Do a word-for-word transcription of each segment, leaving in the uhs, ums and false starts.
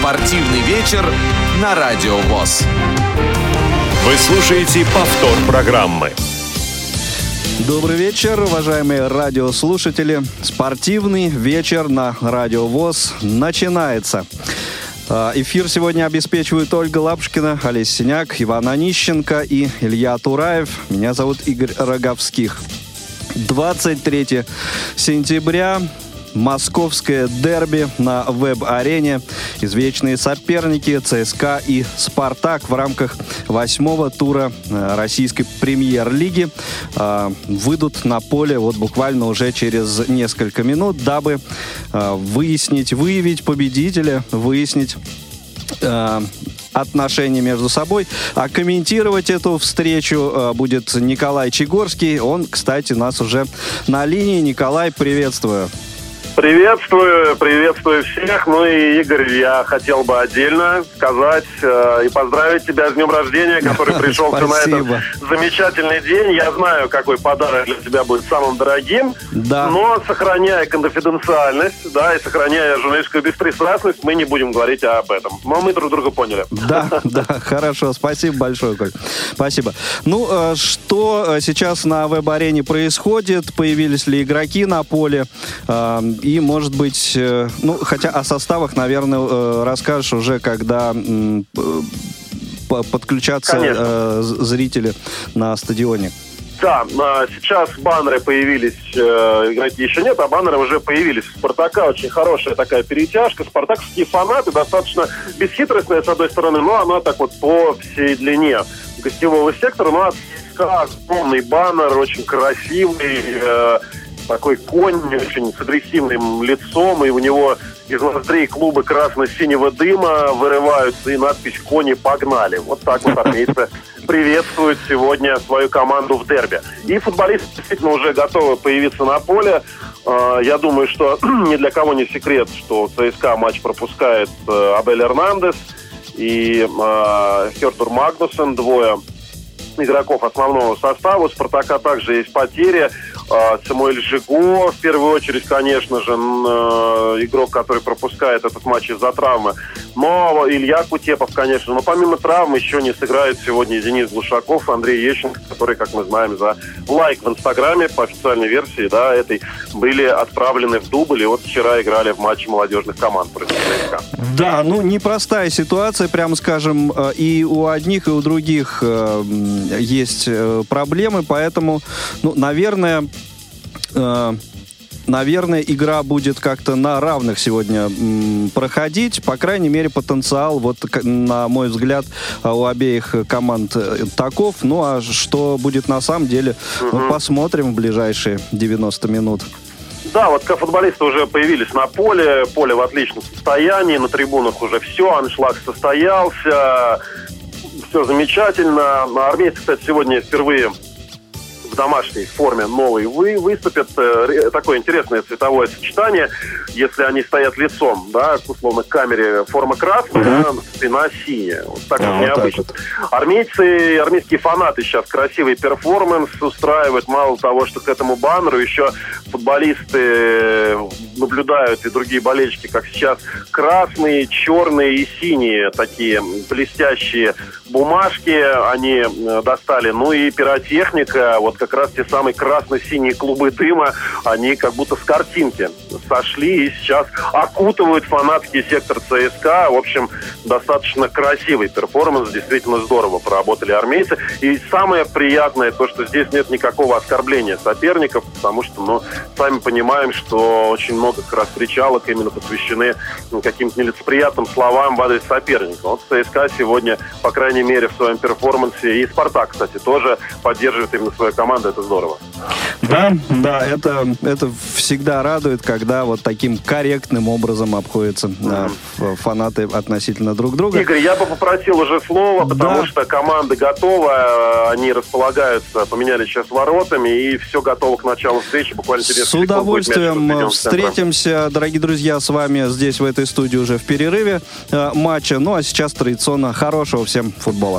Спортивный вечер на Радио ВОС. Вы слушаете повтор программы. Добрый вечер, уважаемые радиослушатели. Спортивный вечер на Радио ВОС начинается. Эфир сегодня обеспечивают Ольга Лапушкина, Олеся Синяк, Иван Онищенко и Илья Тураев. Меня зовут Игорь Роговских. двадцать третьего сентября. Московское дерби на Веб-арене. Извечные соперники ЦСКА и Спартак в рамках восьмого тура российской премьер-лиги э, выйдут на поле вот буквально уже через несколько минут, дабы э, выяснить, выявить победителя, выяснить э, отношения между собой. А комментировать эту встречу э, будет Николай Чегорский. Он, кстати, у нас уже на линии. Николай, приветствую. Приветствую, приветствую всех. Ну и, Игорь, я хотел бы отдельно сказать э, и поздравить тебя с днем рождения, который пришелся на этот замечательный день. Я знаю, какой подарок для тебя будет самым дорогим, да. Но сохраняя конфиденциальность, да, и сохраняя журналистскую беспристрастность, мы не будем говорить об этом. Но мы друг друга поняли. Да, да, хорошо. Спасибо большое, Коль. Спасибо. Ну, э, что сейчас на веб-арене происходит? Появились ли игроки на поле? Э, И, может быть, ну, хотя о составах, наверное, расскажешь уже, когда подключатся Конечно. зрители на стадионе. Да, сейчас баннеры появились, игроки еще нет, а баннеры уже появились. У «Спартака» очень хорошая такая перетяжка. Спартаковские фанаты достаточно бесхитростные, с одной стороны, но она так вот по всей длине гостевого сектора. Ну, а ЦСКА огромный баннер, очень красивый, такой конь очень с агрессивным лицом, и у него из ноздрей клубы красно-синего дыма вырываются, и надпись «Кони погнали». Вот так вот армейцы приветствуют сегодня свою команду в дерби. И футболисты действительно уже готовы появиться на поле. Я думаю, что ни для кого не секрет, что ЦСКА матч пропускает Абель Эрнандес и Хёртур Магнуссен, двое игроков основного состава. У «Спартака» также есть потери. Самуэль Жиго, в первую очередь, конечно же, игрок, который пропускает этот матч из-за травмы. Но Илья Кутепов, конечно. Но помимо травм еще не сыграет сегодня Денис Глушаков, Андрей Ещенко, которые, как мы знаем, за лайк в Инстаграме по официальной версии, да, этой, были отправлены в дубль. И вот вчера играли в матче молодежных команд против ЦСКА. Да, ну непростая ситуация, прямо скажем, и у одних, и у других есть проблемы, поэтому, ну, наверное, Наверное, игра будет как-то на равных сегодня м, проходить. По крайней мере, потенциал, вот, на мой взгляд, у обеих команд таков. Ну, а что будет на самом деле, угу. ну, посмотрим в ближайшие девяносто минут. Да, вот футболисты уже появились на поле. Поле в отличном состоянии. На трибунах уже все, аншлаг состоялся. Все замечательно. Армейцы, кстати, сегодня впервые в домашней форме новой вы, выступят. Такое интересное цветовое сочетание. Если они стоят лицом, да, условно, к камере, форма красная, uh-huh. да, спина синяя. Вот так а, вот необычно. Вот. Армейцы, армейские фанаты сейчас красивый перформанс устраивают. Мало того, что к этому баннеру еще футболисты наблюдают, и другие болельщики, как сейчас, красные, черные и синие такие блестящие бумажки они достали. Ну и пиротехника, вот как раз те самые красно-синие клубы дыма, они как будто с картинки сошли и сейчас окутывают фанатский сектор ЦСКА. В общем, достаточно красивый перформанс, действительно здорово поработали армейцы. И самое приятное то, что здесь нет никакого оскорбления соперников, потому что, ну, сами понимаем, что очень много как раз кричалок именно посвящены ну, каким-то нелицеприятным словам в адрес соперника. Вот ЦСКА сегодня, по крайней мере, в своем перформансе, и «Спартак», кстати, тоже поддерживает именно свою команду, это здорово. Да, да, это, это всегда радует, когда вот таким корректным образом обходятся mm-hmm. да, фанаты относительно друг друга. Игорь, я бы попросил уже слово, потому да. что команда готова, они располагаются, поменяли сейчас воротами, и все готово к началу встречи. Буквально через С удовольствием встретимся, дорогие друзья, с вами здесь, в этой студии, уже в перерыве э, матча. Ну, а сейчас традиционно хорошего всем футбола.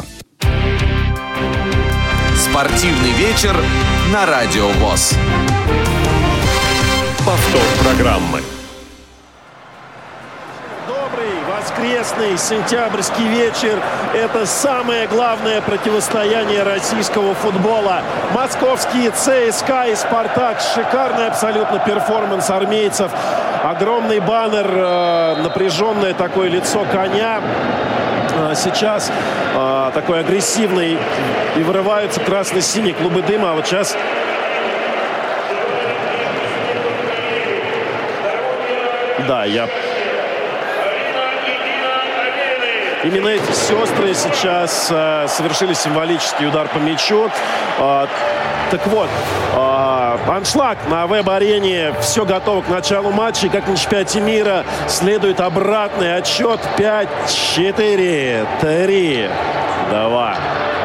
Спортивный вечер на Радио ВОС. Повтор программы. Воскресный сентябрьский вечер – это самое главное противостояние российского футбола. Московские ЦСКА и Спартак. Шикарный абсолютно перформанс армейцев. Огромный баннер, э, напряженное такое лицо коня. Э, сейчас э, такой агрессивный. И вырываются красно-синие клубы дыма. А вот сейчас... Да, я... Именно эти сестры сейчас э, совершили символический удар по мячу. Э, так вот, э, аншлаг на веб-арене. Все готово к началу матча. И как на чемпионате мира следует обратный отсчет. пять, четыре, три, два,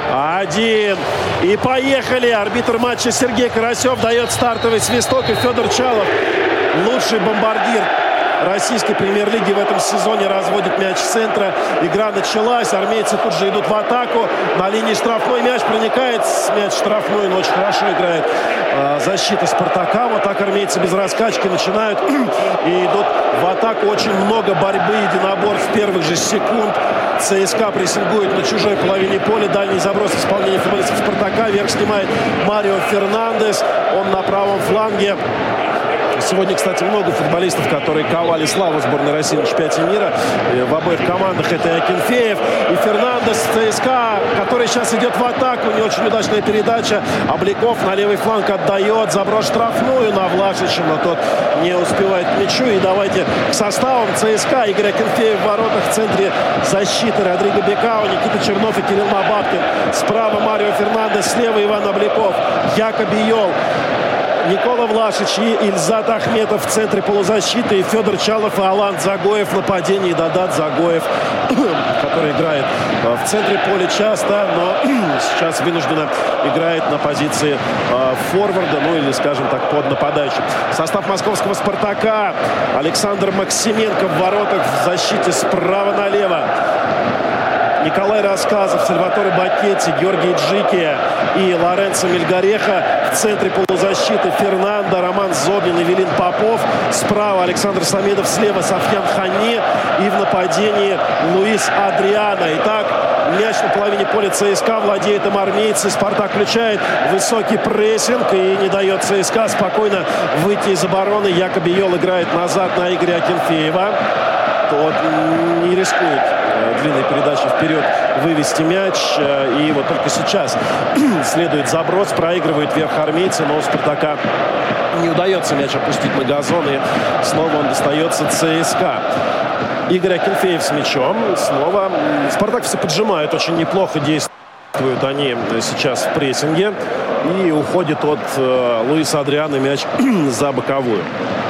один. И поехали. Арбитр матча Сергей Карасев дает стартовый свисток. И Федор Чалов, лучший бомбардир российской премьер-лиги в этом сезоне, разводит мяч с центра. Игра началась. Армейцы тут же идут в атаку. На линии штрафной мяч проникает. Мяч штрафной, но очень хорошо играет э, защита Спартака. Вот так армейцы без раскачки начинают и идут в атаку. Очень много борьбы, единоборств в первых же секунд. ЦСКА прессингует на чужой половине поля. Дальний заброс исполнения футболистов Спартака. Вверх снимает Марио Фернандес. Он на правом фланге. Сегодня, кстати, много футболистов, которые ковали славу сборной России на чемпионате мира. В обоих командах это и Акинфеев, и Фернандес. ЦСКА, который сейчас идет в атаку. Не очень удачная передача. Обликов на левый фланг отдает. Заброс штрафную на Влашича, но тот не успевает к мячу. И давайте к составам. ЦСКА. Игорь Акинфеев в воротах. В центре защиты Родриго Бекао, Никита Чернов и Кирилл Мабабкин. Справа Марио Фернандес. Слева Иван Обликов. Яко Бийол. Никола Влашич и Ильзат Ахметов в центре полузащиты. И Федор Чалов и Алан Загоев в нападении. Дадат Загоев, который играет в центре поля часто, но сейчас вынужденно играет на позиции э, форварда, ну или, скажем так, под нападающим. Состав московского «Спартака». Александр Максименко в воротах, в защите справа налево. Николай Рассказов, Сальваторе Бакетти, Георгий Джики и Лоренцо Мельгареха. В центре полузащиты Фернандо, Роман Зобнин и Велин Попов. Справа Александр Самедов, слева Софьян Хани. И в нападении Луис Адриано. Итак, мяч на половине поля ЦСКА, владеет им армейцы. Спартак включает высокий прессинг и не дает ЦСКА спокойно выйти из обороны. Яко Бийол играет назад на Игоря Акинфеева. Тот не рискует длинной передачи вперед вывести мяч. И вот только сейчас следует заброс. Проигрывает вверх армейцы, но у Спартака не удается мяч опустить на газон. И снова он достается ЦСКА. Игорь Акинфеев с мячом. Снова Спартак все поджимает. Очень неплохо действуют они сейчас в прессинге. И уходит от э, Луиса Адриано мяч за боковую.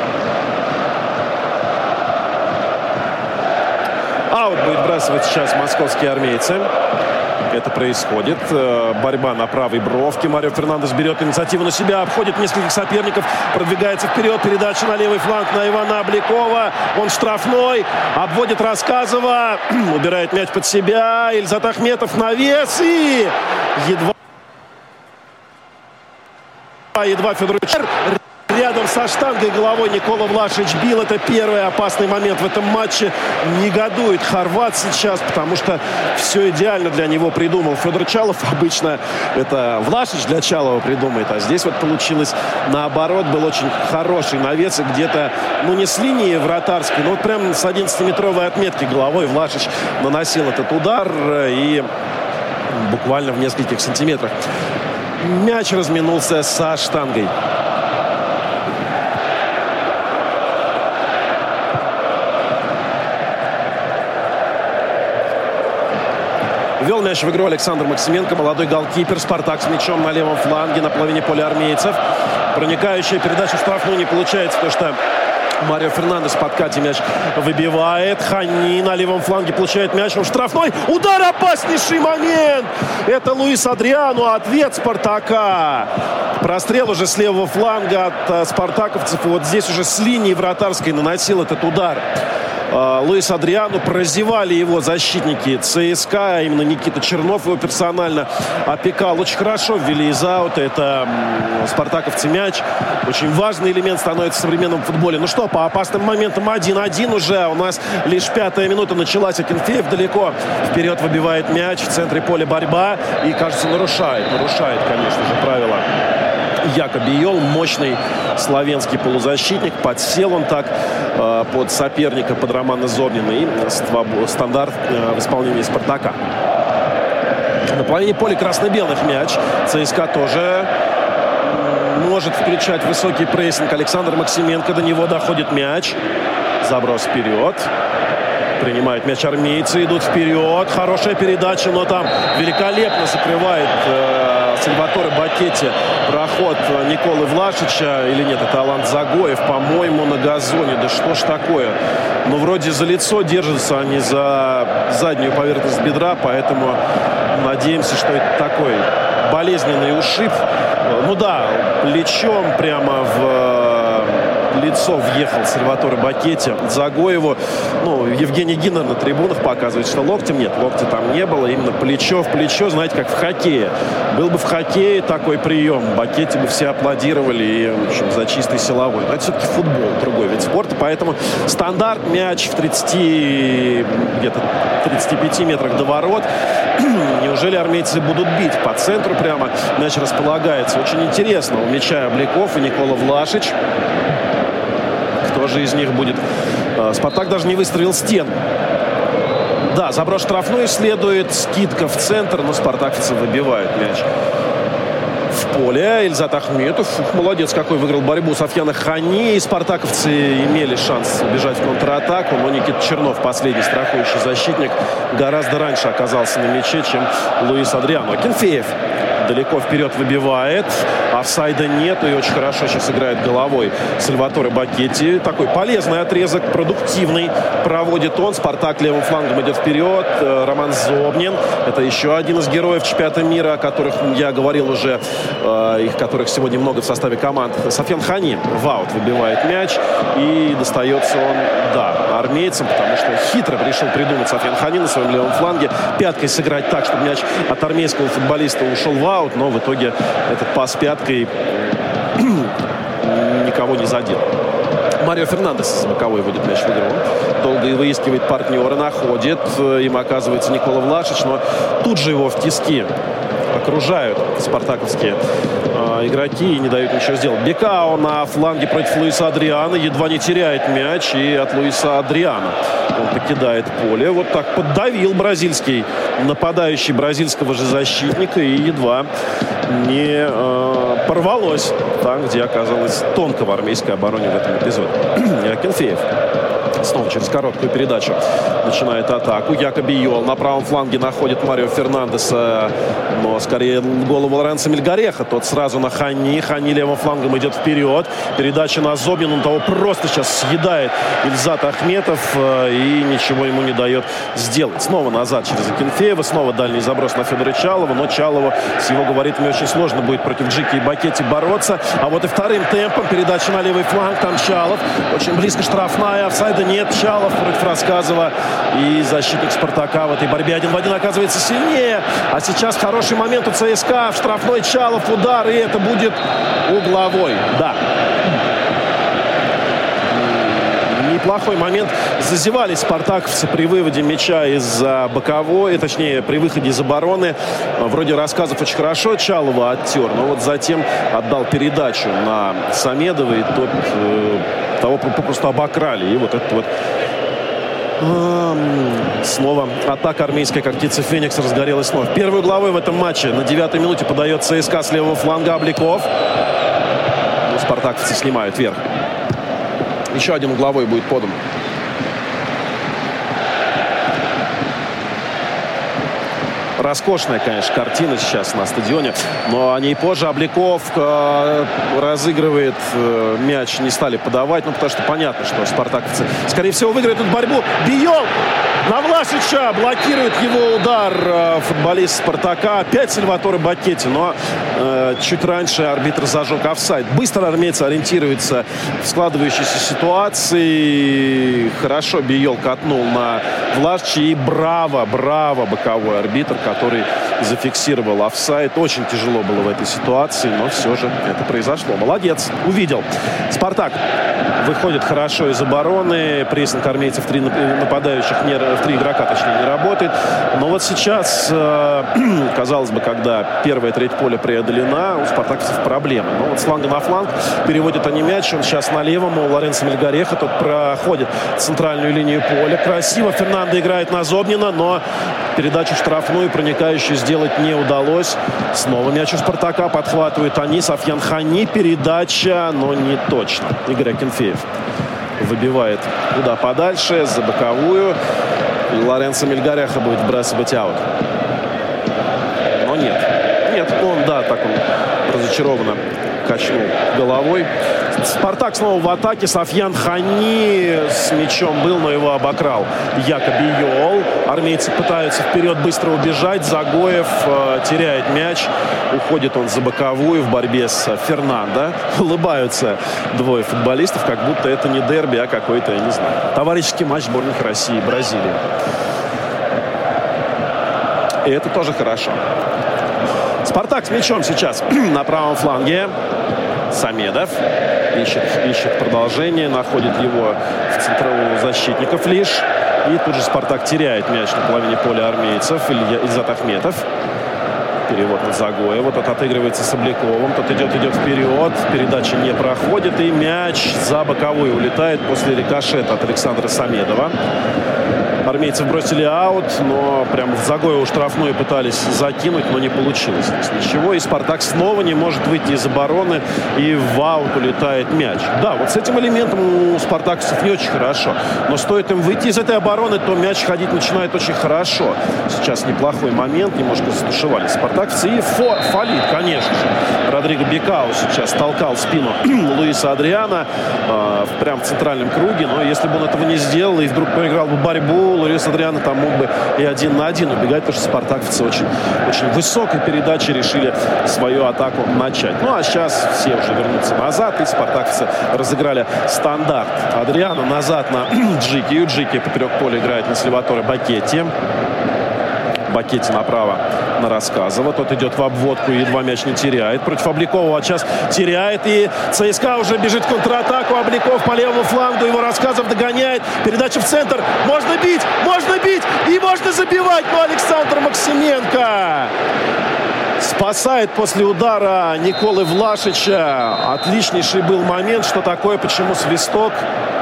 Аут будет бросать сейчас московские армейцы. Это происходит. Борьба на правой бровке. Марио Фернандес берет инициативу на себя. Обходит нескольких соперников. Продвигается вперед. Передача на левый фланг на Ивана Обликова. Он штрафной. Обводит Рассказова. Убирает мяч под себя. Ильзат Ахметов навес. И едва... Едва Федор рядом со штангой головой Никола Влашич бил. Это первый опасный момент в этом матче. Негодует хорват сейчас, потому что все идеально для него придумал Федор Чалов. Обычно это Влашич для Чалова придумает, а здесь вот получилось наоборот. Был очень хороший навес, и где-то, ну не с линии вратарской, но вот прям с одиннадцатиметровой отметки головой Влашич наносил этот удар, и буквально в нескольких сантиметрах мяч разминулся со штангой. Вел мяч в игру Александр Максименко, молодой голкипер. Спартак с мячом на левом фланге, на половине поля армейцев. Проникающая передача в штрафную не получается, потому что Марио Фернандес в подкате мяч выбивает. Хани на левом фланге получает мяч. Он штрафной. Удар, опаснейший момент. Это Луис Адриано. Ответ Спартака. Прострел уже с левого фланга от спартаковцев. И вот здесь уже с линии вратарской наносил этот удар э, Луис Адриано. Прозевали его защитники ЦСКА, а именно Никита Чернов его персонально опекал. Очень хорошо ввели из аута. Это м, спартаковцы мяч. Очень важный элемент становится в современном футболе. Ну что, по опасным моментам один-один уже. У нас лишь пятая минута началась. Акинфеев далеко вперед выбивает мяч. В центре поля борьба. И, кажется, нарушает. Нарушает, конечно же, правила Якоб Йол. Мощный славянский полузащитник. Подсел он так э, под соперника, под Романа Зобнина. И стандарт э, в исполнении Спартака. На половине поля красно-белых мяч. ЦСКА тоже может включать высокий прессинг. Александр Максименко, до него доходит мяч. Заброс вперед. Принимают мяч армейцы, идут вперед. Хорошая передача, но там великолепно закрывает э, Сальваторе Бакетти проход Николы Влашича. Или нет, это Алан Загоев, по-моему, на газоне. Да что ж такое? Ну, вроде за лицо держатся они за заднюю поверхность бедра, поэтому надеемся, что это такой болезненный ушиб. Ну да, плечом прямо в лицо въехал Сальваторе Бакетти Загоеву. Ну, Евгений Гиннер на трибунах показывает, что локтем нет. Локтя там не было. Именно плечо в плечо, знаете, как в хоккее. Был бы в хоккее такой прием, Бакетти бы все аплодировали и, в общем, за чистый силовой. Но это все-таки футбол, другой вид спорта. Поэтому стандарт, мяч в тридцати, где-то тридцати пяти метрах до ворот. Неужели армейцы будут бить? По центру прямо мяч располагается. Очень интересно. У мяча Обликов и Никола Влашич. Кто же из них будет? Спартак даже не выстроил стен. Да, заброс штрафной следует. Скидка в центр, но спартаковцы выбивают мяч в поле. Ильзат Ахметов. Молодец какой, выиграл борьбу Софьяна Хани. И спартаковцы имели шанс убежать в контратаку. Но Никита Чернов, последний страхующий защитник, гораздо раньше оказался на мяче, чем Луис Адриано. Акинфеев далеко вперед выбивает. Офсайда нет. И очень хорошо сейчас играет головой Сальваторе Бакетти. Такой полезный отрезок, продуктивный. Проводит он. Спартак левым флангом идет вперед. Роман Зобнин. Это еще один из героев чемпионата мира, о которых я говорил уже. Их которых сегодня много в составе команд. Софьян Хани в аут выбивает мяч. И достается он, да, армейцам, потому что хитро решил придумать Софьян Хани на своем левом фланге. Пяткой сыграть так, чтобы мяч от армейского футболиста ушел в аут. Но в итоге этот пас пяткой никого не задел. Марио Фернандес из боковой вводит мяч в игру. Долго и выискивает партнера, находит. Им оказывается Никола Влашич, но тут же его в тиски окружают спартаковские э, игроки и не дают ничего сделать. Бекао на фланге против Луиса Адриано. Едва не теряет мяч. И от Луиса Адриано он покидает поле. Вот так поддавил бразильский нападающий бразильского же защитника. И едва не э, порвалось там, где оказалось тонко в армейской обороне в этом эпизоде. Акинфеев снова через короткую передачу начинает атаку. Якоб Йол на правом фланге находит Марио Фернандеса, но скорее голову Лоренцо Мельгареха. Тот сразу на Хани. Хани левым флангом идет вперед. Передача на Зобнина. Он того просто сейчас съедает Ильзат Ахметов и ничего ему не дает сделать. Снова назад через Акинфеева. Снова дальний заброс на Федора Чалова. Но Чалову с его габаритами очень сложно будет против Джики и Бакетти бороться. А вот и вторым темпом передача на левый фланг. Там Чалов. Очень близко штрафная. Офсайда нет. Чалов против Рассказова. И защитник Спартака в этой борьбе один в один оказывается сильнее. А сейчас хороший момент у ЦСКА. В штрафной Чалов, удар. И это будет угловой. Да. Неплохой момент. Зазевались спартаковцы при выводе мяча из боковой, точнее, при выходе из обороны. Вроде Рассказов очень хорошо Чалова оттер, но вот затем отдал передачу на Самедова, и тот э, того попросту обокрали. И вот этот вот снова атака армейская, как птица Феникс, разгорелась снова. Первой угловой в этом матче на девятой минуте подает ЦСКА с левого фланга Обликов. Ну, спартаковцы снимают вверх. Еще один угловой будет подан. роскошная, конечно, картина сейчас на стадионе. Но о ней позже. Обликов э, разыгрывает э, мяч. Не стали подавать. Ну, потому что понятно, что спартаковцы, скорее всего, выиграют эту борьбу. Биол на Влашича. Блокирует его удар э, футболист Спартака. Опять Сальваторе Бакетти. Но э, чуть раньше арбитр зажег офсайд. Быстро армейцы ориентируются в складывающейся ситуации. Хорошо Биол катнул на Влашича. И браво, браво боковой арбитр, который зафиксировал офсайд. Очень тяжело было в этой ситуации, но все же это произошло. Молодец, увидел. Спартак выходит хорошо из обороны. Прессинг армейцев, три нападающих, не, в три игрока, точнее, не работает. Но вот сейчас, э, казалось бы, когда первая треть поля преодолена, у спартаковцев проблемы. Но вот с фланга на фланг переводят они мяч. Он сейчас на левом у Лоренцо Мельгареха. Тот проходит центральную линию поля. Красиво Фернандо играет на Зобнина, но передачу в штрафную проникающую сделать не удалось. Снова мяч у Спартака. Подхватывает они. Софьян Хани. Передача, но не точно. Игорь Акинфеев выбивает куда подальше, за боковую. И Лоренцо Мельгареха будет вбрасывать аут. Но нет. Нет, он, да, так он разочарованно качнул головой. Спартак снова в атаке. Софьян Хани с мячом был, но его обокрал Яко Биол. Армейцы пытаются вперед быстро убежать. Загоев э, теряет мяч. Уходит он за боковую в борьбе с Фернандо. Улыбаются двое футболистов, как будто это не дерби, а какой-то, я не знаю, товарищеский матч сборных России и Бразилии. И это тоже хорошо. Спартак с мячом сейчас на правом фланге. Самедов ищет, ищет продолжение, находит его в центрового защитников лишь. И тут же Спартак теряет мяч на половине поля армейцев. Илья, Ильзат Ахметов. Перевод на Загоева. Тот отыгрывается с Обляковым. Тот идет, идет вперед. Передача не проходит. И мяч за боковую улетает после рикошета от Александра Самедова. Армейцы бросили аут, но прямо в Загоеву штрафную пытались закинуть, но не получилось здесь ничего. И Спартак снова не может выйти из обороны, и в аут улетает мяч. Да, вот с этим элементом у спартаковцев не очень хорошо. Но стоит им выйти из этой обороны, то мяч ходить начинает очень хорошо. Сейчас неплохой момент, немножко затушевались спартаковцы. И фо, фалит, конечно же. Родриго Бекау сейчас толкал спину Луиса Адриана э, прямо в центральном круге. Но если бы он этого не сделал и вдруг проиграл бы борьбу, Луис Адриано там мог бы и один на один убегать, потому что спартаковцы очень, очень высокой передачей решили свою атаку начать. Ну а сейчас все уже вернутся назад, и спартаковцы разыграли стандарт. Адриано назад на Джики. И Джики поперек поля играет на Сальваторе Бакетти. Бакетти направо на Рассказова. Тот идет в обводку и едва мяч не теряет. Против Обликова а сейчас теряет. И ЦСКА уже бежит в контратаку. Обликов по левому флангу. Его Рассказов догоняет. Передача в центр. Можно бить! Можно бить! И можно забивать! Но Александр Максименко спасает после удара Николы Влашича. Отличнейший был момент. Что такое? Почему свисток?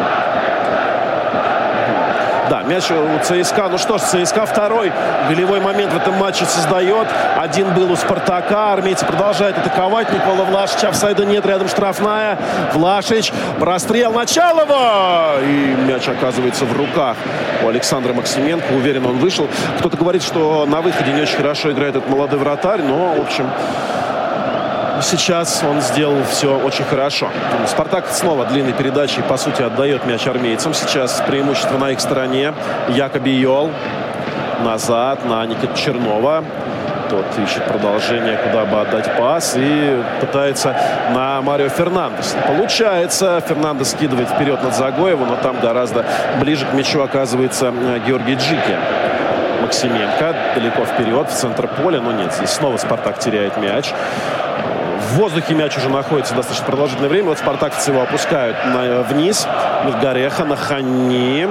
Да, мяч у ЦСКА. Ну что ж, ЦСКА второй голевой момент в этом матче создает. Один был у Спартака. Армейцы продолжают атаковать. Никола Влашич. Офсайда нет. Рядом штрафная. Влашич. Прострел Началова. И мяч оказывается в руках у Александра Максименко. Уверен, он вышел. Кто-то говорит, что на выходе не очень хорошо играет этот молодой вратарь. Но, в общем, сейчас он сделал все очень хорошо. Спартак снова длинной передачей, по сути, отдает мяч армейцам. Сейчас преимущество на их стороне. Яко Биол. Назад на Никиту Чернова. Тот ищет продолжение, куда бы отдать пас. И пытается на Марио Фернандеса. Получается. Фернандес скидывает вперед над Загоеву, но там гораздо ближе к мячу оказывается Георгий Джики. Максименко далеко вперед, в центр поля. Но нет, здесь снова Спартак теряет мяч. В воздухе мяч уже находится достаточно продолжительное время. Вот спартаковцы его опускают на, вниз. Мельгареха на Хани.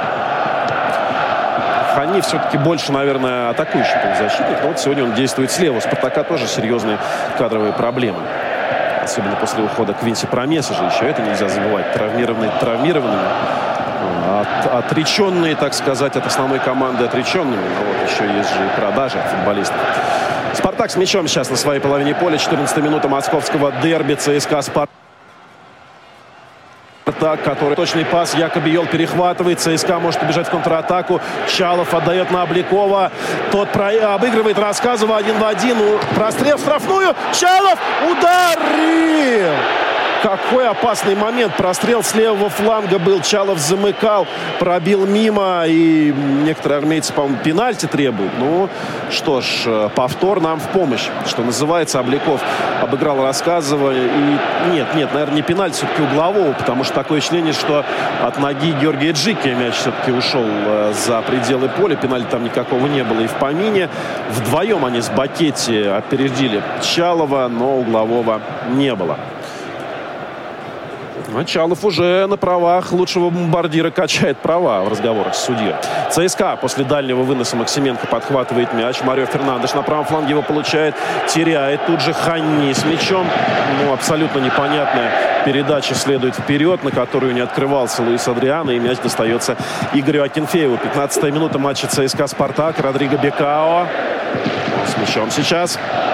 Хани все-таки больше, наверное, атакующий полузащитник. Но вот сегодня он действует слева. У Спартака тоже серьезные кадровые проблемы. Особенно после ухода Квинси Промеса же еще. Это нельзя забывать. Травмированные, травмированными. От, отреченные, так сказать, от основной команды отреченными. Но вот еще есть же и продажи футболистов. Спартак с мячом сейчас на своей половине поля. четырнадцатая минута московского дерби. ЦСКА Спартак. Так, который точный пас, Якобиол перехватывает, ЦСКА может убежать в контратаку, Чалов отдает на Обликова, тот про... обыгрывает Рассказова один в один, прострел в штрафную, Чалов ударил! Какой опасный момент. Прострел с левого фланга был. Чалов замыкал, пробил мимо. И некоторые армейцы, по-моему, пенальти требуют. Ну, что ж, повтор нам в помощь. Что называется, Обликов обыграл Рассказова. И нет, нет, наверное, не пенальти, все-таки углового. Потому что такое ощущение, что от ноги Георгия Джики мяч все-таки ушел за пределы поля. Пенальти там никакого не было и в помине. Вдвоем они с Бакетти опередили Чалова, но углового не было. Чалов уже на правах лучшего бомбардира качает права в разговорах с судьей. ЦСКА после дальнего выноса Максименко подхватывает мяч. Марио Фернандеш на правом фланге его получает, теряет. Тут же Ханни с мячом. Ну, абсолютно непонятная передача следует вперед, на которую не открывался Луис Адриано. И мяч достается Игорю Акинфееву. пятнадцатая минута матча ЦСКА-Спартак. Родриго Бекао с мячом сейчас.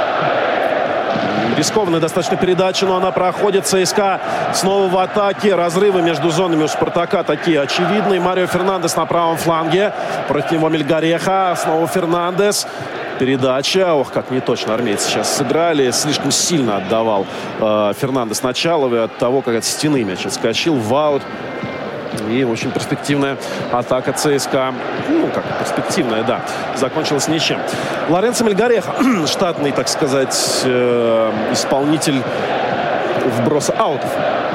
Рискованная достаточно передача, но она проходит. ЦСКА снова в атаке. Разрывы между зонами у Спартака такие очевидные. Марио Фернандес на правом фланге. Против него Мельгареха. Снова Фернандес. Передача. Ох, как неточно армейцы сейчас сыграли. Слишком сильно отдавал э, Фернандес на Чалова. От того, как от стены мяч отскочил в аут. И очень перспективная атака ЦСКА. Ну, как перспективная, да. Закончилась ничем. Лоренцо Мельгареха, штатный, так сказать, э, исполнитель вброса аутов.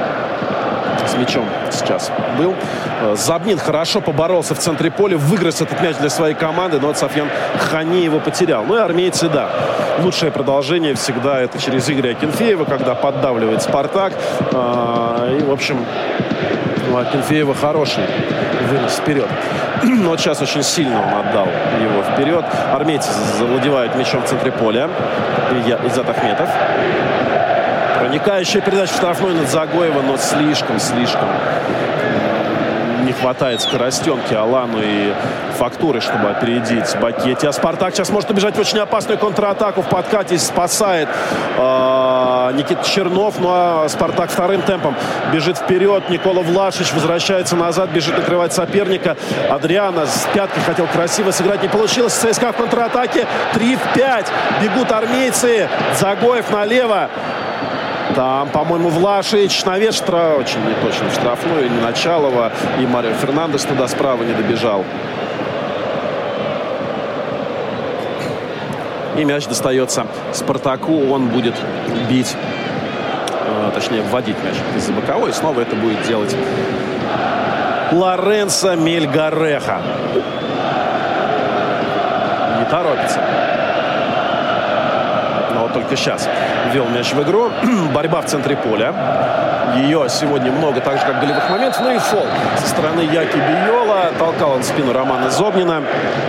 С мячом сейчас был. Забнин хорошо поборолся в центре поля. Выиграть этот мяч для своей команды. Но вот Софьян Хани его потерял. Ну и армейцы, да. Лучшее продолжение всегда это через Игоря Акинфеева, когда поддавливает Спартак. Э, и, в общем... У Акинфеева хороший вынос вперед. Но вот сейчас очень сильно он отдал его вперед. Армейцы завладевают мячом в центре поля. Иззат Ахметов. Проникающая передача в штрафной над Загоева, но слишком-слишком не хватает скоростенки Алану и фактуры, чтобы опередить Бакетти. А Спартак сейчас может убежать в очень опасную контратаку. В подкате спасает э, Никита Чернов. Ну а Спартак вторым темпом бежит вперед. Никола Влашич возвращается назад, бежит накрывать соперника. Адриано с пяткой хотел красиво сыграть, не получилось. ЦСКА в контратаке. три в пять. Бегут армейцы. Загоев налево. Там, по-моему, Влашич навес штраф... Очень неточно в штрафную. Не Началова. И Марио Фернандес туда справа не добежал. И мяч достается Спартаку. Он будет бить, э, точнее, вводить мяч из-за боковой. И снова это будет делать Лоренцо Мельгареха. Не торопится. Но вот только сейчас ввел мяч в игру. Борьба в центре поля. Ее сегодня много, так же, как голевых моментов. Ну и фол со стороны Якобиола. Толкал он в спину Романа Зобнина.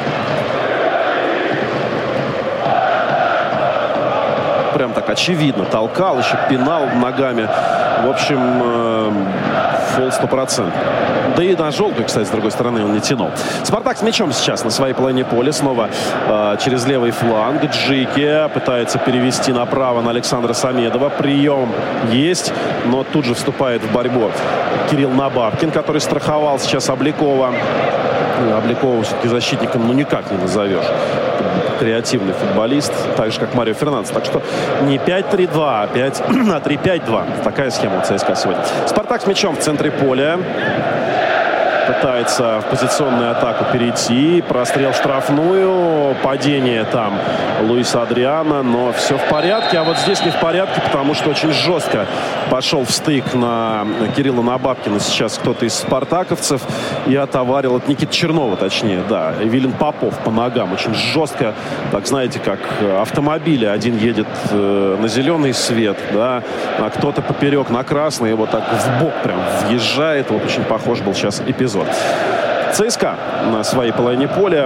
Прям так очевидно толкал, еще пинал ногами. В общем, э, фол сто процентов. Да и на желтую, кстати, с другой стороны он не тянул. Спартак с мячом сейчас на своей половине поля. Снова э, через левый фланг. Джики пытается перевести направо на Александра Самедова. Прием есть, но тут же вступает в борьбу Кирилл Набабкин, который страховал сейчас Обликова. Обликова все-таки защитником ну никак не назовешь. Креативный футболист, так же, как Марио Фернандес. Так что не пять три два, а пять, а три пять два. Такая схема у ЦСКА сегодня. Спартак с мячом в центре поля. Пытается в позиционную атаку перейти. Прострел в штрафную. Падение там Луиса Адриано. Но все в порядке. А вот здесь не в порядке, потому что очень жестко пошел в стык на Кирилла Набабкина. Сейчас кто-то из спартаковцев. И отоварил от Никиты Чернова, точнее. Да, Вилен Попов по ногам. Очень жестко. Так, знаете, как автомобили. Один едет э, на зеленый свет, да, а кто-то поперек на красный. И вот так в бок прям въезжает. Вот очень похож был сейчас эпизод. ЦСКА на своей половине поля.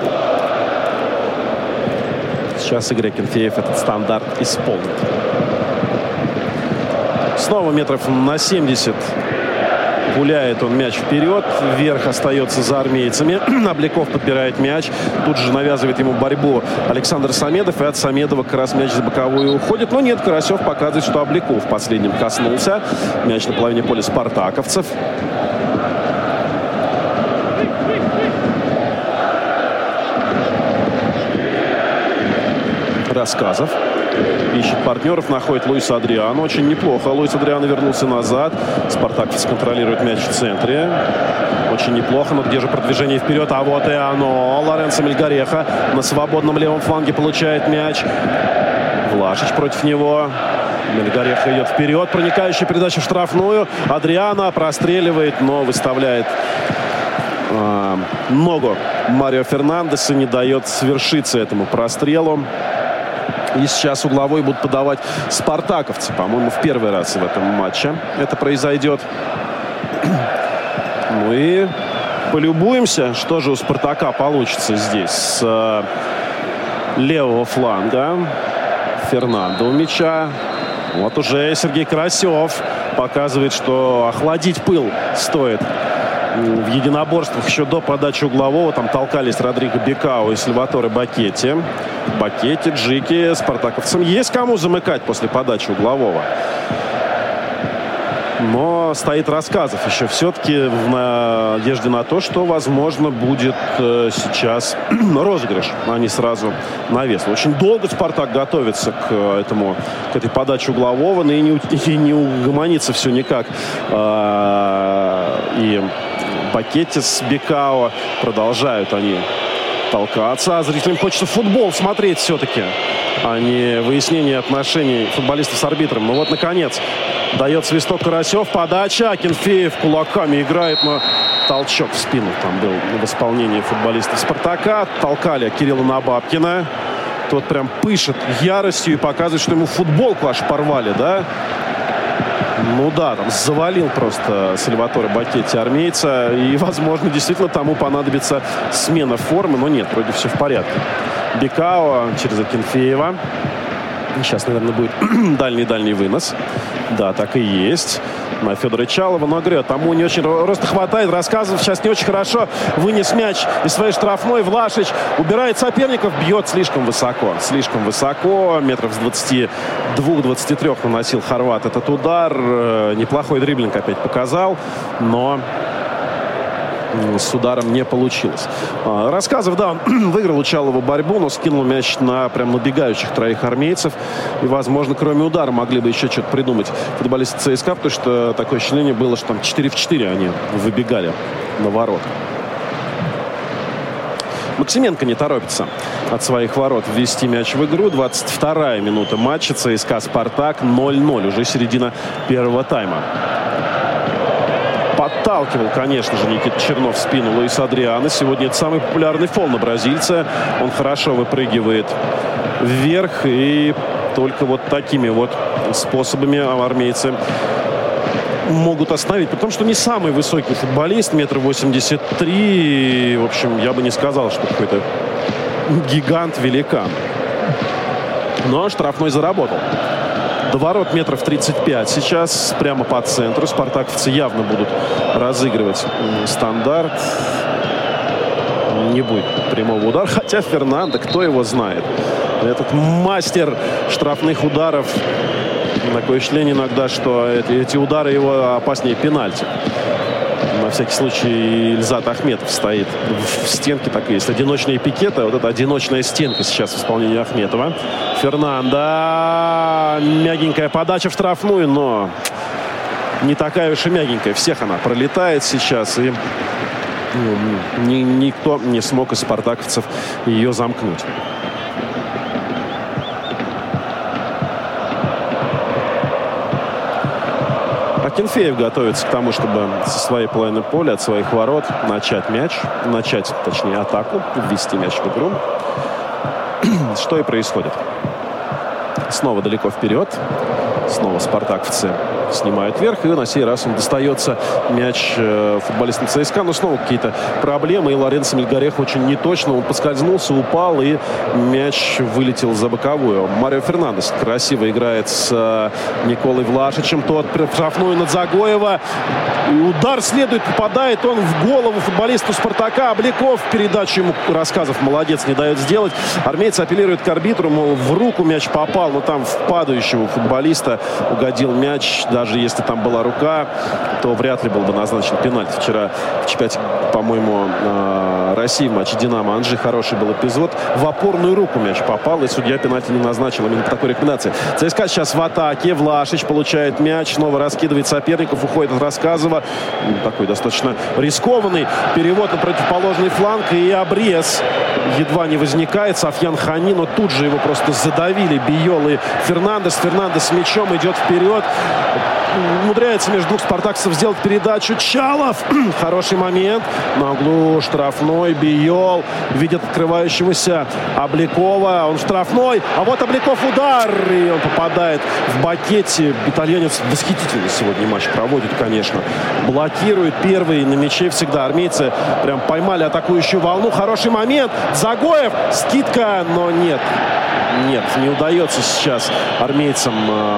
Сейчас Игорь Акинфеев этот стандарт исполнит. Снова метров на семьдесят Пуляет он мяч вперед. Вверх остается за армейцами. Обликов подбирает мяч. Тут же навязывает ему борьбу Александр Самедов. И от Самедова как раз мяч за боковую уходит. Но нет, Карасев показывает, что Обликов последним коснулся. Мяч на половине поля спартаковцев. Рассказов. Ищет партнеров, находит Луиса Адриано. Очень неплохо. Луис Адриано вернулся назад. Спартаковец контролирует мяч в центре. Очень неплохо. Но где же продвижение вперед? А вот и оно. Лоренцо Мельгареха на свободном левом фланге получает мяч. Влашич против него. Мельгареха идет вперед. Проникающая передача в штрафную. Адриано простреливает, но выставляет э, ногу Марио Фернандеса. Не дает свершиться этому прострелу. И сейчас угловой будут подавать спартаковцы. По-моему, в первый раз в этом матче это произойдет. Ну и полюбуемся, что же у Спартака получится здесь. С э, левого фланга Фернандо у мяча. Вот уже Сергей Карасев показывает, что охладить пыл стоит в единоборствах еще до подачи углового. Там толкались Родриго Бекао и Сальваторе Бакетти. Бакетти, Джики, спартаковцам есть кому замыкать после подачи углового. Но стоит Рассказов еще все-таки в надежде на то, что, возможно, будет э, сейчас розыгрыш, а не сразу навес. Очень долго Спартак готовится к этому, к этой подаче углового, но и не, и не угомонится все никак. А, и Бакетти с Бекао продолжают они толкаться. А зрителям хочется футбол смотреть все-таки, а не выяснение отношений футболистов с арбитром. Ну вот, наконец, дает свисток Карасев. Подача. Акинфеев кулаками играет, но толчок в спину там был в исполнении футболистов Спартака. Толкали Кирилла Набабкина. Тот прям пышет яростью и показывает, что ему футболку аж порвали, да? Ну да, там завалил просто Сальваторе Бакетти армейца. И, возможно, действительно тому понадобится смена формы. Но нет, вроде все в порядке. Бекао через Акинфеева. Сейчас, наверное, будет дальний-дальний вынос. Да, так и есть. На Федора Чалова. Но, говорю, тому не очень роста хватает. Рассказывает, сейчас не очень хорошо вынес мяч из своей штрафной. Влашич убирает соперников, бьет слишком высоко. Слишком высоко. Метров с двадцати двух — двадцати трёх наносил хорват этот удар. Неплохой дриблинг опять показал. Но с ударом не получилось. Рассказов, да, он выиграл у Чалова борьбу, но скинул мяч на прям набегающих троих армейцев. И, возможно, кроме удара могли бы еще что-то придумать футболисты ЦСКА, потому что такое ощущение было, что там четыре в четыре они выбегали на ворота. Максименко не торопится от своих ворот ввести мяч в игру. двадцать вторая минута матча. ЦСКА «Спартак» ноль ноль. Уже середина первого тайма. Подталкивал, конечно же, Никита Чернов в спину Луиса Адриано. Сегодня это самый популярный фол на бразильца. Он хорошо выпрыгивает вверх. И только вот такими вот способами армейцы могут остановить. Потому что не самый высокий футболист. Метр восемьдесят три. В общем, я бы не сказал, что какой-то гигант-великан. Но штрафной заработал. До ворот метров тридцать пять. Сейчас прямо по центру. Спартаковцы явно будут разыгрывать стандарт. Не будет прямого удара. Хотя Фернандо, кто его знает. Этот мастер штрафных ударов. Такое ощущение иногда, что эти, эти удары его опаснее пенальти. На всякий случай Ильзат Ахметов стоит в стенке. Так и есть. Одиночные пикеты. Вот эта одиночная стенка сейчас в исполнении Ахметова. Фернандо. Мягенькая подача в штрафную, но не такая уж и мягенькая. Всех она пролетает сейчас. И ну, ни, никто не смог из спартаковцев ее замкнуть. Акинфеев готовится к тому, чтобы со своей половины поля, от своих ворот начать мяч. Начать, точнее, атаку. Ввести мяч в игру. Что и происходит. Снова далеко вперед. Снова спартаковцы снимают вверх, и на сей раз он достается мяч э, футболистам ЦСКА. Но снова какие-то проблемы, и Лоренцо Мельгарех очень неточно. Он поскользнулся, упал, и мяч вылетел за боковую. Марио Фернандес красиво играет с э, Николой Влашичем. Тот в штрафную над Загоева. И удар следует, попадает он в голову футболисту Спартака. Обликов передачу ему Рассказов молодец, не дает сделать. Армейцы апеллируют к арбитру, мол, в руку мяч попал, но там в падающего футболиста угодил мяч. Даже если там была рука, то вряд ли был бы назначен пенальти. Вчера в чемпионате, по-моему, России в матче «Динамо» Анжи хороший был эпизод. В опорную руку мяч попал, и судья пенальти не назначил именно по такой рекомендации. ЦСКА сейчас в атаке. Влашич получает мяч, снова раскидывает соперников, уходит от Рассказова. Такой достаточно рискованный перевод на противоположный фланг, и обрез едва не возникает. Софьян Хани, но тут же его просто задавили Бийол и Фернандес. Фернандес с мячом идет вперед. Умудряется между двух спартакцев сделать передачу. Чалов. Хороший момент. На углу штрафной. Бийол видит открывающегося Обликова. Он штрафной. А вот Обликов удар. И он попадает в Бакетти. Итальянец восхитительно сегодня матч проводит, конечно. Блокирует первый на мяче всегда. Армейцы прям поймали атакующую волну. Хороший момент. Загоев. Скидка. Но нет. Нет, не удается сейчас армейцам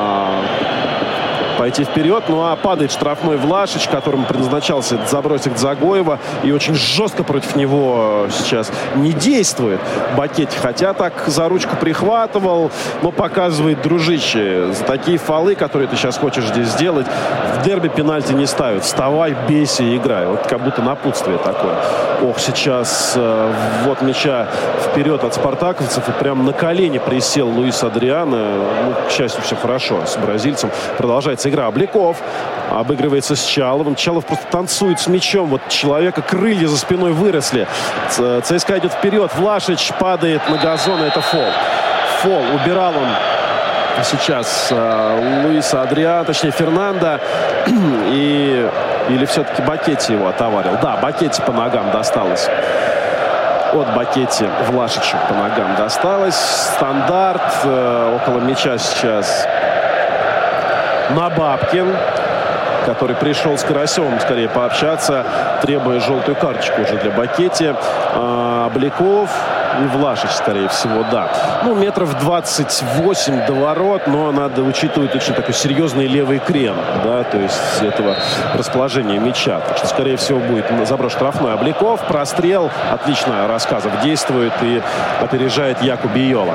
пойти вперед. Ну а падает штрафной Влашич, которому предназначался забросик Загоева. И очень жестко против него сейчас не действует Бакетти. Хотя так за ручку прихватывал. Но показывает: дружище, за такие фолы, которые ты сейчас хочешь здесь сделать, в дерби пенальти не ставят. Вставай, бейся и играй. Вот как будто напутствие такое. Ох, сейчас э, вот мяча вперед от спартаковцев. И прям на колени присел Луис Адриано. Ну, к счастью, все хорошо с бразильцем. Продолжается игра. Обликов обыгрывается с Чаловым. Чалов просто танцует с мячом. Вот человека крылья за спиной выросли. ЦСКА идет вперед. Влашич падает на газон. Это фол. Фол. Убирал он сейчас э, Луиса Адриано, точнее Фернандо. И... Или все-таки Бакетти его отоварил? Да, Бакетти по ногам досталось. От Бакетти Влашичу по ногам досталось. Стандарт. Э, около мяча сейчас Набабкин, который пришел с Карасевым скорее пообщаться, требуя желтую карточку уже для Бакетти. А, Обликов и Влашич, скорее всего, да. Ну, метров двадцать восемь до ворот, но надо учитывать очень такой серьезный левый крен, да, то есть этого расположения мяча. Так что, скорее всего, будет заброс штрафной. Обликов, прострел, отлично Рассказов действует и опережает Яку Бийола.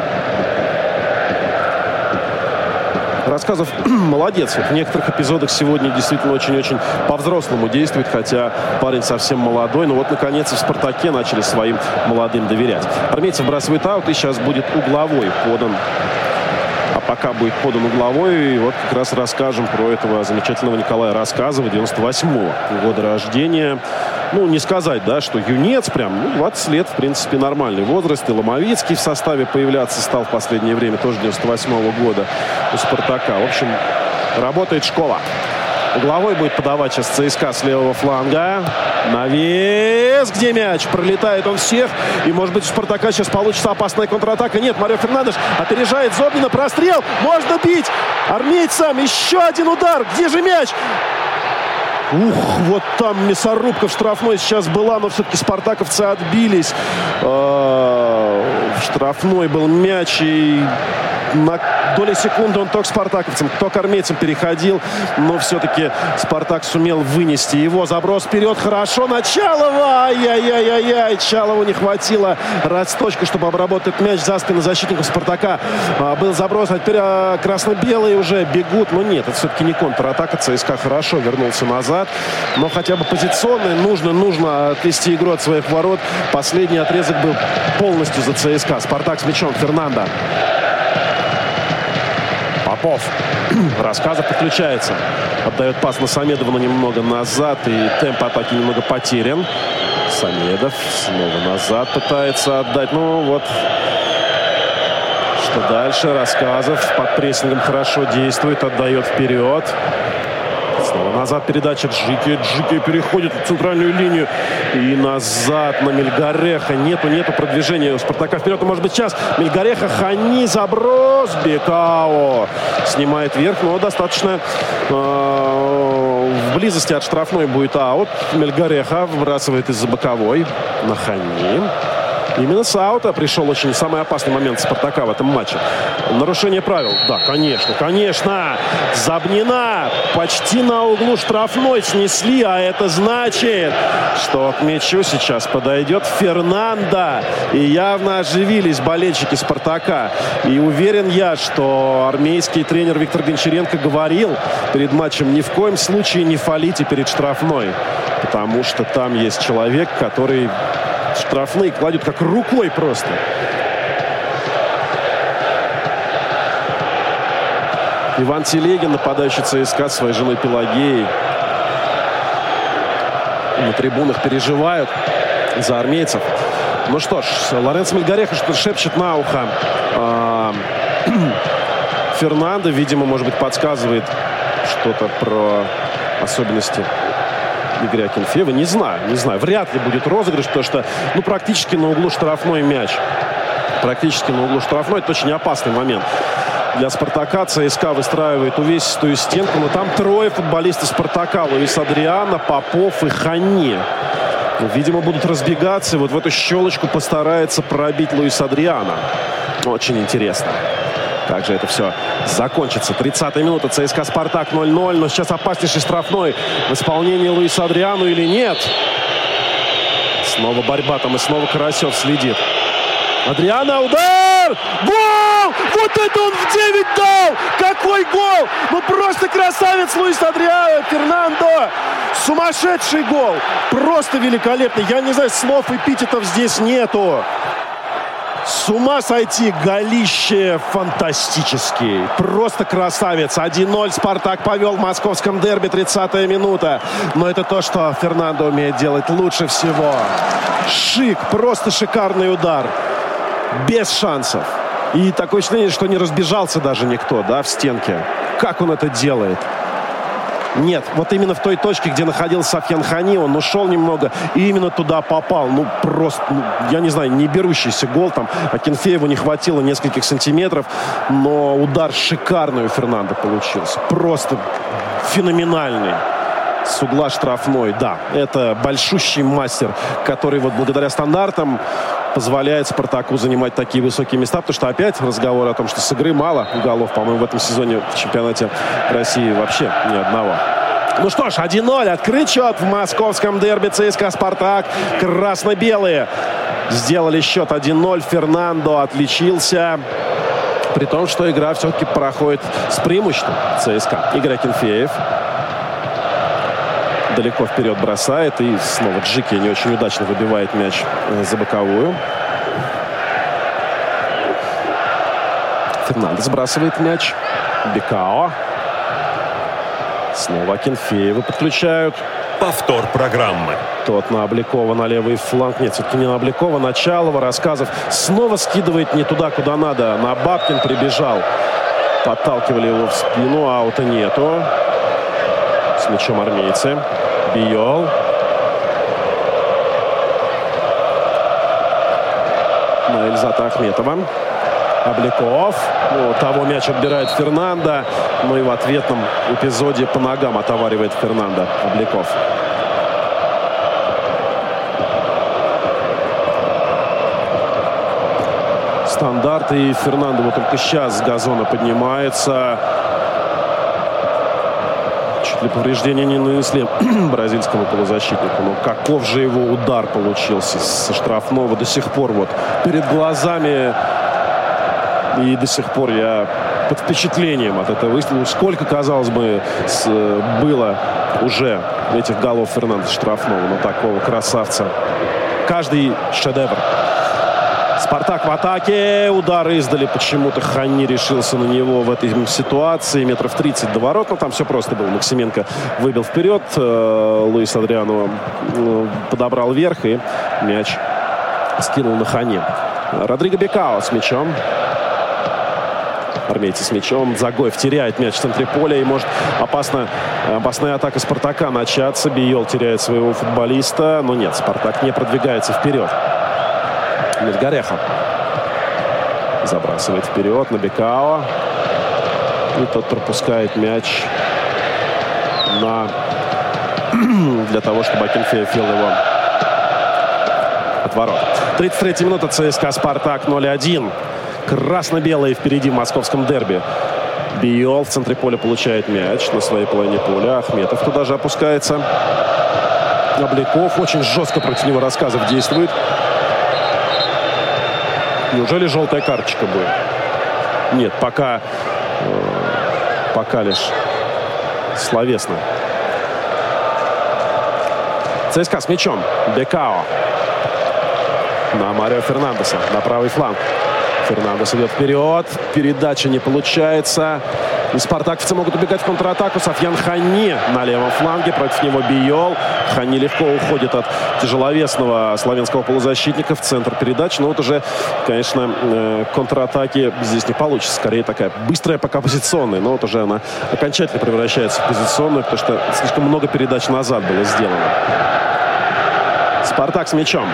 Рассказов молодец. В некоторых эпизодах сегодня действительно очень-очень по-взрослому действует, хотя парень совсем молодой. Но вот, наконец, в «Спартаке» начали своим молодым доверять. Армейцы выбрасывают аут, и сейчас будет угловой подан. А пока будет подан угловой, и вот как раз расскажем про этого замечательного Николая Рассказова, девяносто восьмого года рождения. Ну, не сказать, да, что юнец прям, ну, двадцать лет, в принципе, нормальный возраст. И Ломовицкий в составе появляться стал в последнее время, тоже девяносто восьмого года у «Спартака». В общем, работает школа. Угловой будет подавать сейчас ЦСКА с левого фланга. Навес, где мяч? Пролетает он всех. И, может быть, у «Спартака» сейчас получится опасная контратака. Нет, Марио Фернандеш опережает Зобнина. Прострел. Можно бить. Армейцам еще один удар. Где же мяч? Ух, вот там мясорубка в штрафной сейчас была, но все-таки спартаковцы отбились. В штрафной был мяч, и на доли секунды он то к спартаковцам, то к армейцам переходил, но все-таки «Спартак» сумел вынести его. Заброс вперед, хорошо, на Чалова. Ай-яй-яй-яй, Чалову не хватило расточка, чтобы обработать мяч за спину защитников «Спартака». А, был заброс, а теперь а, красно-белые уже бегут, но нет, это все-таки не контратака. ЦСКА хорошо вернулся назад, но хотя бы позиционно нужно, нужно отвести игру от своих ворот. Последний отрезок был полностью за ЦСКА. «Спартак» с мячом, Фернандо. Попов. Рассказов подключается. Отдает пас на Самедова, но немного назад. И темп атаки немного потерян. Самедов снова назад пытается отдать. Ну вот. Что дальше? Рассказов под прессингом хорошо действует. Отдает вперед. Снова назад передача Джики. Джики переходит в центральную линию. И назад на Мельгареха. Нету, нету продвижения у Спартака вперед. И, может быть, сейчас Мельгареха, Хани, заброс. Бекао снимает вверх, но достаточно э, в близости от штрафной будет аут. Мельгареха выбрасывает из-за боковой на Хани. Именно с аута пришел очень самый опасный момент Спартака в этом матче. Нарушение правил. Да, конечно, конечно. Забнина почти на углу штрафной снесли, а это значит, что к мячу сейчас подойдет Фернандо. И явно оживились болельщики Спартака. И уверен я, что армейский тренер Виктор Гончаренко говорил перед матчем: ни в коем случае не фалите перед штрафной. Потому что там есть человек, который штрафные кладет как рукой просто. Иван Телегин, нападающий ЦСКА, своей женой Пелагеей на трибунах переживают за армейцев. Ну что ж, Лоренцо Мельгареха что-то шепчет на ухо э, Фернандо. Видимо, может быть, подсказывает что-то про особенности Игоря Акинфеева. Не знаю, не знаю. Вряд ли будет розыгрыш, потому что, ну, практически на углу штрафной мяч. Практически на углу штрафной. Это очень опасный момент для Спартака. ЦСКА выстраивает увесистую стенку, но там трое футболистов Спартака: Луис Адриано, Попов и Хани. Видимо, будут разбегаться. И вот в эту щелочку постарается пробить Луис Адриано. Очень интересно, как же это все закончится. тридцатая минута. ЦСКА Спартак ноль ноль. Но сейчас опаснейший штрафной в исполнении Луиса Адриано или нет? Снова борьба там, и снова Карасев следит. Адриано, удар! Гол! Вот это он в девять дал! Какой гол! Ну просто красавец Луис Адриано, Фернандо! Сумасшедший гол! Просто великолепный. Я не знаю, слов и эпитетов здесь нету. С ума сойти, голище фантастический. Просто красавец. один ноль. Спартак повел в московском дерби. тридцатая минута. Но это то, что Фернандо умеет делать лучше всего. Шик. Просто шикарный удар. Без шансов. И такое ощущение, что не разбежался даже никто, да, в стенке. Как он это делает? Нет, вот именно в той точке, где находился Софьян Хани, он ушел немного и именно туда попал. Ну, просто, ну, я не знаю, не берущийся гол. Там Акинфееву не хватило нескольких сантиметров, но удар шикарный у Фернандо получился. Просто феноменальный. С угла штрафной, да. Это большущий мастер, который вот благодаря стандартам позволяет Спартаку занимать такие высокие места. Потому что опять разговор о том, что с игры мало голов. По-моему, в этом сезоне в чемпионате России вообще ни одного. Ну что ж, один ноль. Открыт счет в московском дерби. ЦСКА Спартак. Красно-белые сделали счет один ноль. Фернандо отличился. При том, что игра все-таки проходит с преимуществом ЦСКА. Игорь Акинфеев далеко вперед бросает. И снова Джики не очень удачно выбивает мяч за боковую. Фернандо сбрасывает мяч. Бекао. Снова Акинфеева подключают. Повтор программы. Тот на Обликова на левый фланг. Нет, все-таки не на Обликова. Началова. Рассказов. Снова скидывает не туда, куда надо. На Бабкин прибежал. Подталкивали его в спину. Аута нету. С мячом армейцы. Биол. На Эльзата Ахметова. Обликов. Ну, того мяч отбирает Фернандо. Ну и в ответном эпизоде по ногам отоваривает Фернандо Обликов. Стандарт. И Фернандо вот только сейчас с газона поднимается. Чуть ли повреждения не нанесли бразильскому полузащитнику. Но каков же его удар получился со штрафного до сих пор вот перед глазами. И до сих пор я под впечатлением от этого выстрела. Сколько, казалось бы, с, было уже этих голов Фернандо штрафного. Но такого красавца. Каждый шедевр. Спартак в атаке. Удар издали. Почему-то Хани решился на него в этой ситуации. Метров тридцать до ворот. Но там все просто было. Максименко выбил вперед. Луис Адриано подобрал вверх. И мяч скинул на Хани. Родриго Бекао с мячом. Армейцы с мячом. Загоев теряет мяч в центре поля. И может опасно, опасная атака Спартака начаться. Биол теряет своего футболиста. Но нет, Спартак не продвигается вперед. Мельгареха забрасывает вперед на Бекао. И тот пропускает мяч на... для того, чтобы Акинфеев вел его от ворот. тридцать третья минута. ЦСКА «Спартак» ноль один. Красно-белые впереди в московском дерби. Биол в центре поля получает мяч на своей половине поля. Ахметов туда же опускается. Обликов очень жестко против него Рассказов действует. Неужели желтая карточка будет? Нет, пока, э, пока лишь словесно. ЦСКА с мячом. Бекао на Марио Фернандеса на правый фланг. Фернандес идет вперед. Передача не получается. И спартаковцы могут убегать в контратаку. Софьян Хани на левом фланге. Против него Биол. Хани легко уходит от тяжеловесного славянского полузащитника в центр передач. Но вот уже, конечно, контратаки здесь не получится. Скорее такая быстрая, пока позиционная. Но вот уже она окончательно превращается в позиционную, потому что слишком много передач назад было сделано. Спартак с мячом.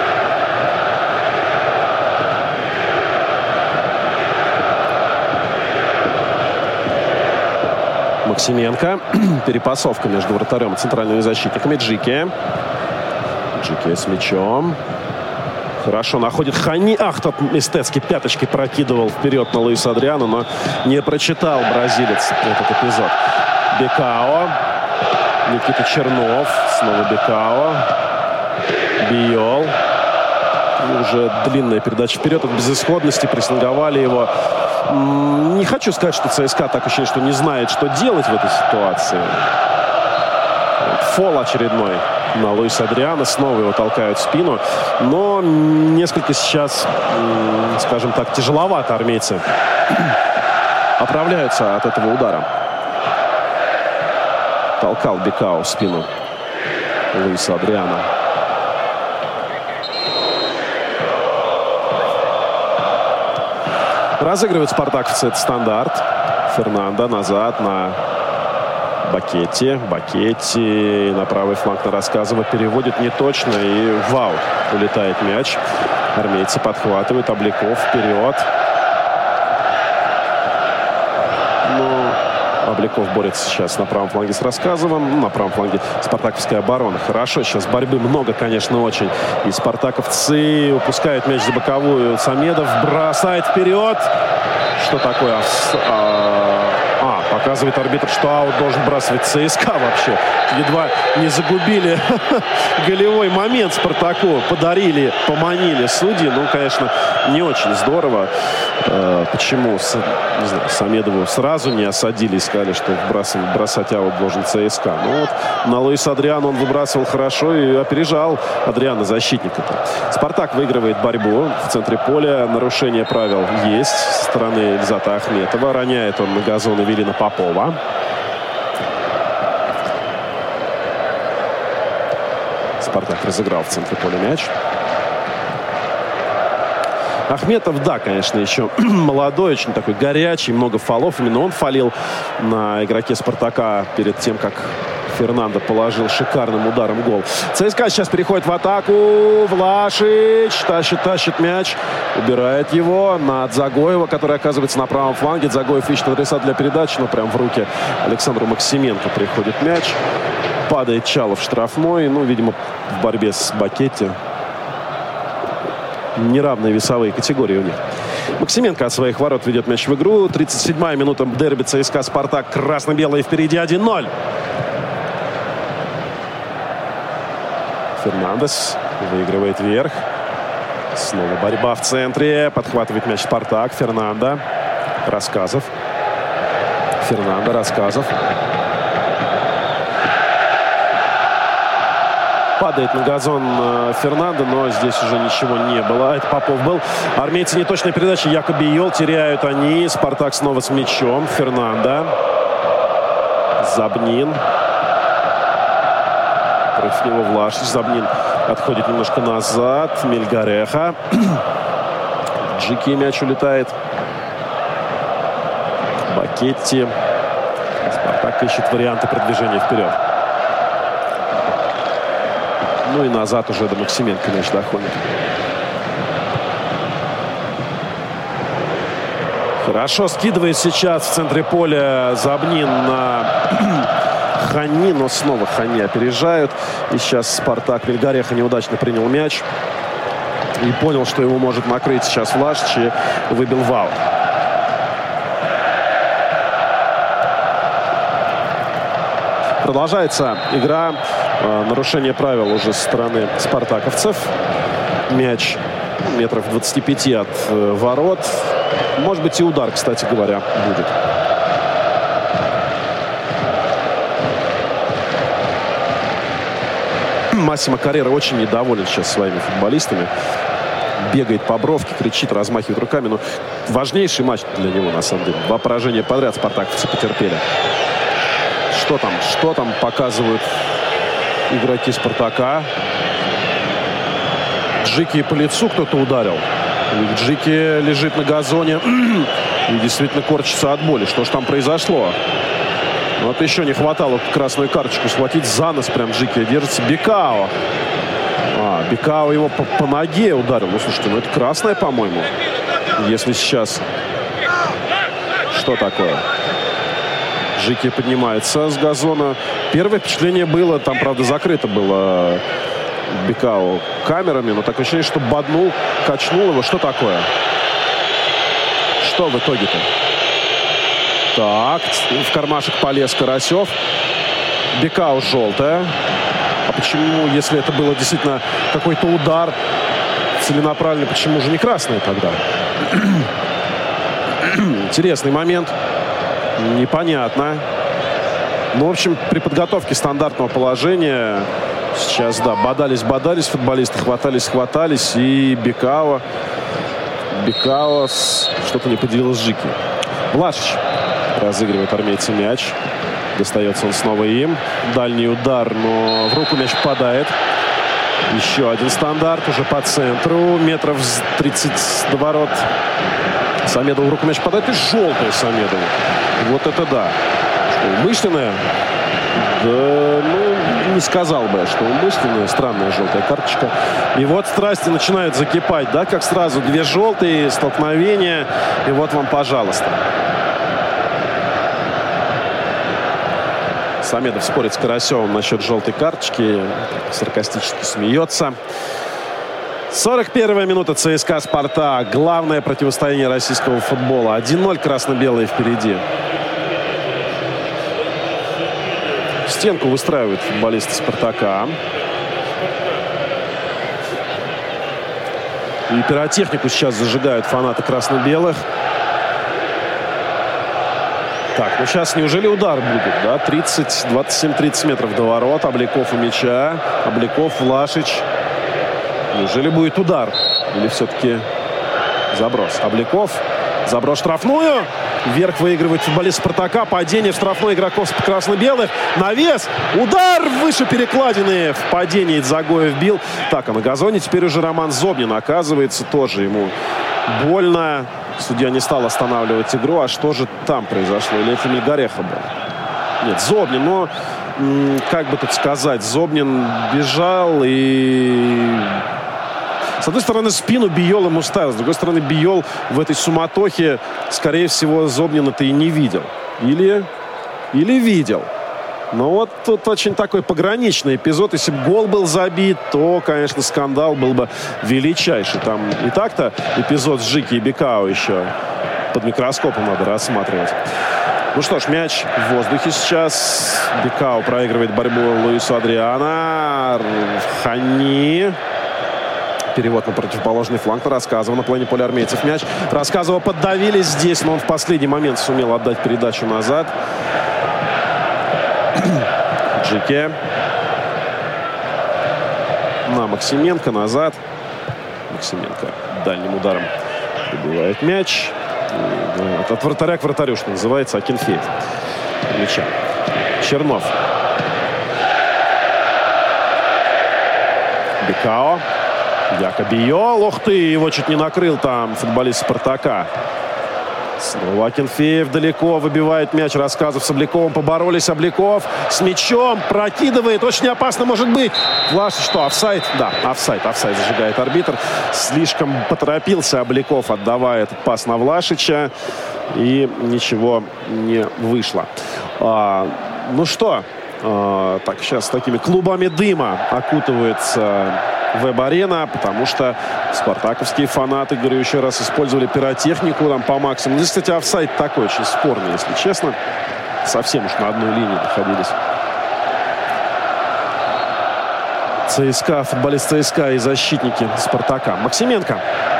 Максименко. Перепасовка между вратарем и центральными защитниками. Джики. Джики с мячом. Хорошо находит Хани. Ах, тот Мистецкий пяточкой прокидывал вперед на Луиса Адриано, но не прочитал бразилец этот эпизод. Бекао. Никита Чернов. Снова Бекао. Биол. И уже длинная передача вперед. От безысходности прессинговали его. Не хочу сказать, что ЦСКА так ощущение, что не знает, что делать в этой ситуации. Фол очередной на Луиса Адриано. Снова его толкают в спину. Но несколько сейчас, скажем так, тяжеловато армейцы оправляются от этого удара. Толкал Бекао в спину Луиса Адриано. Разыгрывает спартаковцы этот стандарт. Фернандо назад на Бакетти. Бакетти на правый фланг на Рассказова. Переводит неточно и в аут улетает мяч. Армейцы подхватывают. Обликов вперед. Но Обликов борется сейчас на правом фланге с Рассказовым. На правом фланге спартаковская оборона. Хорошо, сейчас борьбы много, конечно, очень. И спартаковцы упускают мяч за боковую. Самедов бросает вперед. Что такое? А, а, показывает арбитр, что аут должен бросать ЦСКА вообще. Едва не загубили голевой момент Спартаку. Подарили, поманили судьи. Ну, конечно, не очень здорово. Почему, не знаю, Самедову сразу не осадили и сказали, что бросать, бросать аут должен ЦСКА. Ну вот на Луиса Адриано он выбрасывал хорошо и опережал Адриано защитника-то. Спартак выигрывает борьбу в центре поля. Нарушение правил есть со стороны Ильзата Ахметова. Роняет он на газон Эвелина Попова. Спартак разыграл в центре поля мяч. Ахметов, да, конечно, еще молодой, очень такой горячий, много фолов. Именно он фолил на игроке Спартака перед тем, как Фернандо положил шикарным ударом гол. ЦСКА сейчас переходит в атаку. Влашич тащит, тащит мяч. Убирает его на Дзагоева, который оказывается на правом фланге. Дзагоев ищет адреса для передачи, но прям в руки Александру Максименко приходит мяч. Падает Чалов штрафной. Ну, видимо, в борьбе с Бакетти. Неравные весовые категории у них. Максименко от своих ворот ведет мяч в игру. тридцать седьмая минута дерби ЦСКА «Спартак». Красно-белые впереди один ноль. Фернандес выигрывает вверх. Снова борьба в центре. Подхватывает мяч «Спартак». Фернандо. Рассказов. Фернандо. Рассказов. Падает на газон Фернандо, но здесь уже ничего не было. Это Попов был. Армейцы неточная передача. Якоб Биол. Теряют они. Спартак снова с мячом. Фернандо. Забнин. Против него Влашич. Забнин отходит немножко назад. Мельгареха. Джики мяч улетает. Бакетти. Спартак ищет варианты продвижения вперед. Ну и назад уже до Максименко мяч доходит. Хорошо скидывает сейчас в центре поля Зобнин на Хани, но снова Хани опережают. И сейчас Спартак Мельгареха неудачно принял мяч. И понял, что его может накрыть сейчас Влашич, и выбил в аут. Продолжается игра. Нарушение правил уже со стороны спартаковцев. Мяч метров двадцати пяти от ворот. Может быть, и удар, кстати говоря, будет. Массимо Каррера очень недоволен сейчас своими футболистами. Бегает по бровке, кричит, размахивает руками. Но важнейший матч для него, на самом деле. Два поражения подряд спартаковцы потерпели. Что там? Что там показывают игроки Спартака? Джики по лицу кто-то ударил. Джики лежит на газоне и действительно корчится от боли. Что же там произошло? Вот еще не хватало красную карточку схватить за нос. Прям Джики держится. Бикао. А, Бикао его по, по ноге ударил. Ну, слушайте, ну это красная, по-моему. Если сейчас... Что такое? Джики поднимается с газона. Первое впечатление было, там, правда, закрыто было Бикао камерами, но такое ощущение, что боднул, качнул его. Что такое? Что в итоге-то? Так, в кармашек полез Карасев. Бикао желтая. А почему, если это было действительно какой-то удар целенаправленно, почему же не красная тогда? Интересный момент. Непонятно. Ну, в общем, при подготовке стандартного положения сейчас, да, бодались-бодались футболисты, хватались-хватались. И Бикао... Бикао что-то не поделил с Джики. Влашич разыгрывает армейцы мяч. Достается он снова им. Дальний удар, но в руку мяч попадает. Еще один стандарт уже по центру. Метров тридцать до ворот. Самедову в руку мяч попадает. И желтая Самедову. Вот это да. Что, умышленная? Да, ну, не сказал бы, что умышленная. Странная желтая карточка. И вот страсти начинают закипать, да, как сразу две желтые, столкновения. И вот вам, пожалуйста. Самедов спорит с Карасевым насчет желтой карточки. Саркастически смеется. сорок первая минута. ЦСКА «Спартак». Главное противостояние российского футбола. один ноль красно-белые впереди. Стенку выстраивают футболисты «Спартака». И пиротехнику сейчас зажигают фанаты красно-белых. Так, ну сейчас неужели удар будет, да? тридцать, двадцать семь тридцать метров до ворот. Обликов у мяча. Обликов, Влашич. Неужели будет удар? Или все-таки заброс? Обликов. Заброс штрафную. Вверх выигрывает футболист «Спартака». Падение в штрафной игроков красно-белых. Навес. Удар выше перекладины. В падении Дзагоев бил. Так, а на газоне теперь уже Роман Зобнин оказывается. Тоже ему больно. Судья не стал останавливать игру. А что же там произошло? Или это Мельгареха был? Нет, Зобнин. Но, как бы тут сказать, Зобнин бежал и... С одной стороны, спину Биол ему ставил. С другой стороны, Биол в этой суматохе, скорее всего, Зобнина-то и не видел. Или... Или видел. Но вот тут очень такой пограничный эпизод. Если бы гол был забит, то, конечно, скандал был бы величайший. Там и так-то эпизод с Джики и Бикао еще под микроскопом надо рассматривать. Ну что ж, мяч в воздухе сейчас. Бикао проигрывает борьбу Луису Адриано. Хани. Перевод на противоположный фланг. Рассказова на плане поля армейцев мяч. Рассказова поддавили здесь, но он в последний момент сумел отдать передачу назад. Джики. На Максименко. Назад. Максименко дальним ударом выбивает мяч. От, от вратаря к вратарю, что называется, Акинфеев. Мяча. Чернов. Бикао. Яко Биол. Ух ты, его чуть не накрыл там футболист «Спартака». Снова Акинфеев далеко выбивает мяч. Рассказов с Обляковым. Поборолись. Обляков с мячом прокидывает. Очень опасно может быть. Влашич, что, офсайд? Да, офсайд. Офсайд зажигает арбитр. Слишком поторопился Обляков, отдавая этот пас на Влашича. И ничего не вышло. А, ну что, а, так, сейчас такими клубами дыма окутывается Веб-арена, потому что спартаковские фанаты, говорю еще раз, использовали пиротехнику там по максимуму. Здесь, кстати, офсайд такой, очень спорный, если честно. Совсем уж на одной линии находились. ЦСКА, футболист ЦСКА и защитники Спартака. Максименко.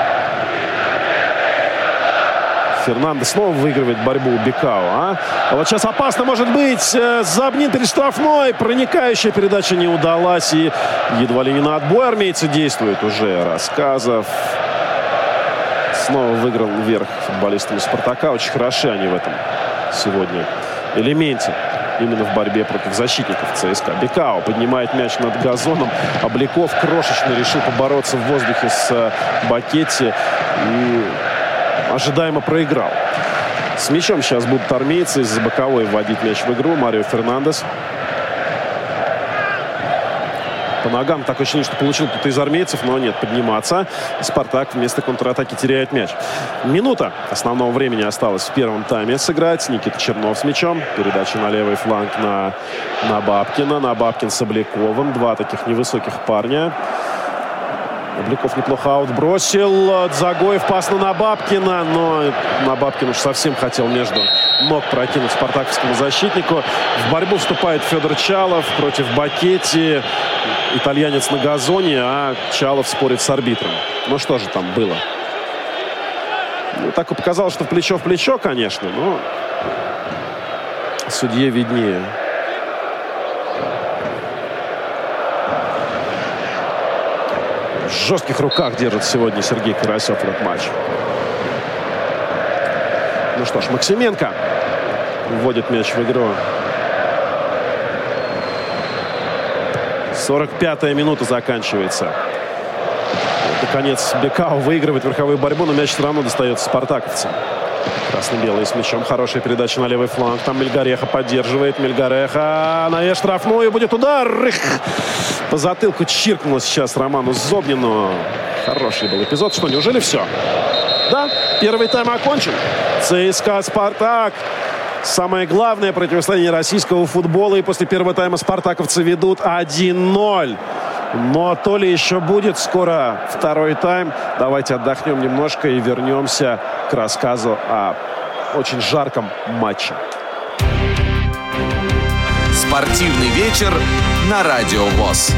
Фернандо снова выигрывает борьбу у Бекао. А? а вот сейчас опасно может быть. Забнин перед штрафной. Проникающая передача не удалась. И едва ли не на отбой армейцы действуют уже. Рассказов. Снова выиграл вверх футболистами Спартака. Очень хороши они в этом сегодня элементе. Именно в борьбе против защитников ЦСКА. Бекао поднимает мяч над газоном. Обляков крошечно решил побороться в воздухе с Бакетти. И ожидаемо проиграл. С мячом сейчас будут армейцы из-за боковой вводить мяч в игру. Марио Фернандес. По ногам так ощущение, что получил кто-то из армейцев, но нет, подниматься. Спартак вместо контратаки теряет мяч. Минута основного времени осталось в первом тайме сыграть. Никита Чернов с мячом. Передача на левый фланг на, на Бабкина. На Бабкин с Обляковым. Два таких невысоких парня. Обляков неплохо аутбросил. Дзагоев пас на Набабкина, но Набабкин уж совсем хотел между ног прокинуть спартаковскому защитнику. В борьбу вступает Федор Чалов против Бакетти. Итальянец на газоне, а Чалов спорит с арбитром. Ну что же там было? Ну, так и показалось, что в плечо в плечо, конечно, но судье виднее. В жестких руках держит сегодня Сергей Карасев этот матч. Ну что ж, Максименко вводит мяч в игру. сорок пятая минута заканчивается. Наконец, Бекао выигрывает верховую борьбу, но мяч все равно достается спартаковцам. Красно-белый с мячом. Хорошая передача на левый фланг. Там Мельгареха поддерживает. Мельгареха на штрафную. Будет удар. Эх! По затылку чиркнуло сейчас Роману Зобнину. Хороший был эпизод. Что, неужели все? Да, первый тайм окончен. ЦСКА «Спартак». Самое главное противостояние российского футбола. И после первого тайма спартаковцы ведут один ноль. Но то ли еще будет скоро второй тайм. Давайте отдохнем немножко и вернемся к рассказу о очень жарком матче. Спортивный вечер на Радио ВОС.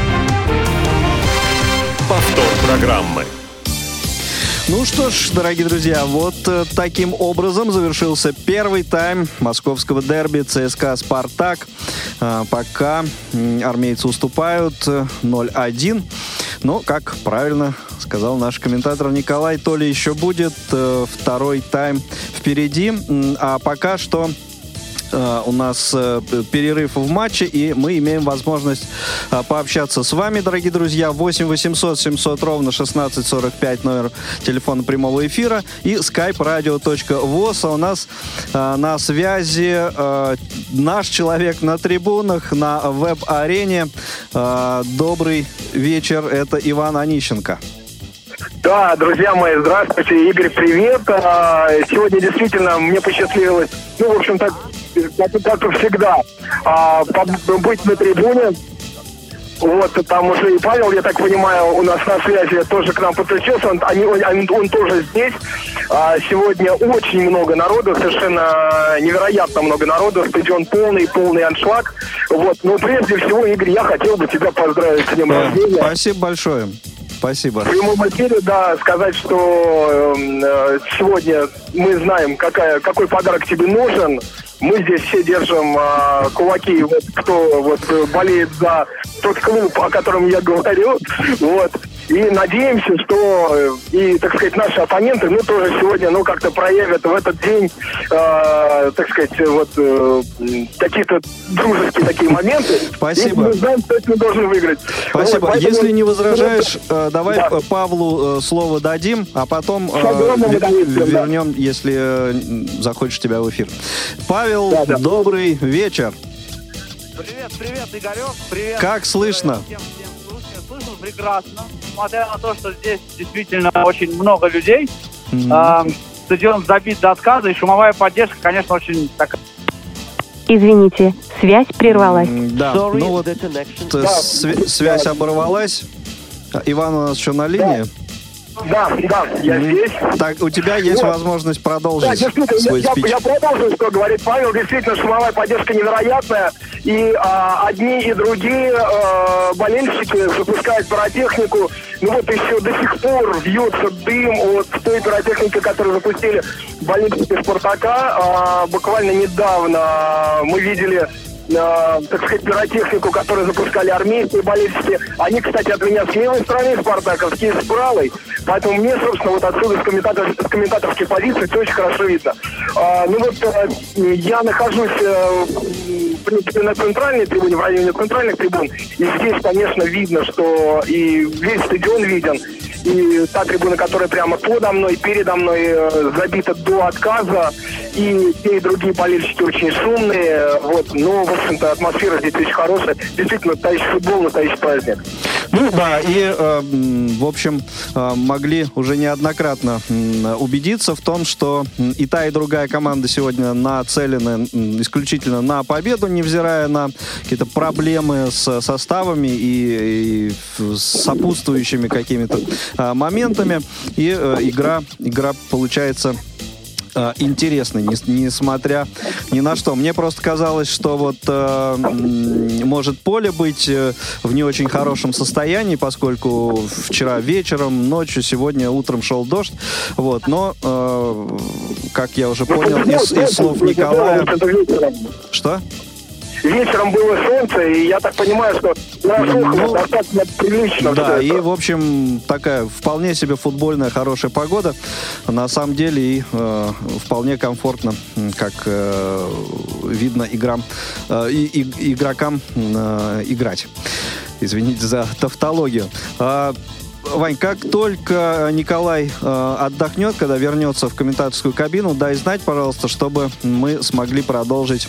Повтор программы. Ну что ж, дорогие друзья, вот э, таким образом завершился первый тайм московского дерби ЦСКА «Спартак». Э, пока э, армейцы уступают э, ноль один. Но, как правильно сказал наш комментатор Николай, то ли еще будет э, второй тайм впереди. А пока что Uh, у нас uh, перерыв в матче, и мы имеем возможность uh, пообщаться с вами, дорогие друзья. восемь восемьсот семьсот ровно шестнадцать сорок пять номер телефона прямого эфира и skype radio точка voz. А у нас uh, на связи uh, наш человек на трибунах, на веб-арене. Uh, добрый вечер, это Иван Онищенко. Да, друзья мои, здравствуйте. Игорь, привет. Сегодня действительно мне посчастливилось, ну, в общем-то, как, как и всегда, быть на трибуне. Вот, там уже и Павел, я так понимаю, у нас на связи тоже к нам подключился. Он, они, он, он тоже здесь. Сегодня очень много народу, совершенно невероятно много народу. Стадион полный, полный аншлаг. Вот, но прежде всего, Игорь, я хотел бы тебя поздравить с днем рождения. Спасибо большое. Спасибо. В прямом эфире, да, сказать, что э, сегодня мы знаем, какая, какой подарок тебе нужен. Мы здесь все держим э, кулаки, вот, кто вот, болеет за тот клуб, о котором я говорю. Вот. И надеемся, что и, так сказать, наши оппоненты, ну, тоже сегодня, ну, как-то проявят в этот день, э, так сказать, вот э, какие-то дружеские такие моменты. Спасибо. И мы знаем, что мы должны выиграть. Спасибо. Вот, поэтому... Если не возражаешь, э, давай да. Павлу э, слово дадим, а потом э, ве- вернем, да. если э, захочешь тебя в эфир. Павел, да, да. добрый вечер. Привет, привет, Игорек. Привет. Как слышно? Всем, всем слушаю. Слышно прекрасно. Несмотря на то, что здесь действительно очень много людей, mm-hmm. э, стадион забит до отказа, и шумовая поддержка, конечно, очень такая. Извините, связь прервалась. Да, Sorry, ну вот Да. св- связь оборвалась. Иван у нас еще на линии. Да, да, я здесь. Так, у тебя есть Вот. возможность Да, продолжить действительно, свой я, спич. я продолжу, что говорит Павел. Действительно, шумовая поддержка невероятная. И а, одни и другие а, болельщики запускают пиротехнику. Ну вот еще до сих пор вьется дым от той пиротехники, которую запустили болельщики «Спартака». А, буквально недавно мы видели... Э, так сказать, пиротехнику, которую запускали армейские болельщики. Они, кстати, от меня с левой стороны спартаковские, с правой. Поэтому мне, собственно, вот отсюда с, комментатор, с комментаторской позиции все очень хорошо видно. А, ну вот э, я нахожусь, э, в принципе, на центральной трибуне, в районе центральных трибун. И здесь, конечно, видно, что и весь стадион виден. И та трибуна, которая прямо подо мной, передо мной, э, забита до отказа. И те, и другие болельщики очень шумные. Вот. Но, в общем-то, атмосфера здесь очень хорошая. Действительно, настоящий футбол, настоящий праздник. Ну да, и, э, в общем, э, могли уже неоднократно э, убедиться в том, что и та, и другая команда сегодня нацелены э, исключительно на победу, невзирая на какие-то проблемы с составами и, и с сопутствующими какими-то э, моментами. И э, игра, игра получается... интересный, несмотря ни на что. Мне просто казалось, что вот э, может поле быть в не очень хорошем состоянии, поскольку вчера вечером, ночью, сегодня утром шел дождь. Вот, но, э, как я уже понял из, из слов Николая... Что? Вечером было солнце, и я так понимаю, что на Сухово ну, достаточно прилично. Да, и, в общем, такая вполне себе футбольная хорошая погода. На самом деле и э, вполне комфортно, как э, видно, играм, э, и, и, игрокам э, играть. Извините за тавтологию. А, Вань, как только Николай э, отдохнет, когда вернется в комментаторскую кабину, дай знать, пожалуйста, чтобы мы смогли продолжить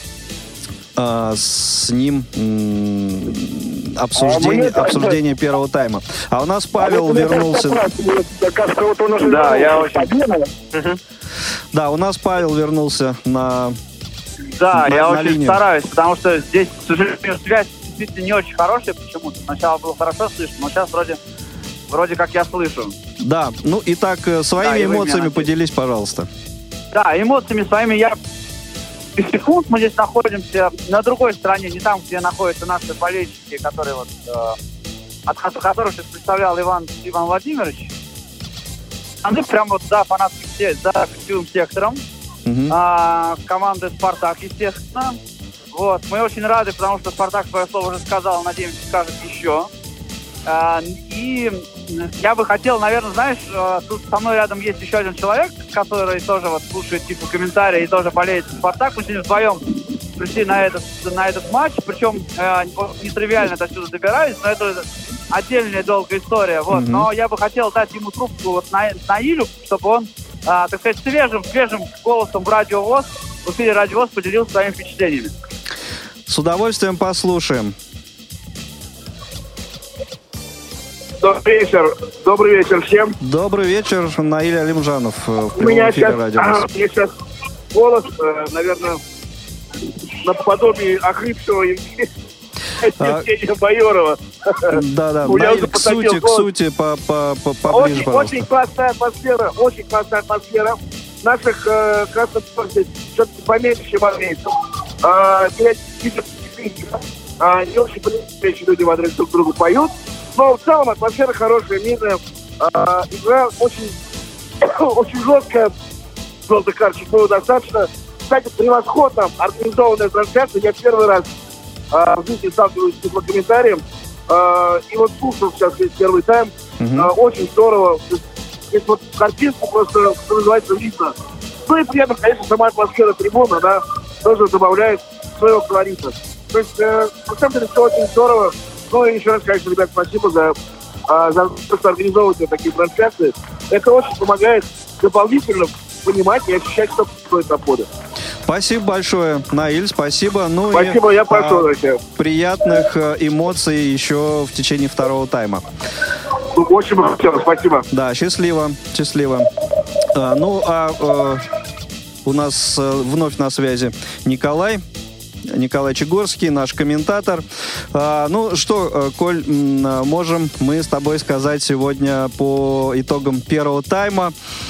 с ним м, обсуждение, а обсуждение первого тайма. А у нас Павел а вернулся... Да, я очень... Да, у нас Павел вернулся на Да, на, я на очень линию. стараюсь, потому что здесь, к сожалению, связь действительно не очень хорошая почему-то. Сначала было хорошо слышно, но сейчас вроде, вроде как я слышу. Да, ну и так, своими да, и эмоциями поделись, пожалуйста. Да, эмоциями своими я... Без секунд мы здесь находимся на другой стороне, не там, где находятся наши болельщики, которые вот, э, от которых сейчас представлял Иван, Иван Владимирович. А мы прямо вот за фанатским, за ключевым сектором. Uh-huh. А, команды «Спартак», естественно. Вот, мы очень рады, потому что «Спартак» свое слово уже сказал, надеемся, скажет еще. А, и я бы хотел, наверное, знаешь, тут со мной рядом есть еще один человек, который тоже вот слушает типа комментарии и тоже болеет за «Спартак». Мы сегодня вдвоем пришли на этот, на этот матч, причем э, нетривиально отсюда добирались, но это отдельная долгая история. Вот. Mm-hmm. Но я бы хотел дать ему трубку вот на, на Илю, чтобы он, э, так сказать, свежим, свежим голосом в Радио ВОС, в эфире Радио ВОС поделился своими впечатлениями. С удовольствием послушаем. Добрый вечер. Добрый вечер всем. Добрый вечер, Наиль Алимжанов в прямом эфире сейчас, Радио ВОС. А, у меня сейчас голос, э, наверное, наподобие охрипшего Евгения Майорова. Да-да, Наиль, к сути, к сути, поближе, пожалуйста. Очень классная атмосфера, очень классная атмосфера. Наших э, красноармейцев все-таки поменьше, чем армейцев. Э, э, не очень понимающие люди в адрес друг другу поют. Но в целом атмосфера хорошая, мирная. Э, игра очень, очень жесткая. Желтый карточек было достаточно. Кстати, превосходно организованная трансляция. Я первый раз э, в жизни сталкиваюсь с теплокомментарием. Э, и вот слушал сейчас весь первый тайм. Мгм. Э, очень здорово. То есть, здесь вот картинку просто, что называется, видно. Ну и при этом, конечно, сама атмосфера трибуны, да, тоже добавляет своего колорита. То есть, э, на самом деле, все очень здорово. Ну и еще раз, конечно, ребят, спасибо за, э, за то, что организовываете такие трансляции. Это очень помогает дополнительно понимать и ощущать, что происходит на поле. Спасибо большое, Наиль, спасибо. Ну Спасибо, и, я пошел а, вообще. приятных э, эмоций еще в течение второго тайма. Ну, очень много, спасибо. Да, счастливо, счастливо. А, ну, а э, у нас э, вновь на связи Николай. Николай Чегорский, наш комментатор. А, ну что, э, Коль, м, можем мы с тобой сказать сегодня по итогам первого тайма.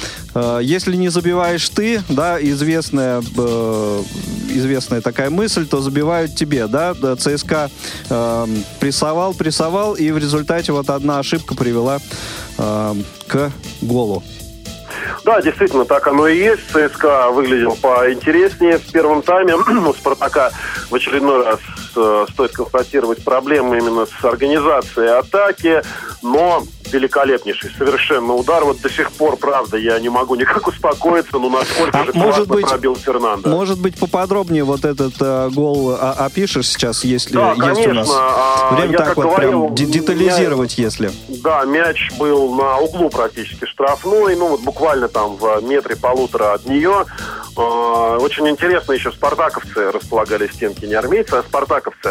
Э, если не забиваешь ты, да, известная, э, известная такая мысль, то забивают тебе, да. ЦСКА э, прессовал, прессовал, и в результате вот одна ошибка привела э, к голу. Да, действительно, так оно и есть. ЦСКА выглядел поинтереснее в первом тайме. У «Спартака» в очередной раз э, стоит констатировать проблемы именно с организацией атаки, но великолепнейший совершенно удар. Вот до сих пор, правда, я не могу никак успокоиться, но насколько А же может классно быть, пробил Фернандо. Может быть, поподробнее вот этот э, гол а, опишешь сейчас, если Да, есть конечно. у нас А, время я так как вот говорил, прям де- детализировать, я- если. Да, мяч был на углу практически штрафной, ну вот буквально там в метре полутора от нее. Э, очень интересно, еще спартаковцы располагали стенки, не армейцы, а спартаковцы.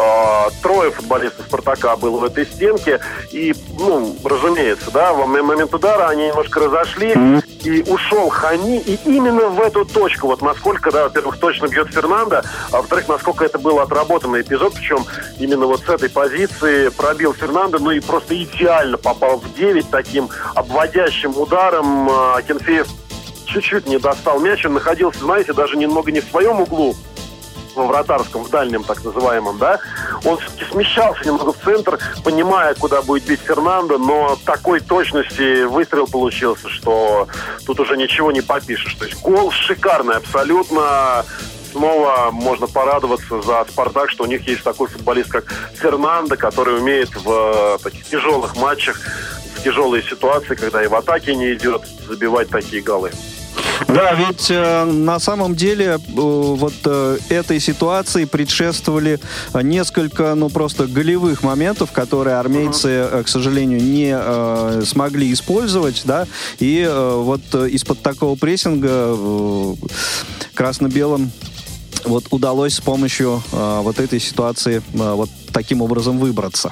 Э, трое футболистов «Спартака» было в этой стенке, и, ну, разумеется, да, во момент удара они немножко разошлись, и ушел Хани, и именно в эту точку, вот насколько, да, во-первых, точно бьет Фернандо, а во-вторых, насколько это был отработанный эпизод, причем именно вот с этой позиции пробил Фернандо, ну и просто идеально попал в девять таким обводящим ударом. Акинфеев чуть-чуть не достал мяч, он находился, знаете, даже немного не в своем углу, во вратарском, в дальнем так называемом, да, он все-таки смещался немного в центр, понимая, куда будет бить Фернандо, но такой точности выстрел получился, что тут уже ничего не попишешь. То есть гол шикарный абсолютно. Снова можно порадоваться за «Спартак», что у них есть такой футболист, как Фернандо, который умеет в таких тяжелых матчах, в тяжелые ситуации, когда и в атаке не идет, забивать такие голы. Да, ведь э, на самом деле э, вот э, этой ситуации предшествовали несколько, ну, просто голевых моментов, которые армейцы, э, к сожалению, не э, смогли использовать, да, и э, вот э, из-под такого прессинга э, красно-белым вот удалось с помощью э, вот этой ситуации э, вот таким образом выбраться.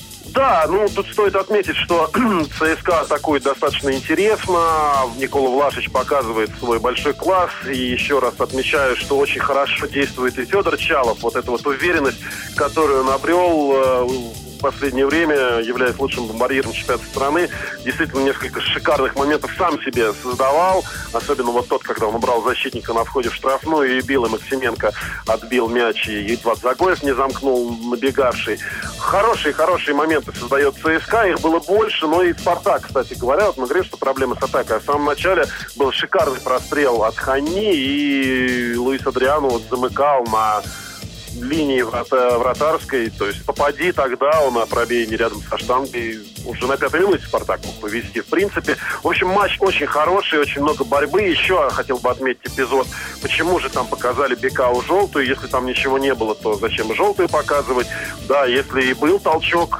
Да, ну тут стоит отметить, что ЦСКА атакует достаточно интересно. Никола Влашич показывает свой большой класс. И еще раз отмечаю, что очень хорошо действует и Федор Чалов. Вот эта вот уверенность, которую он обрел в последнее время, являясь лучшим бомбардиром чемпионата страны. Действительно, несколько шикарных моментов сам себе создавал. Особенно вот тот, когда он убрал защитника на входе в штрафную и бил, и Максименко отбил мяч, и едва Загоев не замкнул набегавший. Хорошие-хорошие моменты создает ЦСКА, их было больше, но и «Спартак», кстати говоря, вот мы говорим, что проблемы с атакой. А в самом начале был шикарный прострел от Хани, и Луис Адриано вот замыкал на линии врата, вратарской, то есть попади тогда, он на пробиении рядом со штангой уже на пятой минуте «Спартак» мог повести. В принципе, в общем, матч очень хороший, очень много борьбы. Еще хотел бы отметить эпизод, почему же там показали Бекау желтую, если там ничего не было, то зачем и желтую показывать? Да, если и был толчок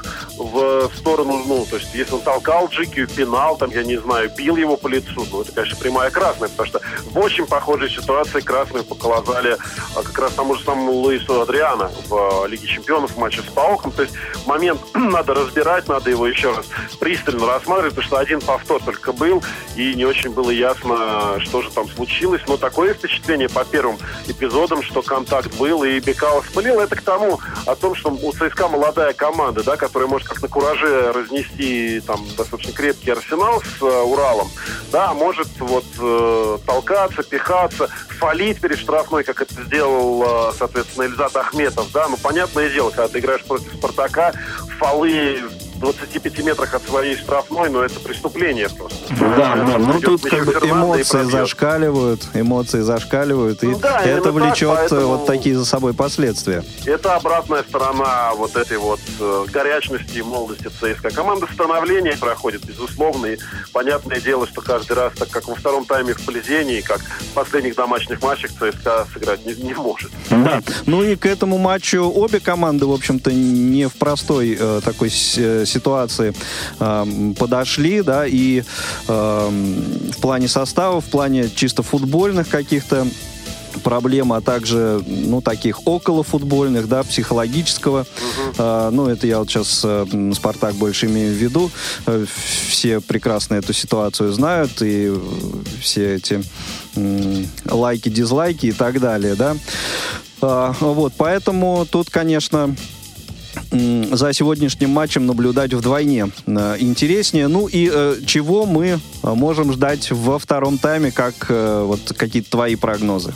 в сторону, ну, то есть если он толкал Джикию, пенал, там, я не знаю, бил его по лицу, ну, это, конечно, прямая красная, потому что в очень похожей ситуации красную показали как раз тому же самому Луису Адриано в Лиге Чемпионов в матче с ПАОКом. То есть момент надо разбирать, надо его еще раз пристально рассматривать, потому что один повтор только был, и не очень было ясно, что же там случилось. Но такое впечатление по первым эпизодам, что контакт был, и Бекау вспылил. Это к тому, о том, что у ЦСКА молодая команда, да, которая может как на кураже разнести там достаточно крепкий Арсенал с э, Уралом, да, может вот э, толкаться, пихаться, фалить перед штрафной, как это сделал, э, соответственно, Эльзат Ахметов, да, ну, понятное дело, когда ты играешь против «Спартака», фолы двадцати пяти метрах от своей штрафной, но это преступление просто. Да, да, ну тут как бы эмоции зашкаливают, эмоции зашкаливают, и ну, да, это влечет так, поэтому... вот такие за собой последствия. Это обратная сторона вот этой вот э, горячности и молодости ЦСКА. Команда становления проходит, безусловно, и понятное дело, что каждый раз, так как во втором тайме в Плезении, как в последних домашних матчах, ЦСКА сыграть не, не может. Да, ну и к этому матчу обе команды, в общем-то, не в простой э, такой с, ситуации э, подошли, да, и э, в плане состава, в плане чисто футбольных каких-то проблем, а также, ну, таких околофутбольных, да, психологического. Uh-huh. А, ну, это я вот сейчас а, «Спартак» больше имею в виду. А, все прекрасно эту ситуацию знают, и все эти м- лайки, дизлайки и так далее, да. А, вот, поэтому тут, конечно, за сегодняшним матчем наблюдать вдвойне э, интереснее. Ну и э, чего мы можем ждать во втором тайме, как э, вот какие-то твои прогнозы?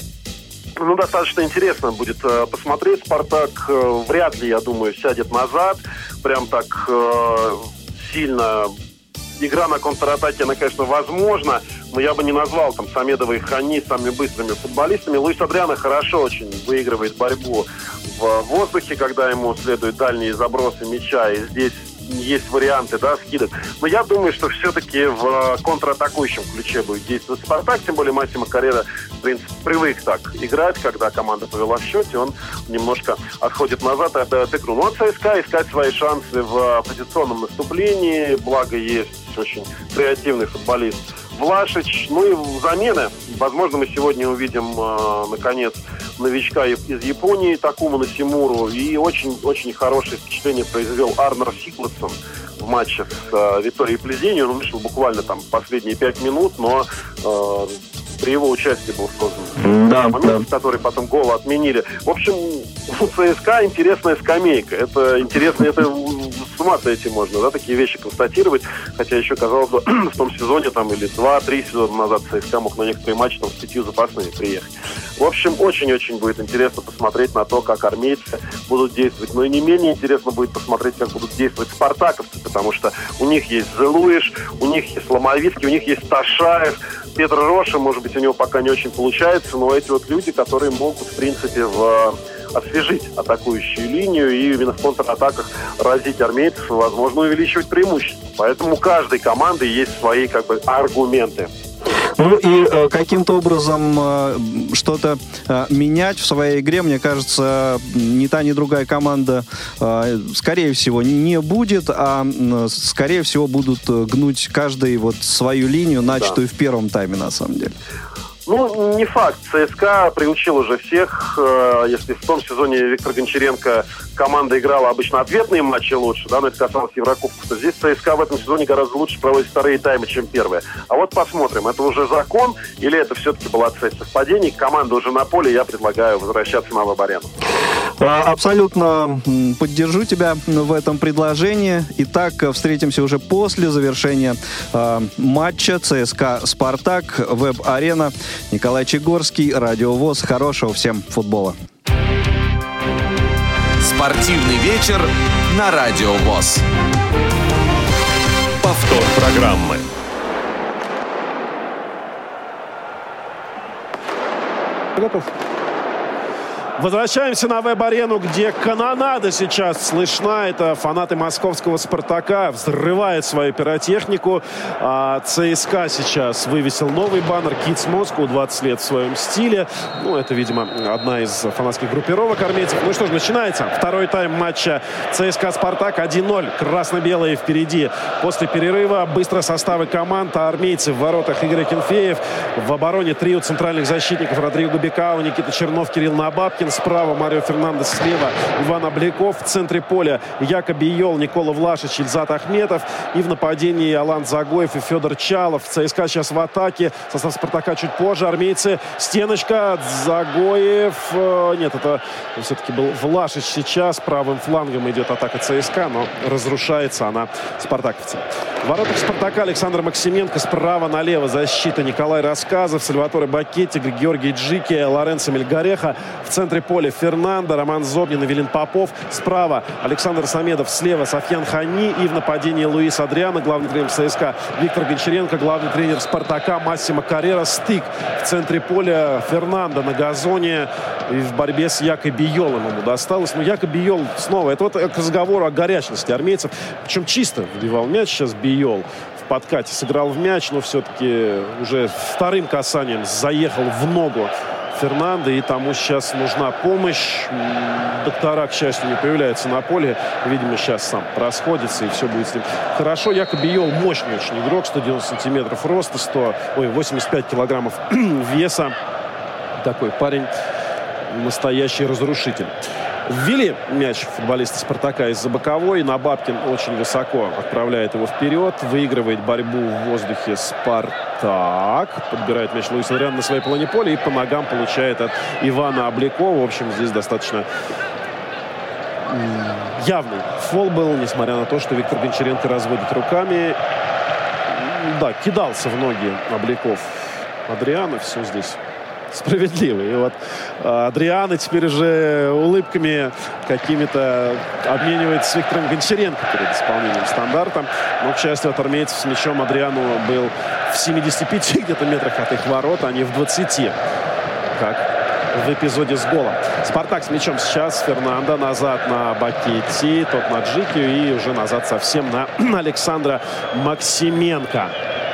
Ну, достаточно интересно будет э, посмотреть. «Спартак» э, вряд ли, я думаю, сядет назад. Прям так э, сильно. Игра на контратаке, она, конечно, возможна, но я бы не назвал там Самедова и Хани самыми быстрыми футболистами. Луис Адриано хорошо очень выигрывает борьбу в воздухе, когда ему следуют дальние забросы мяча, и здесь есть варианты, да, скидок. Но я думаю, что все-таки в контратакующем ключе будет действовать «Спартак», тем более Массимо Каррера, в принципе, привык так играть, когда команда повела в счете, он немножко отходит назад и отдает игру. Ну, а ЦСКА искать свои шансы в позиционном наступлении, благо есть очень креативный футболист Влашич. Ну и замены. Возможно, мы сегодня увидим, э, наконец, новичка из Японии Такума Насимуру. И очень-очень хорошее впечатление произвел Арнер Сигурдсон в матче с э, Виторией Плезении. Он вышел буквально там последние пять минут, но э, при его участии был создан да, момент, да. который потом гол отменили. В общем, у ЦСКА интересная скамейка. Это интересно, это с ума сойти можно, да, такие вещи констатировать. Хотя еще, казалось бы, в том сезоне там или два-три сезона назад ЦСКА мог на некоторые матчи там с пятью запасными приехать. В общем, очень-очень будет интересно посмотреть на то, как армейцы будут действовать. Но и не менее интересно будет посмотреть, как будут действовать спартаковцы, потому что у них есть Зелуиш, у них есть Ломовицкий, у них есть Ташаев, Петр Роша, может быть, у него пока не очень получается, но эти вот люди, которые могут, в принципе, в... освежить атакующую линию и именно в контратаках разить армейцев и, возможно, увеличивать преимущество. Поэтому у каждой команды есть свои, как бы, аргументы. Ну и э, каким-то образом э, что-то э, менять в своей игре, мне кажется, ни та, ни другая команда, э, скорее всего, не будет, а э, скорее всего будут гнуть каждый вот свою линию, начатую да. в первом тайме, на самом деле. Ну, не факт. ЦСКА приучил уже всех. Если в том сезоне Виктор Гончаренко команда играла обычно ответные матчи лучше, да, но это касалось Еврокубков, то здесь ЦСКА в этом сезоне гораздо лучше проводит вторые таймы, чем первые. А вот посмотрим, это уже закон или это все-таки была цель совпадений. Команда уже на поле, я предлагаю возвращаться на веб-арену. Абсолютно поддержу тебя в этом предложении. Итак, встретимся уже после завершения э, матча ЦСКА-Спартак, веб-арена. Николай Чегорский, Радио ВОС. Хорошего всем футбола. Спортивный вечер на Радио ВОС. Повтор программы. Готов. Возвращаемся на веб-арену, где канонада сейчас слышна. Это фанаты московского «Спартака» взрывают свою пиротехнику. А ЦСКА сейчас вывесил новый баннер «Kids Moscow», двадцать лет в своем стиле. Ну, это, видимо, одна из фанатских группировок армейцев. Ну что ж, начинается второй тайм матча ЦСКА-Спартак. один ноль. Красно-белые впереди. После перерыва быстро составы команд. А армейцы в воротах Игорь Акинфеев. В обороне трио центральных защитников Родриго Бекау, Никита Чернов, Кирилл Набабкин. Справа Марио Фернандес, слева Иван Обляков. В центре поля Якоб Йол, Никола Влашич, Ильзат Ахметов. И в нападении Алан Загоев и Федор Чалов. ЦСКА сейчас в атаке. Состав «Спартака» чуть позже. Армейцы. Стеночка. Загоев. Нет, это все-таки был Влашич сейчас. Правым флангом идет атака ЦСКА, но разрушается она спартаковцем. В воротах «Спартака» Александр Максименко, справа налево защита Николай Рассказов, Сальваторе Бакетти, Георгий Джики, Лоренцо Мельгареха. В центре поля Фернандо, Роман Зобнин и Велин Попов. Справа Александр Самедов, слева Софьян Хани. И в нападении Луис Адриано, главный тренер ЦСКА Виктор Гончаренко, главный тренер «Спартака» Массимо Каррера. Стык в центре поля Фернандо на газоне. И в борьбе с Яко Биолом ему досталось. Но Яко Биол снова, это вот к разговору о горячности армейцев. Причем чисто вбивал мяч сейчас Биол. В подкате сыграл в мяч, но все-таки уже вторым касанием заехал в ногу Фернандо. И тому сейчас нужна помощь. Доктора, к счастью, не появляются на поле. Видимо, сейчас сам расходится, и все будет с ним хорошо. Яко Биол мощный очень игрок. сто девяносто сантиметров роста, сто, ой, восемьдесят пять килограммов веса. Такой парень. Настоящий разрушитель. Ввели мяч футболисты «Спартака» из-за боковой. Набабкин очень высоко отправляет его вперед. Выигрывает борьбу в воздухе «Спартак». Подбирает мяч Луис Адриано на своей половине поля. И по ногам получает от Ивана Облякова. В общем, здесь достаточно явный фол был, несмотря на то, что Виктор Гончаренко разводит руками. Да, кидался в ноги Обляков Адриано. Все здесь справедливо. И вот Адриано теперь уже улыбками какими-то обменивается с Виктором Гончаренко перед исполнением стандарта. Но, к счастью, от армейцев с мячом Адриано был в семидесяти пяти где-то метрах от их ворот, а не в двадцати, как в эпизоде с голом. «Спартак» с мячом сейчас. Фернандо назад на Бакетти, тот на Джики, и уже назад совсем на Александра Максименко.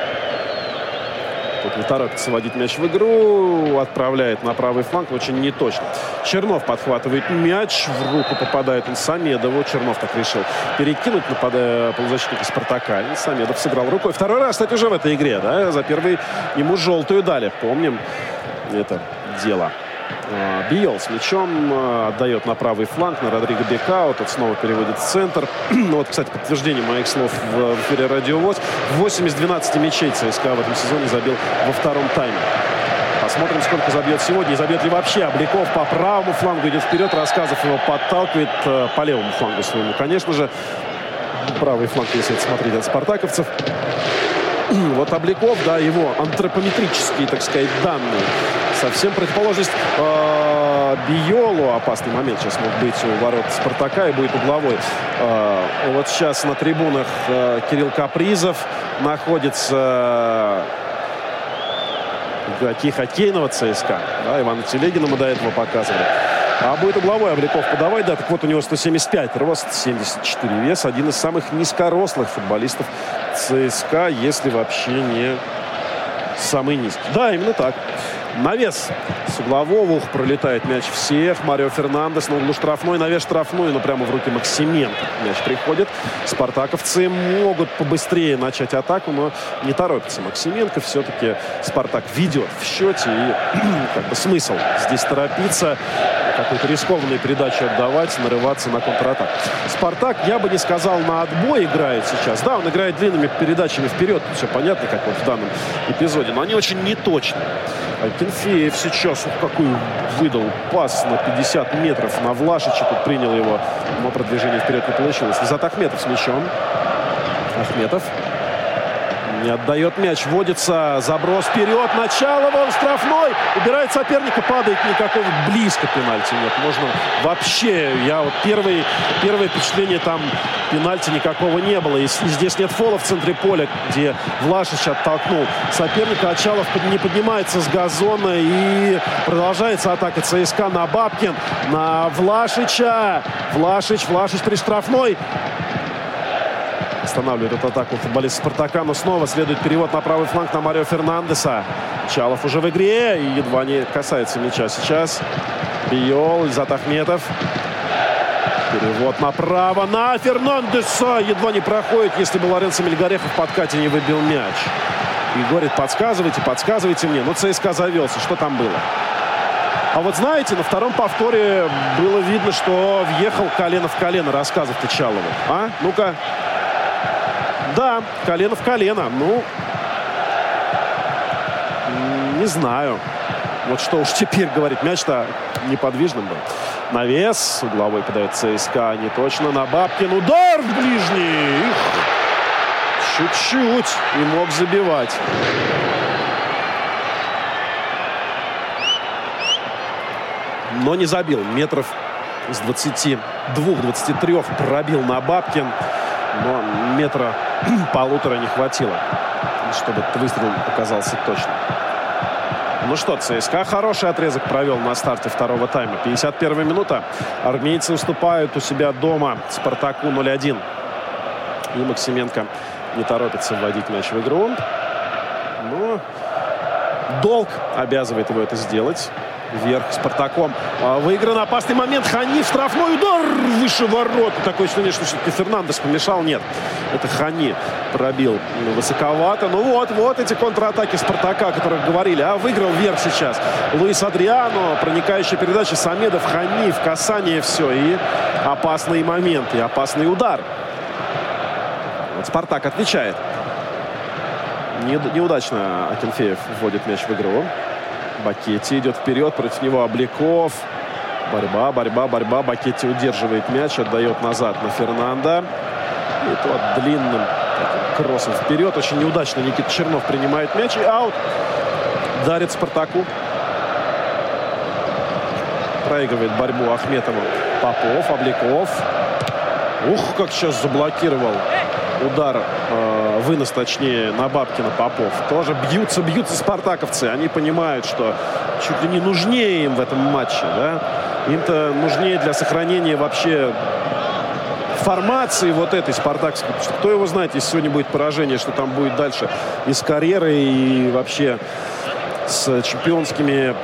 Тут не торопится вводить мяч в игру. Отправляет на правый фланг. Очень неточно. Чернов подхватывает мяч. В руку попадает он Самедову. Чернов так решил перекинуть, нападая полузащитника «Спартака». И Самедов сыграл рукой. Второй раз, кстати, уже в этой игре. Да? За первый ему желтую дали. Помним это дело. Биол с мячом отдает на правый фланг на Родриго Бекао. Тот снова переводит в центр. Ну вот, кстати, подтверждение моих слов в эфире Радио ВОС. восемь из двенадцати мячей ЦСКА в этом сезоне забил во втором тайме. Посмотрим, сколько забьет сегодня. И забьет ли вообще. Обляков по правому флангу идет вперед. Рассказов его подталкивает по левому флангу своему. Конечно же, правый фланг, если это смотреть от спартаковцев. Вот Обляков, да, его антропометрические, так сказать, данные. Совсем противоположность э, Биолу. Опасный момент сейчас мог быть у ворот «Спартака» и будет угловой. Э, вот сейчас на трибунах э, Кирилл Капризов находится. Игроки хоккейного ЦСКА. Да, Ивана Телегина мы до этого показывали. А будет угловой Обляков подавать. Да, так вот у него сто семьдесят пять рост, семьдесят четыре вес. Один из самых низкорослых футболистов ЦСКА, если вообще не самый низкий. Да, именно так. Навес с углового. Ух, пролетает мяч всех. Марио Фернандес на углу штрафной. Навес штрафной, но прямо в руки Максименко мяч приходит. Спартаковцы могут побыстрее начать атаку, но не торопится Максименко. Все-таки Спартак ведет в счете. И как бы смысл здесь торопиться, какую-то рискованную передачу отдавать, нарываться на контратаку. Спартак, я бы не сказал, на отбой играет сейчас. Да, он играет длинными передачами вперед. Все понятно, как вот в данном эпизоде. Но они очень неточные. Акинфеев сейчас ух, какой выдал пас на пятьдесят метров на Влашича. Тут принял его, но продвижение вперед не получилось. Лизат Ахметов с мячом. Ахметов не отдает мяч. Вводится заброс вперед. Начало. Вон штрафной. Убирает соперника. Падает. Никакого близко пенальти нет. Можно вообще... Я вот первый, первое впечатление, там пенальти никакого не было. И здесь нет фола в центре поля, где Влашич оттолкнул соперника. Очалов не поднимается с газона. И продолжается атака ЦСКА на Бабкин. На Влашича. Влашич. Влашич при штрафной. Останавливает эту атаку футболист «Спартака», но снова следует перевод на правый фланг на Марио Фернандеса. Чалов уже в игре и едва не касается мяча сейчас. Биол, Лизат Ахметов. Перевод направо на Фернандеса. Едва не проходит, если бы Лоренцо Мельгареха в подкате не выбил мяч. И говорит, подсказывайте, подсказывайте мне. Но ЦСКА завелся. Что там было? А вот знаете, на втором повторе было видно, что въехал колено в колено. Рассказов-то Чалову. А? Ну-ка. Да, колено в колено. Ну, не знаю. Вот что уж теперь говорить. Мяч-то неподвижным был. Навес. Угловой подает ЦСКА. Не точно. На Бабкин. Удар в ближний. Их. чуть-чуть и мог забивать. Но не забил. Метров с двадцати двух — двадцати трёх пробил на Бабкин. Но метра полутора не хватило, чтобы этот выстрел оказался точным. Ну что, ЦСКА хороший отрезок провел на старте второго тайма. пятьдесят первая минута. Армейцы уступают у себя дома Спартаку ноль один. И Максименко не торопится вводить мяч в игру. Но долг обязывает его это сделать. Вверх Спартаком. Выигран опасный момент. Хани, штрафной удар выше ворот. Такое ощущение, что все-таки Фернандес помешал. Нет, это Хани пробил высоковато. Ну вот, вот эти контратаки Спартака, о которых говорили. А выиграл вверх сейчас Луис Адриано. Проникающая передача. Самедов, Хани, в касание все. И опасный момент, и опасный удар. Вот Спартак отвечает. Неудачно Акинфеев вводит мяч в игру. Бакетти идет вперед, против него Обликов. Борьба, борьба, борьба. Бакетти удерживает мяч, отдает назад на Фернандо. И тот длинным кроссом вперед. Очень неудачно Никита Чернов принимает мяч. И аут. Дарит Спартаку. Проигрывает борьбу Ахметову Попов, Обликов. Ух, как сейчас заблокировал удар, э, вынос, точнее, на Бабкина Попов. Тоже бьются, бьются спартаковцы. Они понимают, что чуть ли не нужнее им в этом матче, да? Им-то нужнее для сохранения вообще формации вот этой спартакской. Потому что кто его знает, если сегодня будет поражение, что там будет дальше и с карьерой, и вообще с чемпионскими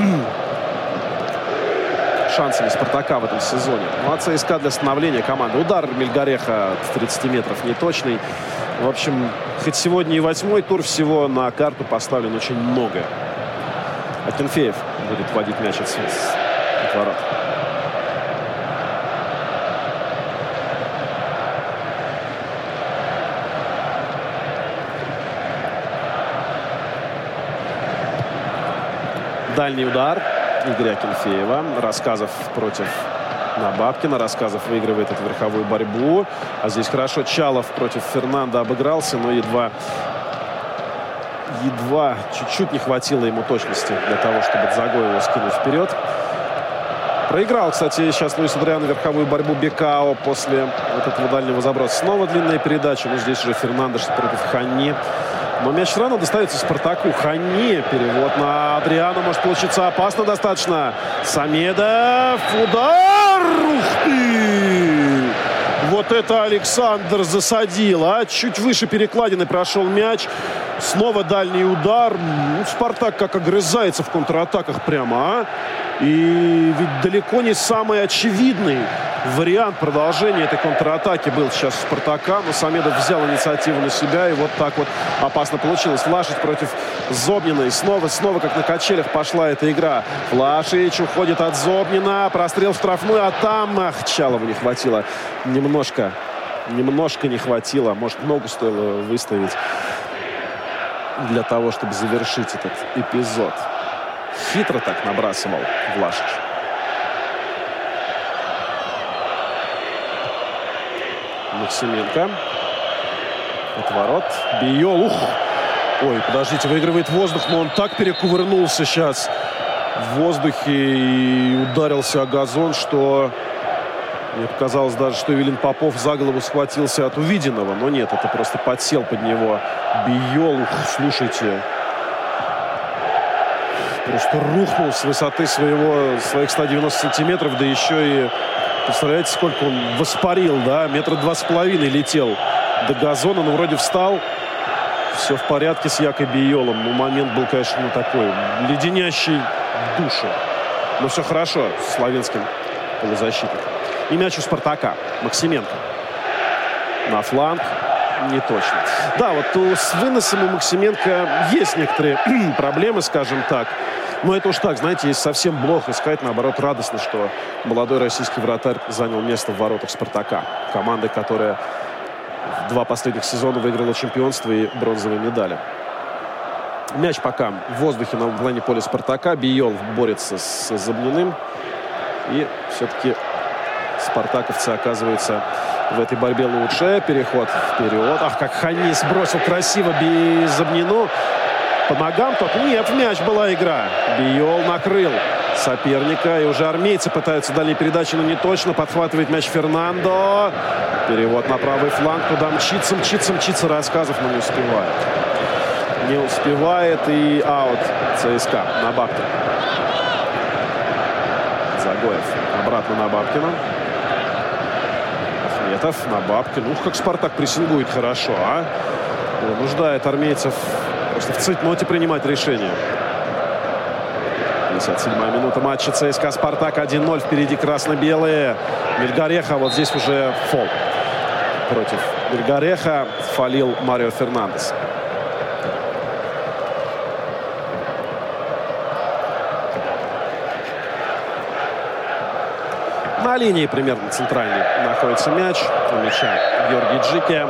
шансами Спартака в этом сезоне. Ну а ЦСКА для становления команды. Удар Мельгареха с тридцати метров неточный. В общем, хоть сегодня и восьмой тур, всего на карту поставлен очень много. Акинфеев будет вводить мяч от, от ворот. Дальний удар Игоря Акинфеева. Рассказов против Набабкина. Рассказов выигрывает эту верховую борьбу. А здесь хорошо Чалов против Фернандо обыгрался, но едва едва чуть-чуть не хватило ему точности для того, чтобы Дзагоева скинуть вперед. Проиграл, кстати, сейчас Луис Адриано верховую борьбу Бекао после вот этого дальнего заброса. Снова длинная передача. Но здесь уже Фернандеш против Ханни. Но мяч все равно достается Спартаку. Ханни. Перевод на Адриано. Может получиться опасно достаточно. Самедов. Удар! Ух ты! Вот это Александр засадил. А чуть выше перекладины прошел мяч. Снова дальний удар. Ну, Спартак как огрызается в контратаках прямо, а? И ведь далеко не самый очевидный вариант продолжения этой контратаки был сейчас у Спартака. Но Самедов взял инициативу на себя. И вот так вот опасно получилось. Влашич против Зобнина. И снова, снова как на качелях пошла эта игра. Влашич уходит от Зобнина. Прострел в штрафную. А там, ах, Чалову не хватило. Немножко, немножко не хватило. Может, ногу стоило выставить для того, чтобы завершить этот эпизод. Хитро так набрасывал Влашич. Максименко. Отворот. Биол. Ух! Ой, подождите, выигрывает воздух, но он так перекувырнулся сейчас в воздухе и ударился о газон, что мне показалось даже, что Эвелин Попов за голову схватился от увиденного. Но нет, это просто подсел под него Биол. Ух, слушайте. Просто рухнул с высоты своего, своих ста девяноста сантиметров. Да еще и, представляете, сколько он воспарил, да? Метра два с половиной летел до газона. Но вроде встал. Все в порядке с Якой Биолом. Ну, момент был, конечно, ну, такой леденящий душу. Но все хорошо с славянским полузащитником. И мяч у Спартака. Максименко. На фланг. Не точно. Да, вот у, с выносом у Максименко есть некоторые проблемы, скажем так. Но это уж так, знаете, если совсем плохо сказать, наоборот, радостно, что молодой российский вратарь занял место в воротах Спартака. Команды, которая в два последних сезона выиграла чемпионство и бронзовые медали. Мяч пока в воздухе на плане поля Спартака. Биол борется с Зобниным. И все-таки спартаковцы оказываются в этой борьбе лучше. Переход вперед. Ах, как Хани сбросил красиво Безобнину. По ногам тот. Нет, в мяч была игра. Биол накрыл соперника. И уже армейцы пытаются дальней передачи, но не точно. Подхватывает мяч Фернандо. Перевод на правый фланг. Туда мчится, мчится, мчится. Рассказов, но не успевает. Не успевает. И аут ЦСКА на Бабкина. Загоев обратно на Бабкина. Ахметов на Бабкина. Ух, как Спартак прессингует хорошо, а? Вынуждает армейцев просто в цейтноте принимать решение. пятьдесят седьмая минута матча ЦСКА Спартак один ноль. Впереди красно-белые. Мельгареха. Вот здесь уже фол. Против Мельгареха фалил Марио Фернандес. На линии примерно центральной находится мяч. У мяча Георгий Джики.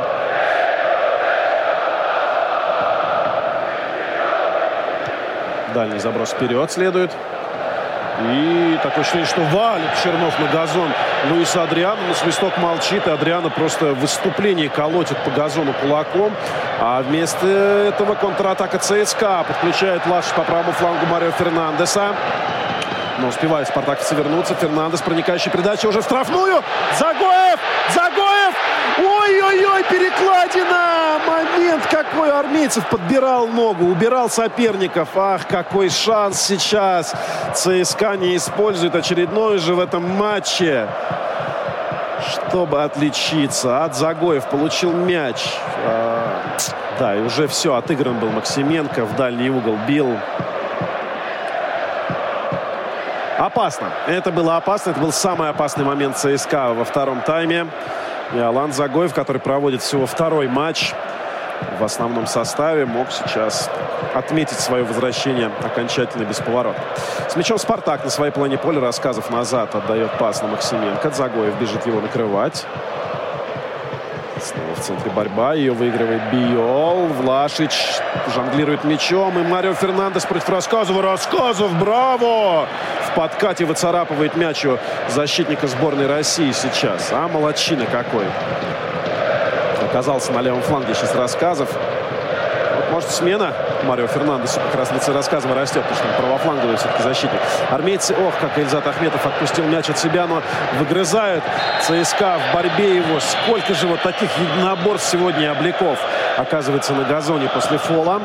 Дальний заброс вперед следует. И такое ощущение, что валит Чернов на газон Луиса Адриано. Но свисток молчит. И Адриано просто в выступлении колотит по газону кулаком. А вместо этого контратака ЦСКА. Подключает Лаш по правому флангу Марио Фернандеса. Но успевает спартаковцы вернуться. Фернандес, проникающая передача уже в штрафную. Загоев! Загоев! Ой-ой-ой, перекладина! Момент какой! Армейцев подбирал ногу, убирал соперников. Ах, какой шанс сейчас! ЦСКА не использует очередной же в этом матче, чтобы отличиться. От Загоев получил мяч. А, да, и уже все, отыгран был Максименко. В дальний угол бил. Опасно. Это было опасно. Это был самый опасный момент ЦСКА во втором тайме. И Алан Загоев, который проводит всего второй матч в основном составе, мог сейчас отметить свое возвращение окончательно без поворота. С мячом Спартак на своей половине поля. Рассказов назад отдает пас на Максименко. Загоев бежит его накрывать. Снова в центре борьба. Ее выигрывает Биол. Влашич жонглирует мячом. И Марио Фернандес против Рассказова. Рассказов, браво! В подкате выцарапывает мяч у защитника сборной России сейчас. А, молодчина какой. Оказался на левом фланге сейчас Рассказов. Вот, может, смена Марио Фернандесу как раз в лице Рассказова растет, потому что он правофланговый все-таки защитник. Армейцы, ох, как Эльзат Ахметов отпустил мяч от себя, но выгрызают ЦСКА в борьбе его. Сколько же вот таких единоборств сегодня Обликов оказывается на газоне после фола.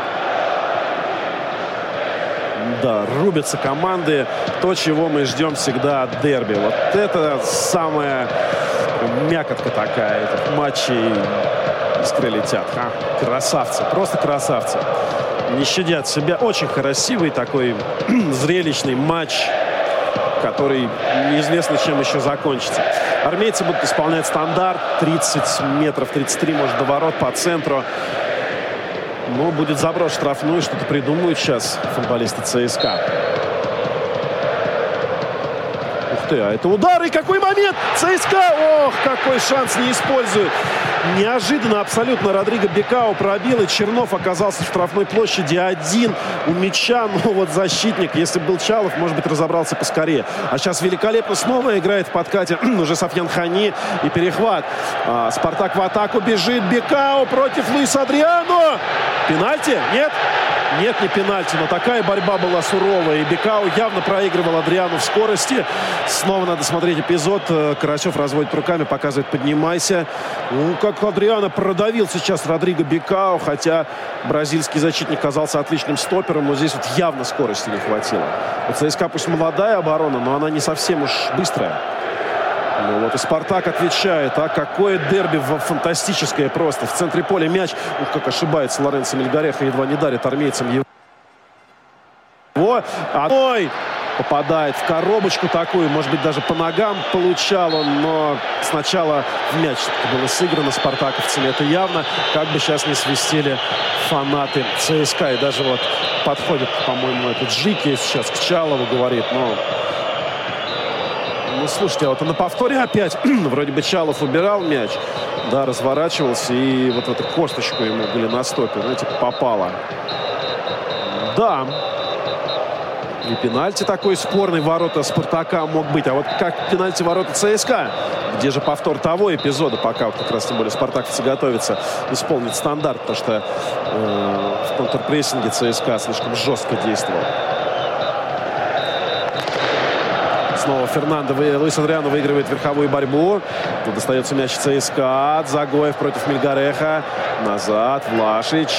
Да, рубятся команды. То, чего мы ждем всегда от дерби. Вот это самая мякотка такая этих матчей. Искры летят. А? Красавцы. Просто красавцы. Не щадят себя. Очень красивый такой зрелищный матч, который неизвестно, чем еще закончится. Армейцы будут исполнять стандарт. тридцать метров, тридцать три, может, до ворот по центру. Но будет заброс штрафную. Что-то придумают сейчас футболисты ЦСКА. Ух ты, а это удар. И какой момент! ЦСКА! Ох, какой шанс не использует. Неожиданно абсолютно Родриго Бекао пробил. И Чернов оказался в штрафной площади один у мяча. Ну вот защитник, если был Чалов, может быть, разобрался поскорее. А сейчас великолепно снова играет в подкате уже Софьян Хани. И перехват. А, Спартак в атаку бежит. Бекао против Луиса Адриано. Пенальти? Нет? Нет, не пенальти, но такая борьба была суровая. И Бекао явно проигрывал Адриану в скорости. Снова надо смотреть эпизод. Карасев разводит руками, показывает «поднимайся». Ну, как Адриано продавил сейчас Родриго Бекао. Хотя бразильский защитник казался отличным стопером, но здесь вот явно скорости не хватило. Вот ЦСКА пусть молодая оборона, но она не совсем уж быстрая. Ну вот и Спартак отвечает. А какое дерби фантастическое просто. В центре поля мяч. Ух, как ошибается Лоренцо Мельгареха. Едва не дарит армейцам его. А ой, попадает в коробочку такую. Может быть, даже по ногам получал он. Но сначала в мяч было сыграно спартаковцами. Это явно. Как бы сейчас не свистели фанаты ЦСКА. И даже вот подходит, по-моему, этот Джики сейчас к Чалову говорит. Но... Ну, слушайте, а вот на повторе опять вроде бы Чалов убирал мяч, да, разворачивался, и вот эту косточку ему были на стопе, знаете, попало. Да, И пенальти такой спорный в ворота Спартака мог быть. А вот как пенальти в ворота ЦСКА? Где же повтор того эпизода, пока вот как раз тем более спартаковцы готовятся исполнить стандарт, потому что э, в контрпрессинге ЦСКА слишком жестко действовал. Снова Фернандо, Луис Адриано выигрывает верховую борьбу. Тут достается мяч ЦСКА. Загоев против Мельгареха. Назад Влашич.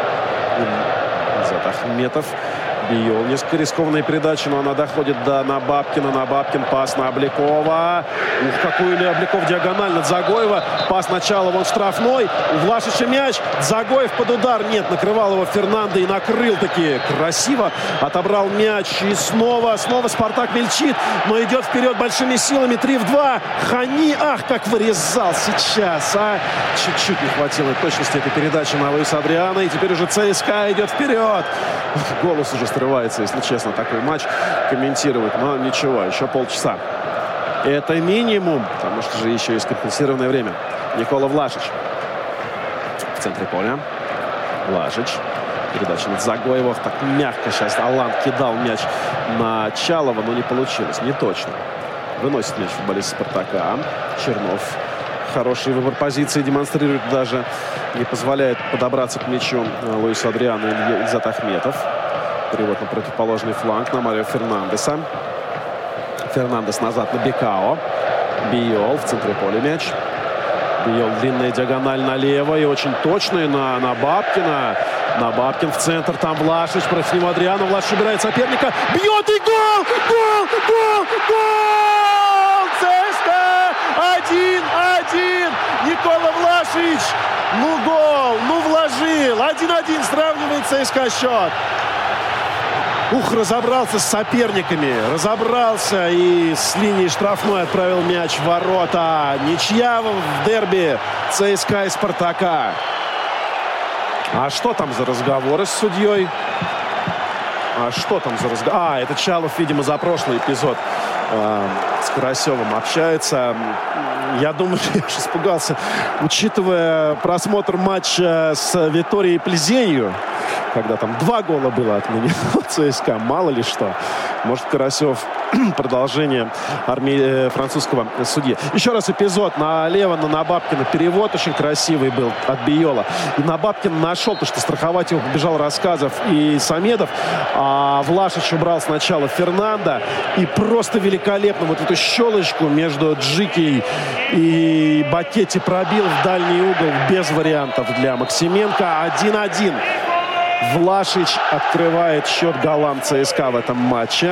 Назад Ахметов. Биол. Несколько рискованная передача, но она доходит до Набабкина. Набабкин, пас на Облякова. Ух, какой ли Обляков диагонально. Дзагоева. Пас начала, вон штрафной. У Влашича мяч. Дзагоев под удар. Нет, накрывал его Фернандо и накрыл таки красиво. Отобрал мяч. И снова, снова Спартак мельчит. Но идет вперед большими силами. три в два. Хани, ах, как вырезал сейчас, а. Чуть-чуть не хватило точности этой передачи на Луиса Адриано. И теперь уже ЦСКА идет вперед. Голос уже срывается, если честно, такой матч комментировать. Но ничего, еще полчаса. Это минимум, потому что же еще есть компенсированное время. Никола Влашич в центре поля. Влашич. Передача на Загоева. Так мягко сейчас Алан кидал мяч на Чалова, но не получилось. Не точно. Выносит мяч футболист Спартака. Чернов. Хороший выбор позиции демонстрирует, даже не позволяет подобраться к мячу Луису Адриано и Ильзат Ахметов. Перевод на противоположный фланг на Марио Фернандеса. Фернандес назад на Бекао. Биол в центре поля мяч. Биол длинная диагональ налево и очень точная на, на Бабкина. На Бабкин в центр, там Влашич, против него Адриано. Влашич убирает соперника. Бьет и гол! Гол! Гол! Гол! ЦСКА! один-один! Никола Влашич! Ну гол! Ну вложил! один-один сравнивает ЦСКА счет. Ух, разобрался с соперниками. Разобрался и с линии штрафной отправил мяч в ворота. Ничья в дерби ЦСКА и Спартака. А что там за разговоры с судьей? А что там за разговор? А, это Чалов, видимо, за прошлый эпизод э, с Карасевым общается. Я думаю, я уж испугался. Учитывая просмотр матча с Виторией Плезенью, когда там два гола было отменено ЦСКА, мало ли что. Может, Карасев продолжение армии французского судьи. Еще раз эпизод налево на Набабкина. Перевод очень красивый был от Биола. И Набабкин нашел, потому что страховать его побежал Рассказов и Самедов. А Влашич убрал сначала Фернандо. И просто великолепно вот эту щелочку между Джики и Бакетти пробил в дальний угол без вариантов для Максименко. один-один. Влашич открывает счет голам ЦСКА в этом матче.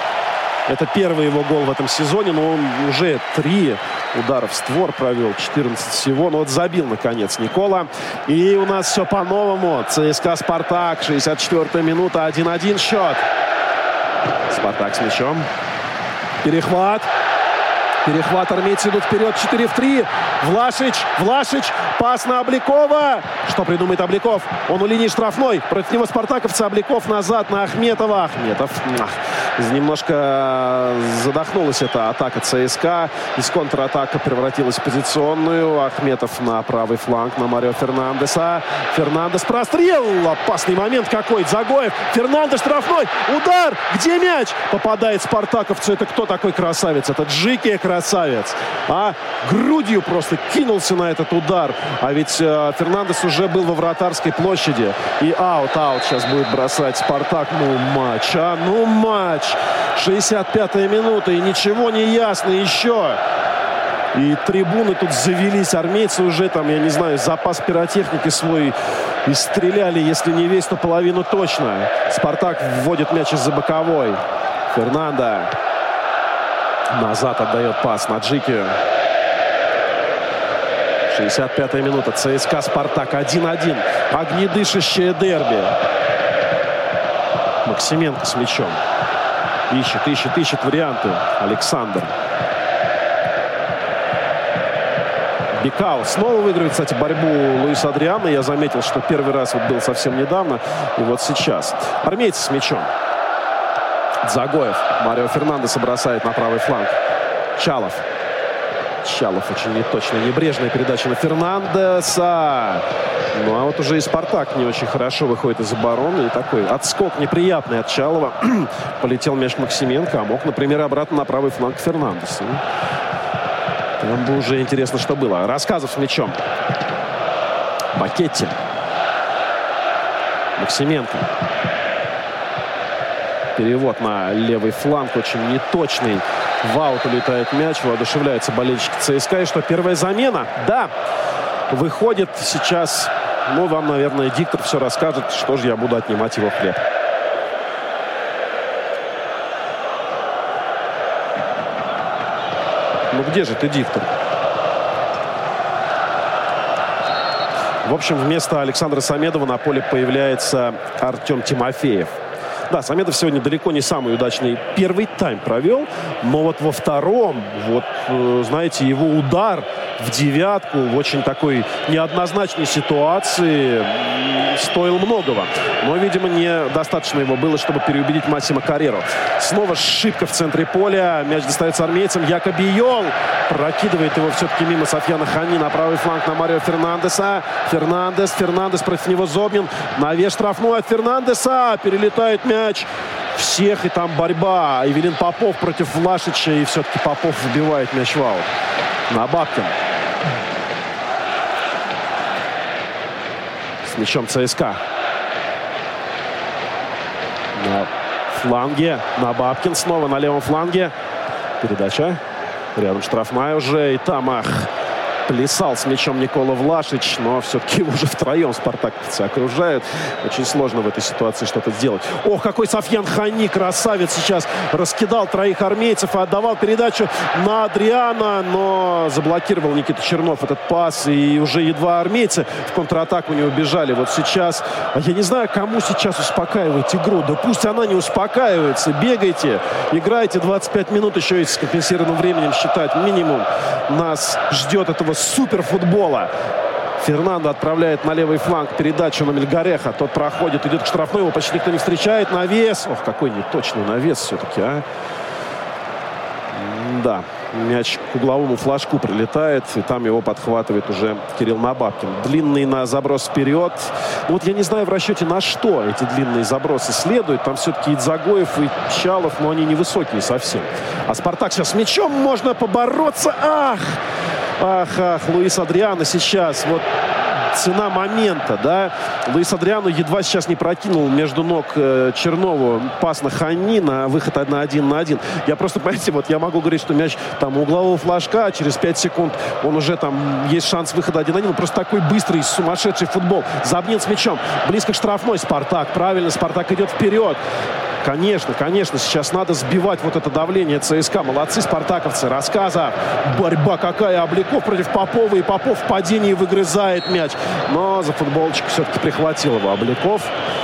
Это первый его гол в этом сезоне, но он уже три удара в створ провел, четырнадцать всего. Но вот забил, наконец, Никола. И у нас все по-новому. ЦСКА «Спартак», шестьдесят четвёртая минута, один-один счет. «Спартак» с мячом. Перехват. Перехват, армейцы идут вперед, четыре в три. Влашич, Влашич, пас на Облякова. Что придумает Обляков? Он у линии штрафной. Против него спартаковцы. Обляков назад на Ахметова. Ахметов. Ах, немножко задохнулась эта атака ЦСКА. Из контратака превратилась в позиционную. Ахметов на правый фланг на Марио Фернандеса. Фернандес прострел. Опасный момент какой. Загоев. Фернандес штрафной. Удар. Где мяч? Попадает спартаковцу. Это кто такой красавец? Это Джики красавец. А грудью просто кинулся на этот удар. А ведь э, Фернандес уже был во вратарской площади. И аут-аут сейчас будет бросать Спартак. Ну матч, а? Ну матч. шестьдесят пятая минута. И ничего не ясно еще. И трибуны тут завелись. Армейцы уже там, я не знаю, запас пиротехники свой и стреляли. Если не весь, то половину точно. Спартак вводит мяч из-за боковой. Фернандо назад отдает пас на Джики. шестьдесят пятая минута. ЦСКА «Спартак» один-один. Огнедышащее дерби. Максименко с мячом. Ищет, ищет, ищет варианты. Александр. Бекао снова выигрывает, кстати, борьбу Луиса Адриано. Я заметил, что первый раз вот был совсем недавно. И вот сейчас. Армейцы с мячом. Загоев. Марио Фернандеса бросает на правый фланг. Чалов. Чалов очень неточная, небрежная передача на Фернандеса. Ну, а вот уже и Спартак не очень хорошо выходит из обороны. И такой отскок неприятный от Чалова. Полетел мяч Максименко, а мог, например, обратно на правый фланг Фернандеса. Там бы уже интересно, что было. Рассказов с мячом. Бакетти. Максименко. Перевод на левый фланг. Очень неточный. В аут улетает мяч. Воодушевляются болельщики ЦСКА. И что, первая замена? Да. Выходит сейчас. Ну, вам, наверное, диктор все расскажет, что же я буду отнимать его хлеб. Ну, где же ты, диктор? В общем, вместо Александра Самедова на поле появляется Артем Тимофеев. Да, Самедов сегодня далеко не самый удачный первый тайм провел, но вот во втором, вот, знаете, его удар в девятку в очень такой неоднозначной ситуации стоил многого. Но, видимо, недостаточно его было, чтобы переубедить Массимо Карреру. Снова ошибка в центре поля. Мяч достается армейцам. Якобиол прокидывает его все-таки мимо Софьяна Хани на правый фланг на Марио Фернандеса. Фернандес, Фернандес против него Зобнин. Навес штрафной от Фернандеса. Перелетает мяч всех, и там борьба. Эвелин Попов против Влашича. И все-таки Попов выбивает мяч в аут. На Бабкин. С мячом ЦСКА. На фланге. На Бабкин снова на левом фланге. Передача. Рядом штрафная уже. И там, ах, плясал с мячом Никола Влашич. Но все-таки уже втроем спартаковцы окружают. Очень сложно в этой ситуации что-то сделать. Ох, какой Софьян Хани, красавец, сейчас раскидал троих армейцев и отдавал передачу на Адриана. Но заблокировал Никита Чернов этот пас. И уже едва армейцы в контратаку не убежали. Вот сейчас, я не знаю, кому сейчас успокаивать игру. Да пусть она не успокаивается. Бегайте, играйте двадцать пять минут еще и с компенсированным временем считать. Минимум нас ждет этого суперфутбола. Фернандо отправляет на левый фланг передачу на Мельгареха. Тот проходит, идет к штрафной, его почти никто не встречает. Навес. Ох, какой неточный навес все-таки, а. Да, мяч к угловому флажку прилетает, и там его подхватывает уже Кирилл Набабкин. Длинный на заброс вперед. Ну, вот я не знаю в расчете на что эти длинные забросы следуют. Там все-таки Идзагоев и Чалов, но они невысокие совсем. А Спартак сейчас с мячом, можно побороться. Ах! Ах, ах, Луис Адриано сейчас, вот цена момента, да. Луис Адриано едва сейчас не прокинул между ног э, Чернову пас на Хани на выход на один на один. Я просто, понимаете, вот я могу говорить, что мяч там у углового флажка, а через пять секунд он уже там, есть шанс выхода один на один. Просто такой быстрый, сумасшедший футбол. Забнин с мячом, близко к штрафной. Спартак, правильно, Спартак идет вперед. Конечно, конечно, сейчас надо сбивать вот это давление ЦСКА. Молодцы спартаковцы. Рассказа. Борьба какая. Обликов против Попова. И Попов в падении выгрызает мяч. Но за футболочку все-таки прихватил его Обликов.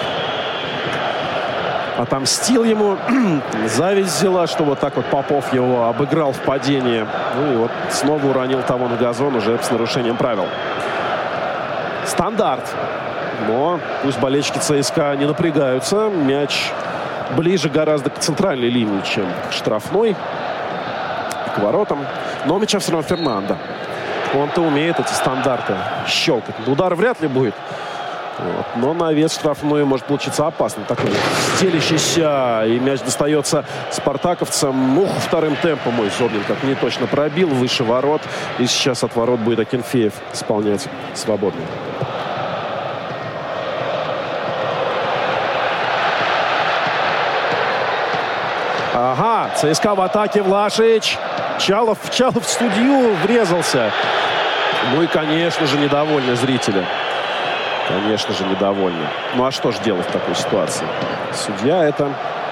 Отомстил ему. Зависть взяла, что вот так вот Попов его обыграл в падении. Ну и вот снова уронил того на газон уже с нарушением правил. Стандарт. Но пусть болельщики ЦСКА не напрягаются. Мяч ближе гораздо к центральной линии, чем к штрафной, к воротам. Но у мяча все равно Фернандо. Он-то умеет эти стандарты щелкать. Удар вряд ли будет. Вот. Но навес штрафной может получиться опасным. Такой стелящийся. И мяч достается спартаковцам. Ух, вторым темпом мой Зобнин как не точно пробил. Выше ворот. И сейчас от ворот будет Акинфеев исполнять свободно. Ага, ЦСКА в атаке, Влашич. Чалов, Чалов в судью врезался. Ну и, конечно же, недовольны зрители. Конечно же, недовольны. Ну а что же делать в такой ситуации? Судья это...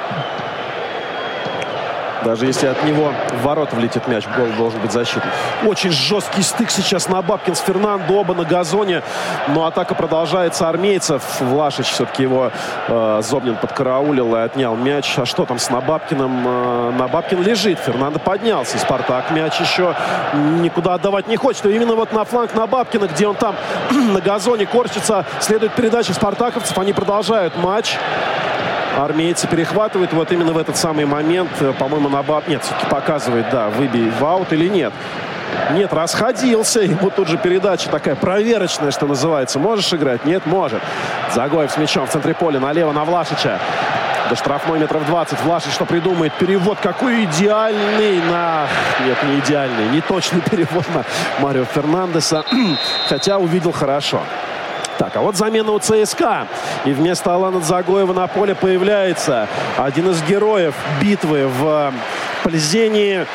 Даже если от него в ворота влетит мяч, гол должен быть защитный. Очень жесткий стык сейчас на Бабкин с Фернандо. Оба на газоне. Но атака продолжается армейцев. Влашич все-таки его э, Зобнин подкараулил и отнял мяч. А что там с Набабкиным? Э, Набабкин лежит. Фернандо поднялся. И Спартак мяч еще никуда отдавать не хочет. И именно вот на фланг Набабкина, где он там на газоне корчится, следует передача спартаковцев. Они продолжают матч. Армейцы перехватывают вот именно в этот самый момент. По-моему, Набаб... Нет, все-таки показывает, да, выбей в аут или нет. Нет, расходился. Ему тут же передача такая проверочная, что называется. Можешь играть? Нет, может. Загоев с мячом в центре поля. Налево на Влашича. До штрафной метров двадцать. Влашич что придумает? Перевод какой идеальный на... Нет, не идеальный. Не точный перевод на Марио Фернандеса. Хотя увидел хорошо. Так, а вот замена у ЦСКА. И вместо Алана Дзагоева на поле появляется один из героев битвы в Пльзении.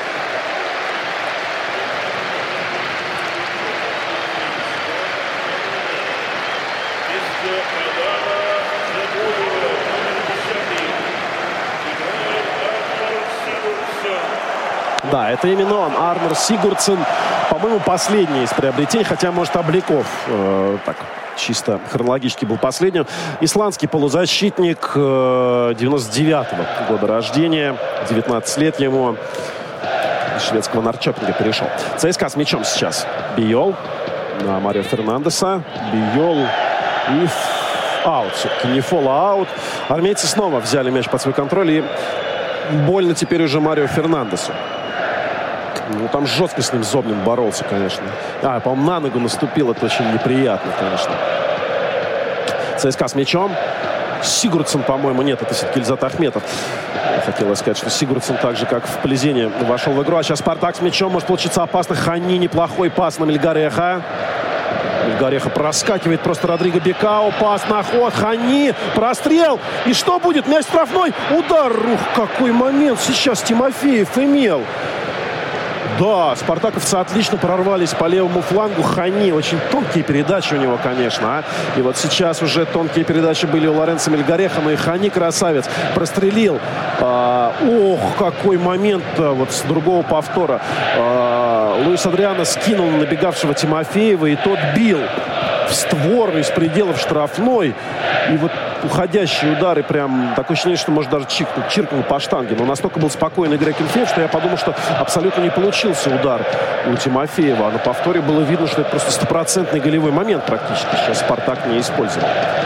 Да, это именно он, Арнер Сигурдсен. По-моему, последний из приобретений, хотя, может, Обликов э, так, чисто хронологически был последним. Исландский полузащитник э, девяносто девятого года рождения, девятнадцать лет ему. Из шведского Норрчопинга перешел. ЦСКА с мячом сейчас. Биол на Марио Фернандеса. Биол и аут. Все-таки не фол, а аут. Армейцы снова взяли мяч под свой контроль. И больно теперь уже Марио Фернандесу. Ну, там жестко с ним Зобнин боролся, конечно. А, по-моему, на ногу наступил. Это очень неприятно, конечно. ЦСКА с мячом. Сигурдсен, по-моему, нет, это все-таки Ильзат Ахметов. Хотелось сказать, что Сигурдсен, так же, как в Пльзене, вошел в игру. А сейчас Спартак с мячом. Может получиться опасно. Хани, неплохой пас на Мельгареха. Мельгареха проскакивает просто Родриго Бекао. Пас на ход. Хани. Прострел. И что будет? Мяч штрафной. Удар. Ух, какой момент сейчас Тимофеев имел. Да, спартаковцы отлично прорвались по левому флангу. Хани, очень тонкие передачи у него, конечно. А? И вот сейчас уже тонкие передачи были у Лоренцо Мельгареха, но и Хани красавец. Прострелил. А, ох, какой момент вот с другого повтора. А, Луис Адриано скинул на набегавшего Тимофеева, и тот бил в створ из пределов штрафной. И вот уходящие удары, прям такое ощущение, что может даже чиркнул, чиркнул по штанге. Но настолько был спокойный Грег Акинфеев, что я подумал, что абсолютно не получился удар у Тимофеева. А на повторе было видно, что это просто стопроцентный голевой момент практически. Сейчас Спартак не использовал.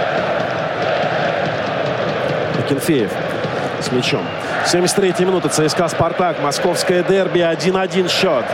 Акинфеев с мячом. семьдесят третья минута. ЦСКА Спартак. Московское дерби. один один счет.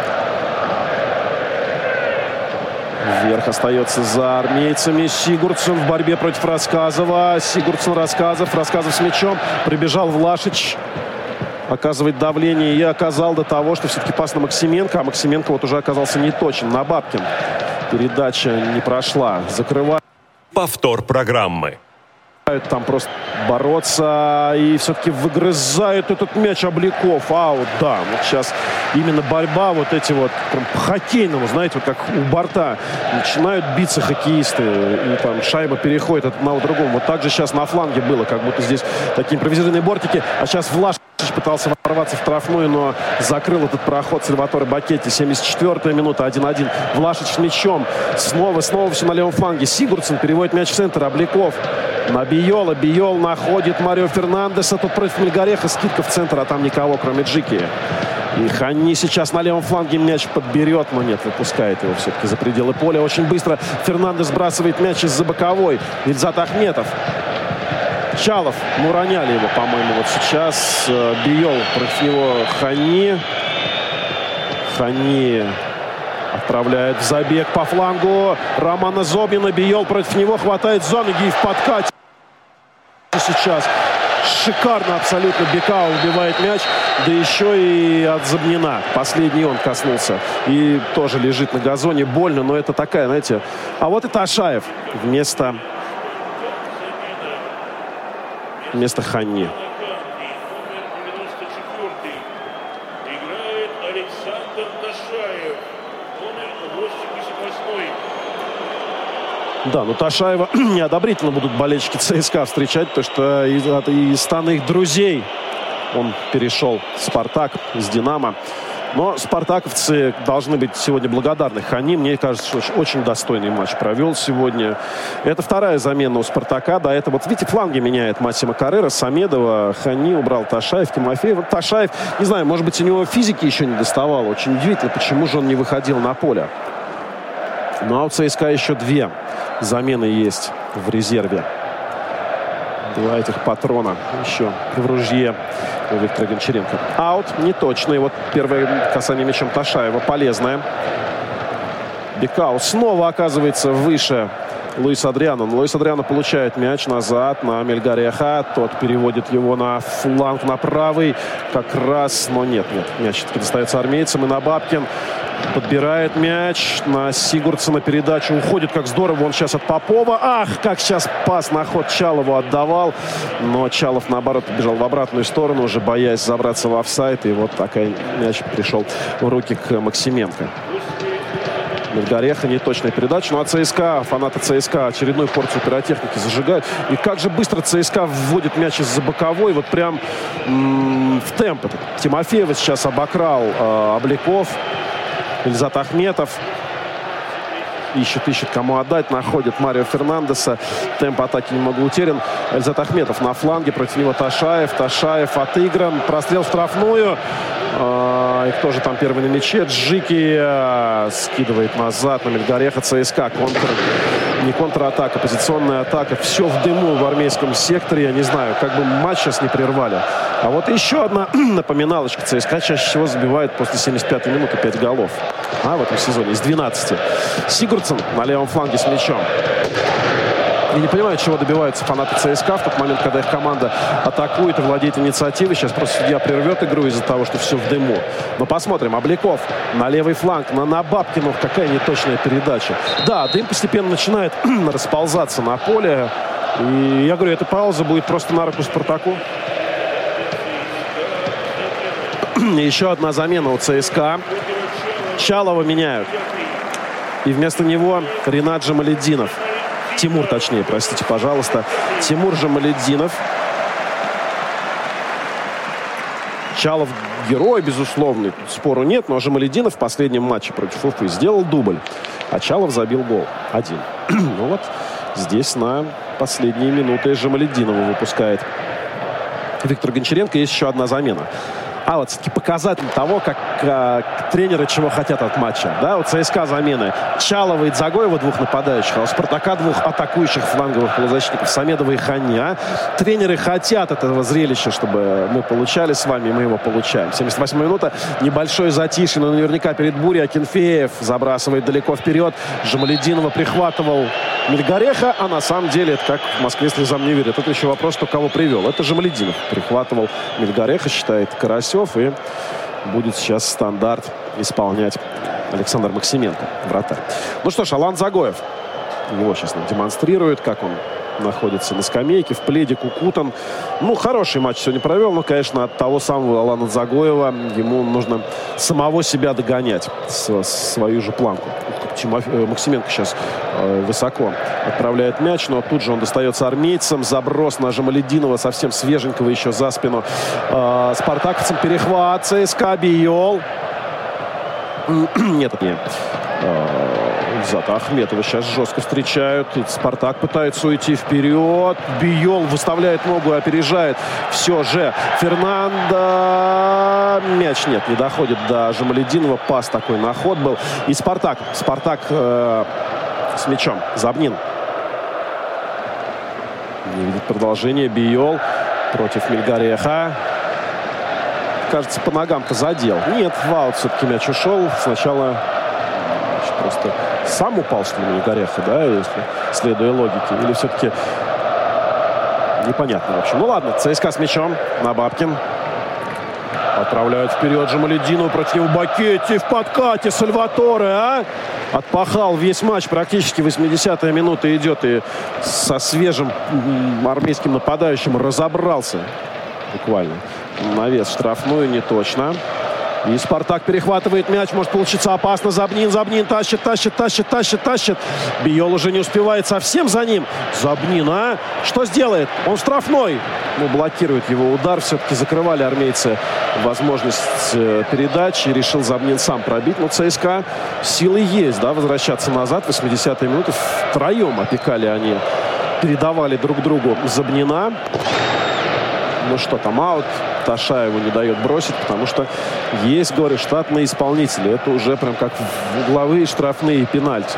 Вверх остается за армейцами. Сигурдсен в борьбе против Рассказова. Сигурдсен, Рассказов. Рассказов с мячом. Прибежал Влашич. Оказывает давление. И оказал до того, что все-таки пас на Максименко. А Максименко вот уже оказался неточен. На Бабкин. Передача не прошла. Закрывает. Повтор программы. Там просто бороться. И все-таки выгрызают этот мяч Обликов. Аут, да. Вот сейчас именно борьба вот эти вот прям по-хоккейному, знаете, вот как у борта начинают биться хоккеисты. И там шайба переходит от одного к другому. Вот так же сейчас на фланге было, как будто здесь такие импровизированные бортики. А сейчас Влашич пытался ворваться в штрафную, но закрыл этот проход Сальваторе Бакетти. семьдесят четвёртая минута, один один. Влашич с мячом. Снова, снова все на левом фланге. Сигурдсен переводит мяч в центр. Обликов на Биола. Биол находит Марио Фернандеса. Тут против Мельгареха скидка в центр, а там никого, кроме Джики. И Хани сейчас на левом фланге мяч подберет, но нет, выпускает его все-таки за пределы поля. Очень быстро Фернандес сбрасывает мяч из-за боковой. Ильзат Ахметов. Чалов. Ну, роняли его, по-моему, вот сейчас. Биол против него Хани. Хани отправляет в забег по флангу Романа Зобнина. Биол против него хватает за ноги и в подкате. Сейчас шикарно абсолютно Бекао убивает мяч. Да еще и от Зобнина. Последний он коснулся. И тоже лежит на газоне. Больно, но это такая, знаете... А вот это Ашаев вместо... Вместо Хани. Да, но Ташаева неодобрительно будут болельщики ЦСКА встречать, потому что из, из стана их друзей он перешел в Спартак из Динамо. Но спартаковцы должны быть сегодня благодарны Хани. Мне кажется, что очень, очень достойный матч провел сегодня. Это вторая замена у Спартака. До этого, вот видите, фланги меняет Массимо Каррера, Самедова, Хани убрал Ташаев, Тимофеев. Вот Ташаев, не знаю, может быть, у него физики еще не доставало. Очень удивительно, почему же он не выходил на поле. Ну а у ЦСКА еще две замены есть в резерве. Два этих патрона еще в ружье у Виктора Гончаренко. Аут неточный. Вот первое касание мячом Ташаева полезное. Бекау снова оказывается выше Луис Адриано. Но Луис Адриано получает мяч назад на Мельгареха. Тот переводит его на фланг, на правый. Как раз, но нет, нет. Мяч все-таки достается армейцам. И на Бабкин подбирает мяч на Сигурдсона. Передачу уходит. Как здорово он сейчас от Попова. Ах, как сейчас пас на ход Чалову отдавал. Но Чалов, наоборот, побежал в обратную сторону, уже боясь забраться в офсайд. И вот такой мяч пришел в руки к Максименко. Мельгареха, неточная передача. Ну а ЦСКА, фанаты ЦСКА очередную порцию пиротехники зажигают. И как же быстро ЦСКА вводит мяч из-за боковой. Вот прям м- в темп. Тимофеева сейчас обокрал э, Обликов. Ильзат Ахметов. Ищет, ищет, кому отдать. Находит Марио Фернандеса. Темп атаки немного утерян. Ильзат Ахметов на фланге. Против него Ташаев. Ташаев отыгран. Прострел в штрафную. И кто же там первый на мяче? Джики скидывает назад на Мельгареха. ЦСКА. Контр. Не контратака, позиционная атака. Все в дыму в армейском секторе. Я не знаю, как бы матч сейчас не прервали. А вот еще одна напоминалочка. ЦСКА чаще всего забивает после семьдесят пятой минуты пять голов. А в этом сезоне из двенадцати. Сигурдсон на левом фланге с мячом. Я не понимаю, чего добиваются фанаты ЦСКА в тот момент, когда их команда атакует и владеет инициативой. Сейчас просто судья прервет игру из-за того, что все в дыму. Но посмотрим. Обликов на левый фланг, на, на Бабкину. Какая неточная передача. Да, дым постепенно начинает расползаться на поле. И я говорю, эта пауза будет просто на руку Спартаку. Еще одна замена у ЦСКА. Чалова меняют. И вместо него Ринат Джамалетдинов. Тимур, точнее, простите, пожалуйста. Тимур Джамалетдинов. Чалов герой, безусловно. Спору нет, но Джамалетдинов в последнем матче против Уфы сделал дубль. А Чалов забил гол. Один. Ну вот здесь на последние минуты Джамалетдинова выпускает Виктор Гончаренко. Есть еще одна замена. А вот все-таки показатель того, как э, тренеры чего хотят от матча. Да, у ЦСКА замены Чалова и Дзагоева, двух нападающих, а у Спартака двух атакующих фланговых полузащитников Самедова и Ханя. Тренеры хотят этого зрелища, чтобы мы получали с вами, и мы его получаем. семьдесят восьмая минута, небольшое затишье, но наверняка перед бурей. Акинфеев забрасывает далеко вперед. Джамалетдинова прихватывал Мельгареха, а на самом деле, это как в Москве слезам не верят. Это еще вопрос, кто кого привел. Это Джамалетдинов прихватывал Мельгареха, считает Карасев, и будет сейчас стандарт исполнять Александр Максименко, вратарь. Ну что ж, Алан Дзагоев. Его сейчас нам демонстрирует, как он находится на скамейке, в пледе, кукутан. Ну, хороший матч сегодня провел, но, конечно, от того самого Алана Дзагоева ему нужно самого себя догонять, с, свою же планку. Тимофе... Максименко сейчас э, высоко отправляет мяч, но тут же он достается армейцам. Заброс на Джамалетдинова, совсем свеженького еще за спину. Э, спартаковцам перехват. ЦСКА, Биол. Нет, нет. Зато Ахметова сейчас жестко встречают. И Спартак пытается уйти вперед. Биол выставляет ногу, опережает. Все же Фернандо. Мяч нет, не доходит до Джамалетдинова. Пас такой на ход был. И Спартак. Спартак э, с мячом. Забнин. Не видит продолжения. Биол против Мельгареха. Кажется, по ногам-то задел. Нет, в аут все-таки мяч ушел. Сначала значит, просто сам упал, что ли, Мельгареха, да, если следуя логике. Или все-таки непонятно, в общем. Ну ладно, ЦСКА с мячом. На Бабкин. Отправляют вперед Джамалетдинова, против него Бакетти в подкате. Сальваторе, а? Отпахал весь матч. Практически восьмидесятая минута идет. И со свежим армейским нападающим разобрался. Буквально. Навес штрафную, не точно. И Спартак перехватывает мяч. Может получиться опасно. Забнин, Забнин тащит, тащит, тащит, тащит, тащит. Биол уже не успевает совсем за ним. Забнин, а? Что сделает? Он штрафной. Ну, блокирует его удар. Все-таки закрывали армейцы возможность передачи. Решил Забнин сам пробить. Но ЦСКА силы есть, да, возвращаться назад. восьмидесятая минута. Втроем опекали они. Передавали друг другу Забнина. Ну что там, аут. Ташаеву не дает бросить, потому что есть, говорю, штатные исполнители. Это уже прям как угловые штрафные и пенальти.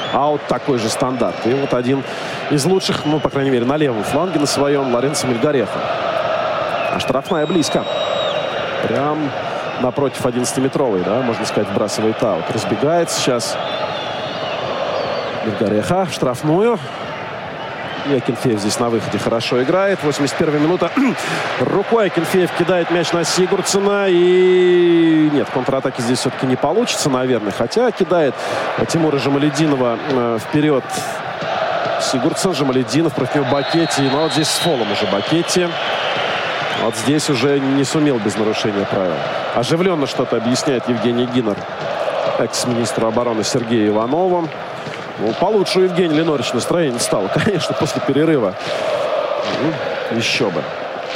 аут, такой же стандарт. И вот один из лучших, ну, по крайней мере, на левом фланге на своем, Лоренцо Мельгареха. А штрафная близко. Прям напротив одиннадцатиметровой, да, можно сказать, вбрасывает аут. Разбегается сейчас Мельгареха в штрафную. И Акинфеев здесь на выходе хорошо играет. восемьдесят первая минута. Рукой Акинфеев кидает мяч на Сигурдсена. И нет, контратаки здесь все-таки не получится, наверное. Хотя кидает Тимура Жамалетдинова э, вперед Сигурдсен. Жамалетдинов против него Бакетти. Но вот здесь с фолом уже Бакетти. Вот здесь уже не сумел без нарушения правил. Оживленно что-то объясняет Евгений Гиннер экс-министру обороны Сергею Иванову. Ну, получше у Евгения Ленорич настроение стало, конечно, после перерыва. Ну, еще бы.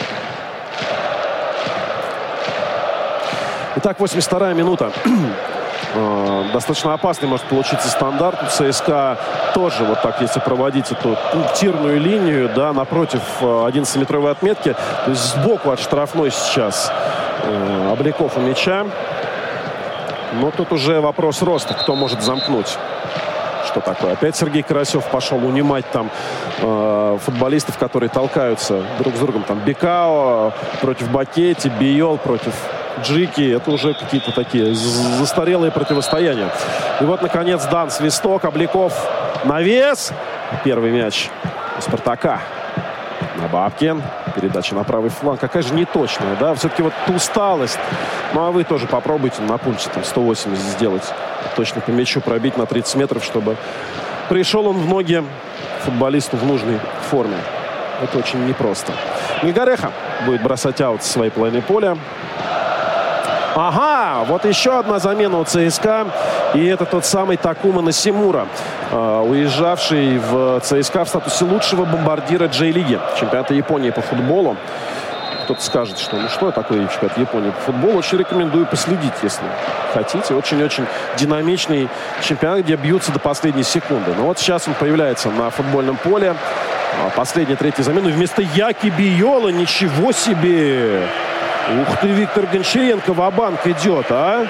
Итак, восемьдесят вторая минута. Достаточно опасный может получиться стандарт. У ЦСКА тоже, вот так, если проводить эту пунктирную линию, да, напротив одиннадцатиметровой отметки, то есть сбоку от штрафной сейчас Обликов у мяча. Но тут уже вопрос роста, кто может замкнуть. Что такое? Опять Сергей Карасев пошел унимать там э, футболистов, которые толкаются друг с другом. Там Бекао против Бакетти, Биол против Джики. Это уже какие-то такие застарелые противостояния. И вот, наконец, дан свисток. Обликов навес. Первый мяч у Спартака. На Бабкин. Передача на правый фланг. Какая же неточная, да? Все-таки вот усталость. Ну, а вы тоже попробуйте на пульсе там сто восемьдесят сделать. Точно по мячу пробить на тридцать метров, чтобы пришел он в ноги футболисту в нужной форме. Это очень непросто. Мельгареха будет бросать аут со своей половины поля. Ага, вот еще одна замена у ЦСКА. И это тот самый Такума Насимура, э, уезжавший в ЦСКА в статусе лучшего бомбардира Джей-лиги, чемпионата Японии по футболу. Кто-то скажет, что ну что такое чемпионат Японии по футболу. Очень рекомендую последить, если хотите. Очень-очень динамичный чемпионат, где бьются до последней секунды. Но вот сейчас он появляется на футбольном поле. Последняя, третья замена. Вместо Яки Биола. Ничего себе! Ух ты, Виктор Гончаренко ва-банк идет, а?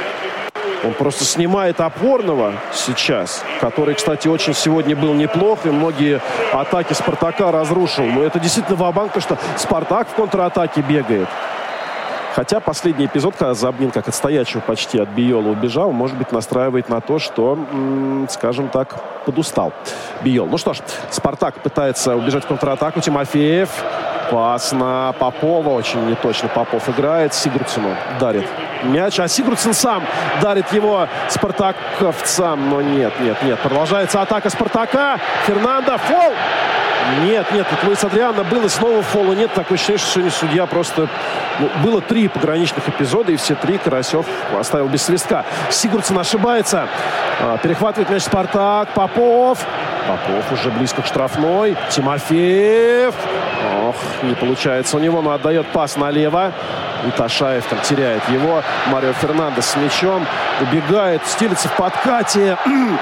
Он просто снимает опорного сейчас, который, кстати, очень сегодня был неплох. И многие атаки Спартака разрушил. Но это действительно ва-банк, потому что Спартак в контратаке бегает. Хотя последний эпизод, когда Забнин как от стоячего почти от Биола убежал, может быть, настраивает на то, что, м- скажем так, подустал Биол. Ну что ж, Спартак пытается убежать в контратаку. Тимофеев. Пас на Попова. Очень неточно Попов играет. Сигурдсену дарит мяч. А Сигурдсен сам дарит его спартаковцам. Но нет, нет, нет. Продолжается атака Спартака. Фернандо. Фол. Нет, нет. Тут Луис Адриано было. Снова фола нет. Такое ощущение, что сегодня судья просто... Ну, было три пограничных эпизода. И все три Карасев оставил без свистка. Сигурдсен ошибается. Перехватывает мяч Спартак. Попов. Попов уже близко к штрафной. Тимофеев. Ох, не получается у него, но отдает пас налево. И Ташаев там теряет его. Марио Фернандес с мячом. Убегает, стелится в подкате.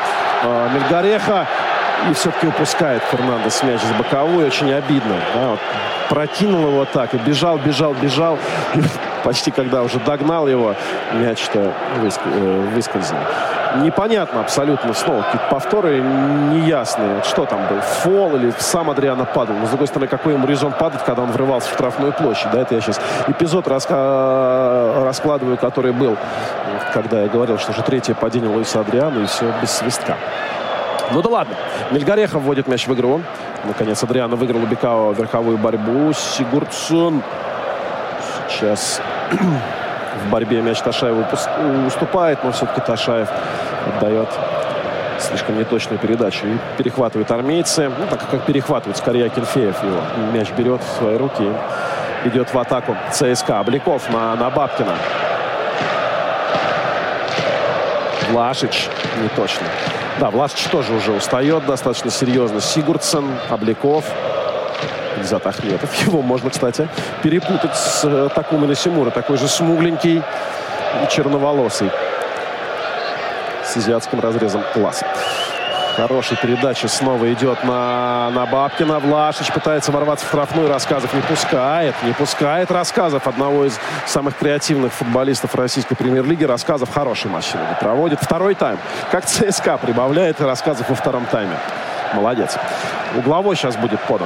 Мельгареха. И все-таки упускает Фернандес мяч с боковой. Очень обидно. Да, вот прокинул его так. И бежал, бежал, бежал. И почти когда уже догнал его, мяч-то выскользнул. Непонятно абсолютно. Снова какие-то повторы неясные. Что там был? Фол или сам Адриано падал? Но, с другой стороны, какой ему резон падать, когда он врывался в штрафную площадь? Да, это я сейчас эпизод раска... раскладываю, который был, когда я говорил, что уже третье падение Луиса Адриано, и все без свистка. Ну да ладно. Мельгареха вводит мяч в игру. Наконец Адриано выиграл у Бекао верховую борьбу. Сигурдсен. Сейчас... В борьбе мяч Ташаеву уступает, но все-таки Ташаев отдает слишком неточную передачу. И перехватывают армейцы. Ну, так как перехватывают, скорее Акинфеев его. Мяч берет в свои руки и идет в атаку ЦСКА. Обликов на, на Бабкина. Влашич. Не точно. Да, Влашич тоже уже устает достаточно серьезно. Сигурдсен, Обликов. Ильзат Ахметов. Его можно, кстати, перепутать с Такумой Насимура. Такой же смугленький, черноволосый. С азиатским разрезом глаз. Хорошая передача снова идет на, на Бабкина. Влашич пытается ворваться в штрафную. Рассказов не пускает. Не пускает Рассказов. Одного из самых креативных футболистов российской премьер-лиги. Рассказов хороший матч сегодня проводит. Второй тайм. Как ЦСКА прибавляет Рассказов во втором тайме. Молодец. Угловой сейчас будет подан.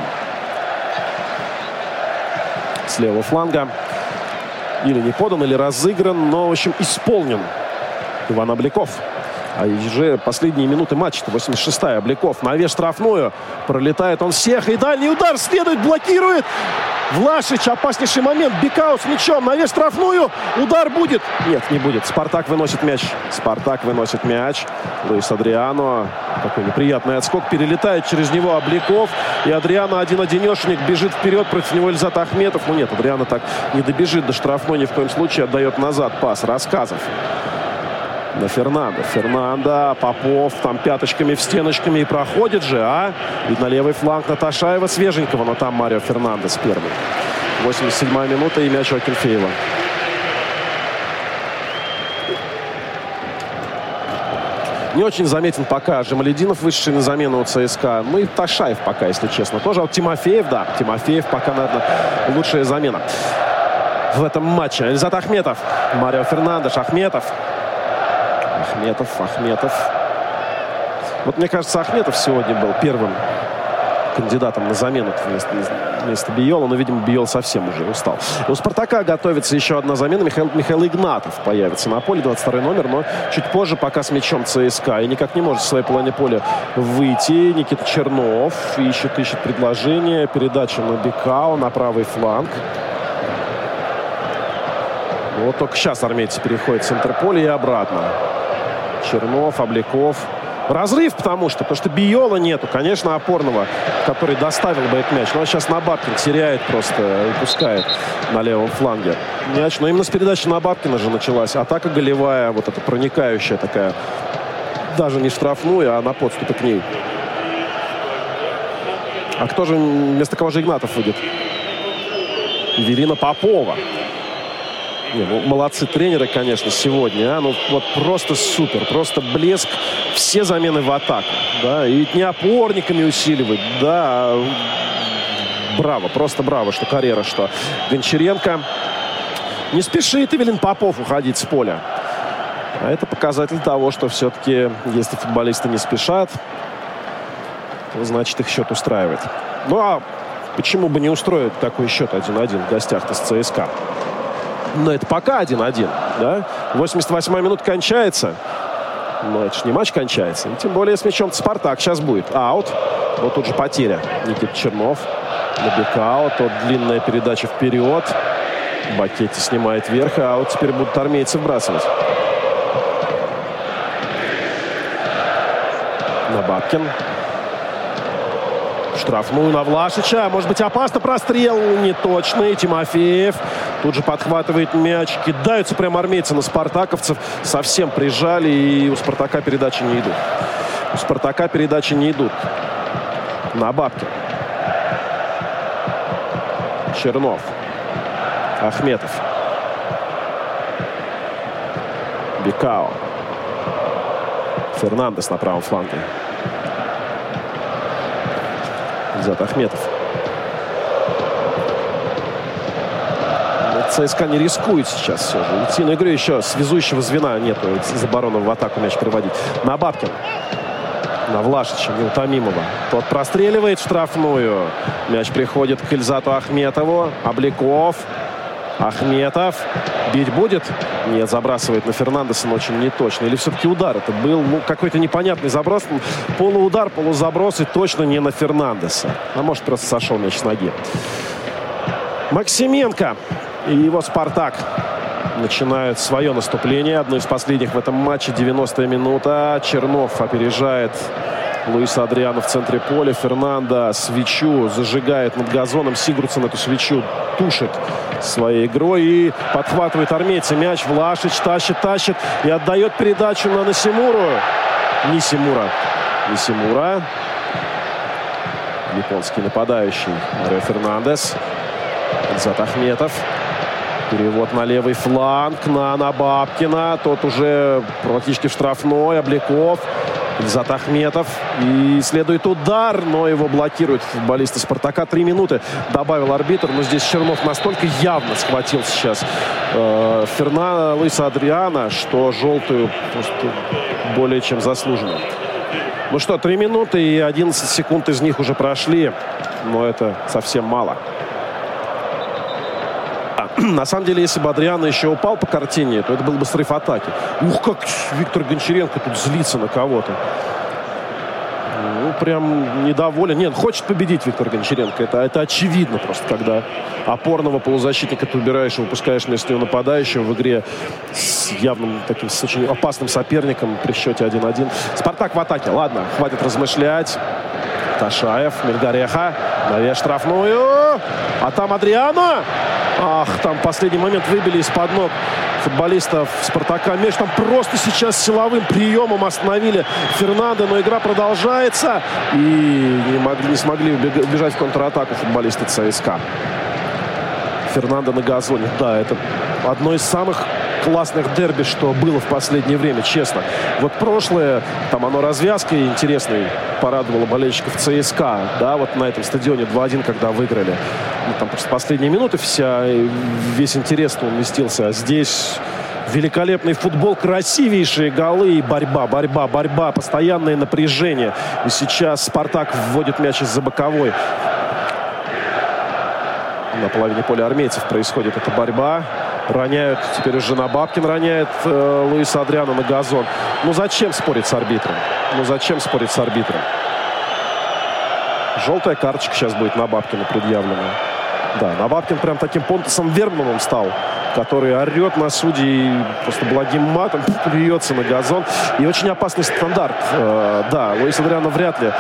С левого фланга. Или не подан, или разыгран. Но, в общем, исполнен Иван Обликов. А уже последние минуты матча. восемьдесят шестая. Обликов. Навес штрафную. Пролетает он всех. И дальний удар следует. Блокирует. Влашич. Опаснейший момент. Бикау с мячом. Навес штрафную. Удар будет. Нет, не будет. Спартак выносит мяч. Спартак выносит мяч. Луис Адриано. Такой неприятный отскок. Перелетает через него Обликов. И Адриано один-одинешенек. Бежит вперед. Против него Ильзат Ахметов. Ну нет, Адриано так не добежит до штрафной ни в коем случае. Отдает назад пас. Рассказов. На Фернандо. Фернандо, Попов там пяточками в стеночками и проходит же, а? И на левый фланг Наташаева свеженького, но там Марио Фернандес первый. восемьдесят седьмая минута и мяч у Акинфеева. Не очень заметен пока Жамалединов, вышедший на замену у ЦСКА. Ну и Ташаев пока, если честно. Тоже вот Тимофеев, да. Тимофеев пока, наверное, лучшая замена в этом матче. Ильзат Ахметов. Марио Фернандеш. Ахметов. Ахметов, Ахметов. Вот мне кажется, Ахметов сегодня был первым кандидатом на замену вместо, вместо Биола. Но, видимо, Биол совсем уже устал. У Спартака готовится еще одна замена. Михаил, Михаил Игнатов появится на поле. двадцать второй номер, но чуть позже пока с мячом ЦСКА. И никак не может в своей половине поля выйти. Никита Чернов ищет, ищет предложение. Передача на Бикау, на правый фланг. Вот только сейчас армейцы переходят в центр поля и обратно. Чернов, Обликов. Разрыв, потому что, потому что Биола нету. Конечно, опорного, который доставил бы этот мяч. Но он сейчас на Бабкин теряет просто и пускает на левом фланге мяч. Но именно с передачи на Бабкина же началась атака голевая. Вот эта проникающая такая. Даже не штрафную, а на подступе к ней. А кто же, вместо кого же Игнатов выйдет? Эвелина Попова. Не, ну, молодцы тренеры, конечно, сегодня. А? Ну, вот просто супер. Просто блеск. Все замены в атаку. Да? И не опорниками усиливать. Да. Браво. Просто браво, что Карьера, что Гончаренко. Не спешит Эвелин Попов уходить с поля. А это показатель того, что все-таки, если футболисты не спешат, то, значит, их счет устраивает. Ну, а почему бы не устроить такой счет один-один в гостях-то с ЦСКА? Но это пока один-один, да? восемьдесят восьмая минута кончается. Но это же не матч кончается. И тем более с мячом Спартак сейчас будет. Аут. Вот тут же потеря. Никита Чернов. На Бикау. Тот длинная передача вперед. Бакетти снимает вверх. А вот теперь будут армейцы вбрасывать. На Бабкин. Штрафную на Влашича. Может быть, опасно. Прострел неточный. Тимофеев тут же подхватывает мяч. Кидаются прям армейцы на спартаковцев. Совсем прижали. И у Спартака передачи не идут. У Спартака передачи не идут. На Бабкин. Чернов. Ахметов. Бикао. Фернандес на правом фланге. Ильзат Ахметов. ЦСКА не рискует сейчас все же. Идти на игру еще связующего звена нету. Из обороны в атаку мяч приводить. На Бабкин. На Влашича, неутомимого. Тот простреливает штрафную. Мяч приходит к Ильзату Ахметову. Обликов. Ахметов. Бить будет? Нет, забрасывает на Фернандеса, но очень неточно. Или все-таки удар это был? Ну, какой-то непонятный заброс. Полуудар, полузаброс и точно не на Фернандеса. А может, просто сошел мяч с ноги. Максименко и его «Спартак» начинают свое наступление. Одно из последних в этом матче. девяностая минута. Чернов опережает Луиса Адриано в центре поля. Фернандо свечу зажигает над газоном. Сигурдссон эту свечу тушит своей игрой и подхватывает армейцы мяч. Влашич тащит, тащит и отдает передачу на Нисимуру. Нисимура. Нисимура. Японский нападающий Марио Фернандес. Ильзат Ахметов. Перевод на левый фланг на, на Бабкина. Тот уже практически в штрафной. Обликов. Ильзат Ахметов. И следует удар, но его блокируют футболисты «Спартака». Три минуты добавил арбитр. Но здесь Чернов настолько явно схватил сейчас э, Фернандо Луиса Адриана, что желтую просто более чем заслуженно. Ну что, три минуты и одиннадцать секунд из них уже прошли. Но это совсем мало. На самом деле, если бы Адриано еще упал по картине, то это был бы срыв атаки. Ух, как Виктор Гончаренко тут злится на кого-то. Ну, прям недоволен. Нет, хочет победить Виктор Гончаренко. Это, это очевидно просто, когда опорного полузащитника ты убираешь и выпускаешь вместо него нападающего в игре с явным таким, с очень опасным соперником при счете один-один. «Спартак» в атаке. Ладно, хватит размышлять. Ташаев, Мельгареха, навес штрафную. А там Адриано. Ах, там последний момент выбили из-под ног футболистов «Спартака» мяч. Там просто сейчас силовым приемом остановили Фернандо, но игра продолжается. И не, могли, не смогли убежать в контратаку футболисты ЦСКА. Фернандо на газоне. Да, это одно из самых классных дерби, что было в последнее время, честно. Вот прошлое, там оно развязкой интересной порадовало болельщиков ЦСКА, да, вот на этом стадионе два-один, когда выиграли. Ну, там просто последние минуты вся, весь интерес уместился. А здесь великолепный футбол, красивейшие голы и борьба, борьба, борьба, постоянное напряжение. И сейчас «Спартак» вводит мяч из-за боковой. На половине поля армейцев происходит эта борьба. Роняют, теперь уже Набабкин роняет э, Луиса Адриано на газон. Ну зачем спорить с арбитром? Ну зачем спорить с арбитром? Желтая карточка сейчас будет Набабкину предъявлена. Да, Набабкин прям таким Понтусом Вермановым стал, который орет на судей просто благим матом, плюется на газон. И очень опасный стандарт. Э, да, Луис Адриано вряд ли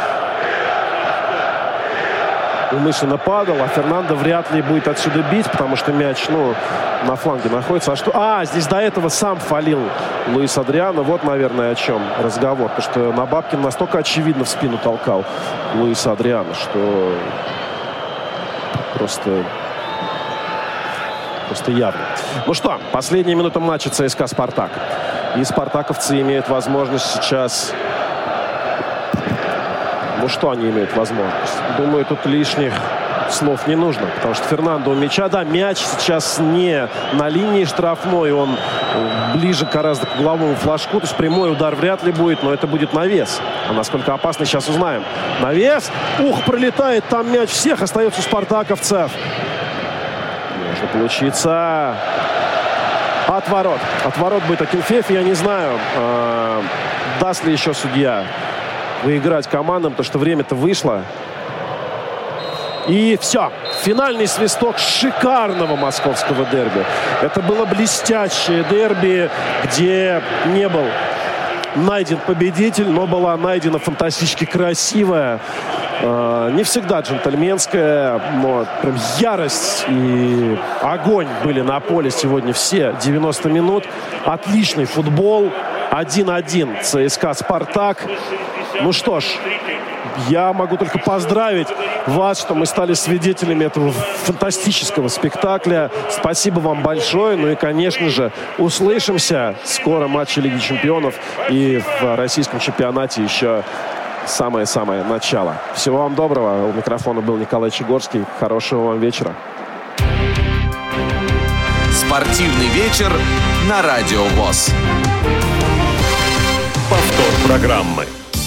умышленно падал, а Фернандо вряд ли будет отсюда бить, потому что мяч, ну, на фланге находится. А что? А, здесь до этого сам фалил Луис Адриано. Вот, наверное, о чем разговор. Потому что Набабкин настолько очевидно в спину толкал Луиса Адриано, что просто, просто явно. Ну что, последняя минута матча ЦСКА «Спартак». И спартаковцы имеют возможность сейчас... Ну что они имеют возможность? Думаю, тут лишних слов не нужно, потому что Фернандо у мяча. Да, мяч сейчас не на линии штрафной, он ближе гораздо к угловому флажку. То есть прямой удар вряд ли будет, но это будет навес. А насколько опасный, сейчас узнаем. Навес! Ух, пролетает там мяч. Всех остается у спартаковцев. Может получиться. От ворот. От ворот будет Акинфеев. Я не знаю, э, даст ли еще судья выиграть командам, потому что время-то вышло. И все. Финальный свисток шикарного московского дерби. Это было блестящее дерби, где не был найден победитель, но была найдена фантастически красивая, э, не всегда джентльменская, но прям ярость и огонь были на поле сегодня все девяносто минут. Отличный футбол. один-один ЦСКА «Спартак». Ну что ж, я могу только поздравить вас, что мы стали свидетелями этого фантастического спектакля. Спасибо вам большое. Ну и, конечно же, услышимся скоро в матче Лиги Чемпионов и в российском чемпионате еще самое-самое начало. Всего вам доброго. У микрофона был Николай Чегорский. Хорошего вам вечера. Спортивный вечер на Радио ВОС. Повтор программы.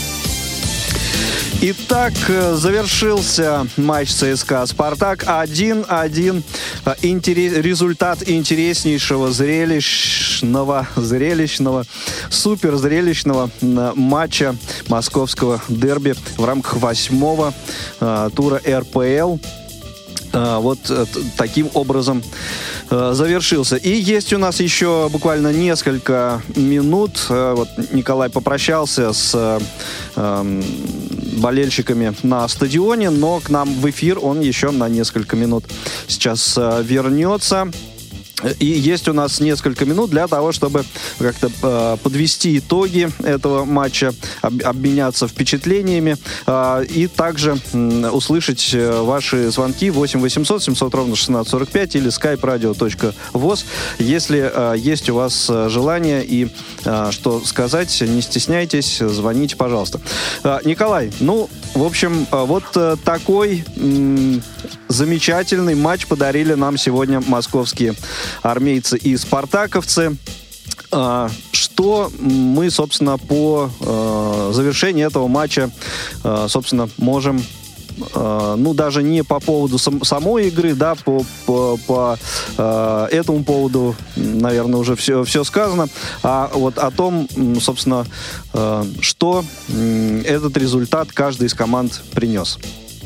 Итак, завершился матч ЦСКА «Спартак». один-один. Интерес, результат интереснейшего, зрелищного, зрелищного, супер зрелищного матча московского дерби в рамках восьмого uh, тура эр пэ эл. Uh, вот uh, таким образом uh, завершился. И есть у нас еще буквально несколько минут. Uh, вот Николай попрощался с uh, uh, болельщиками на стадионе, но к нам в эфир он еще на несколько минут сейчас uh, вернется. И есть у нас несколько минут для того, чтобы как-то э, подвести итоги этого матча, об, обменяться впечатлениями э, и также э, услышать э, ваши звонки восемь восемьсот семьсот ровно шестнадцать сорок пять или skype radio точка voz. Если э, есть у вас желание и э, что сказать, не стесняйтесь, звоните, пожалуйста. Э, Николай, ну, в общем, э, вот э, такой э, замечательный матч подарили нам сегодня московские армейцы и спартаковцы. Что мы, собственно, по завершении этого матча, собственно, можем, ну, даже не по поводу сам, самой игры, да, по, по, по этому поводу, наверное, уже все, все сказано, а вот о том, собственно, что этот результат каждый из команд принес.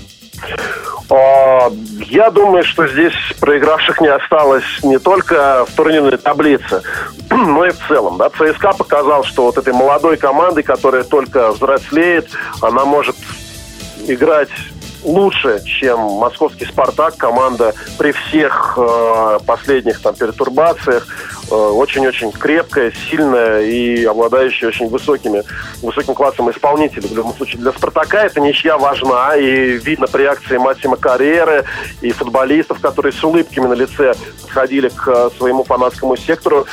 Я думаю, что здесь проигравших не осталось не только в турнирной таблице, но и в целом. Да? ЦСКА показал, что вот этой молодой командой, которая только взрослеет, она может играть лучше, чем московский «Спартак». Команда при всех э, последних там пертурбациях э, очень-очень крепкая, сильная и обладающая очень высокими, высоким классом исполнителей. В любом случае, для «Спартака» эта ничья важна, и видно при реакции Массимо Карьеры и футболистов, которые с улыбками на лице подходили к своему фанатскому сектору,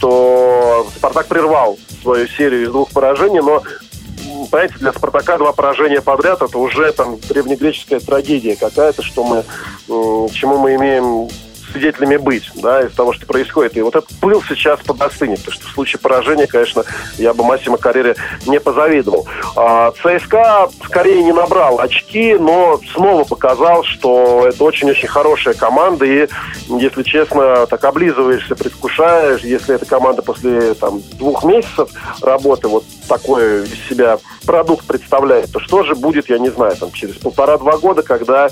что «Спартак» прервал свою серию из двух поражений, но понимаете, для «Спартака» два поражения подряд — это уже там древнегреческая трагедия какая-то, что мы, э, чему мы имеем свидетелями быть, да, из того, что происходит. И вот этот пыл сейчас подостынет, потому что в случае поражения, конечно, я бы Массимо Карьере не позавидовал. А ЦСКА скорее не набрал очки, но снова показал, что это очень-очень хорошая команда, и, если честно, так облизываешься, предвкушаешь, если эта команда после там двух месяцев работы вот такой из себя продукт представляет, то что же будет, я не знаю, там через полтора-два года, когда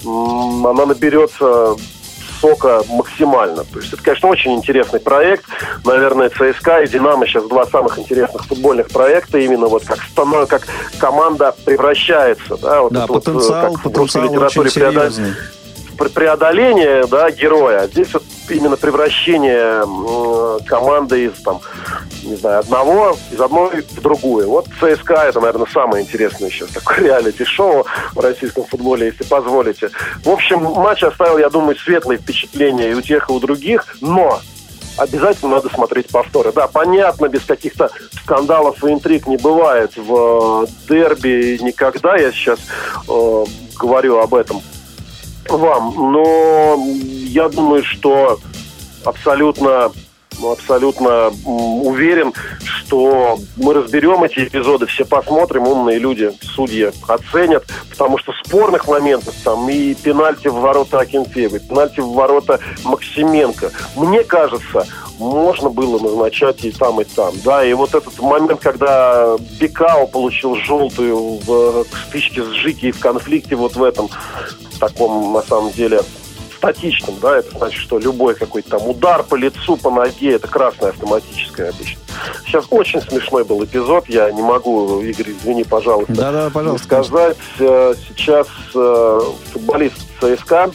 м- она наберется сока максимально. То есть это, конечно, очень интересный проект. Наверное, ЦСКА и Динамо сейчас два самых интересных футбольных проекта, именно вот как становится, как команда превращается. Да, вот да, это потенциал, вот, как потенциал в русской литературе преодоление, преодоление, да, героя. Здесь вот именно превращение э, команды из там, не знаю, одного, из одной в другую. Вот ЦСКА — это, наверное, самое интересное сейчас такое реалити-шоу в российском футболе, если позволите. В общем, матч оставил, я думаю, светлые впечатления и у тех, и у других, но обязательно надо смотреть повторы. Да, понятно, без каких-то скандалов и интриг не бывает в дерби никогда. Я сейчас э, говорю об этом вам, но я думаю, что абсолютно, абсолютно уверен, что мы разберем эти эпизоды, все посмотрим, умные люди, судьи оценят, потому что спорных моментов там и пенальти в ворота Акинфеева, и пенальти в ворота Максименко, мне кажется, можно было назначать и там, и там. Да, и вот этот момент, когда Бекао получил желтую в стычке с Жики в конфликте вот в этом таком, на самом деле, статичном, да, это значит, что любой какой-то там удар по лицу, по ноге, это красная автоматическая обычно. Сейчас очень смешной был эпизод, я не могу, Игорь, извини, пожалуйста, да-да, пожалуйста, сказать. Сейчас футболист ЦСКА,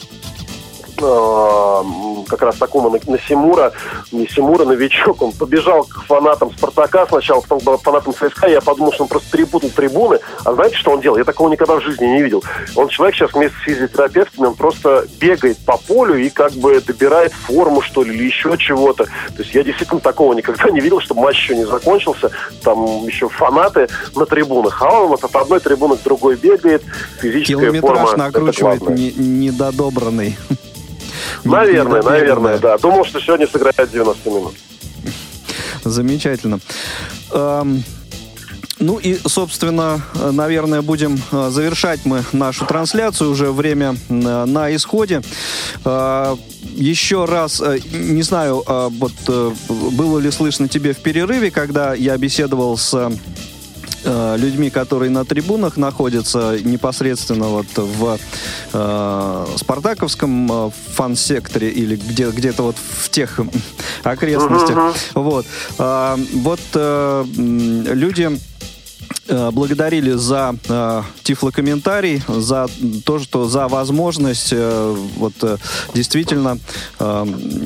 как раз такому Насимура, не Симура, новичок, он побежал к фанатам «Спартака» сначала, потом к фанатам ЦСКА, я подумал, что он просто перепутал трибуны, а знаете, что он делал? Я такого никогда в жизни не видел. Он человек сейчас вместе с физиотерапевтами, он просто бегает по полю и как бы добирает форму, что ли, или еще чего-то. То есть я действительно такого никогда не видел, чтобы матч еще не закончился, там еще фанаты на трибунах, а он вот от одной трибуны к другой бегает, физическая километраж форма. накручивает не, недодобранный. Наверное, наверное, да. Думал, что сегодня сыграет девяносто минут. Замечательно. Эм, ну и, собственно, наверное, будем завершать мы нашу трансляцию. Уже время на исходе. Э, еще раз, э, не знаю, э, вот э, было ли слышно тебе в перерыве, когда я беседовал с людьми, которые на трибунах находятся непосредственно вот в э, спартаковском э, фан-секторе или где, где-то вот в тех окрестностях. Uh-huh. Вот, э, вот э, люди благодарили за э, тифлокомментарий, за то, что за возможность э, вот э, действительно э,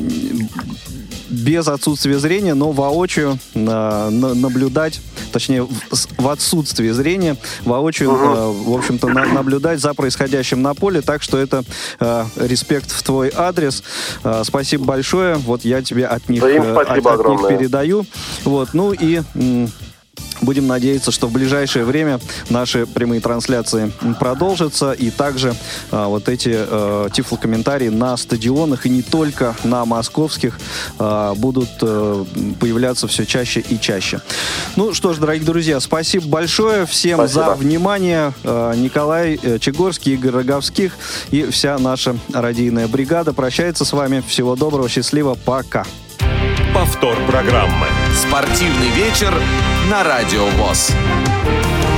без отсутствия зрения, но воочию э, на, наблюдать, точнее, в, в отсутствии зрения, воочию, uh-huh. э, в общем-то, на, наблюдать за происходящим на поле. Так что это э, респект в твой адрес. Э, спасибо большое. Вот я тебе от них, э, от, от них передаю. Вот, ну и... М- Будем надеяться, что в ближайшее время наши прямые трансляции продолжатся, и также а, вот эти а, тифлокомментарии на стадионах, и не только на московских, а, будут а, появляться все чаще и чаще. Ну что ж, дорогие друзья, спасибо большое всем спасибо. За внимание. А, Николай Чегорский, Игорь Роговских и вся наша радийная бригада прощается с вами. Всего доброго, счастливо, пока. Повтор программы. Спортивный вечер на Радио ВОС.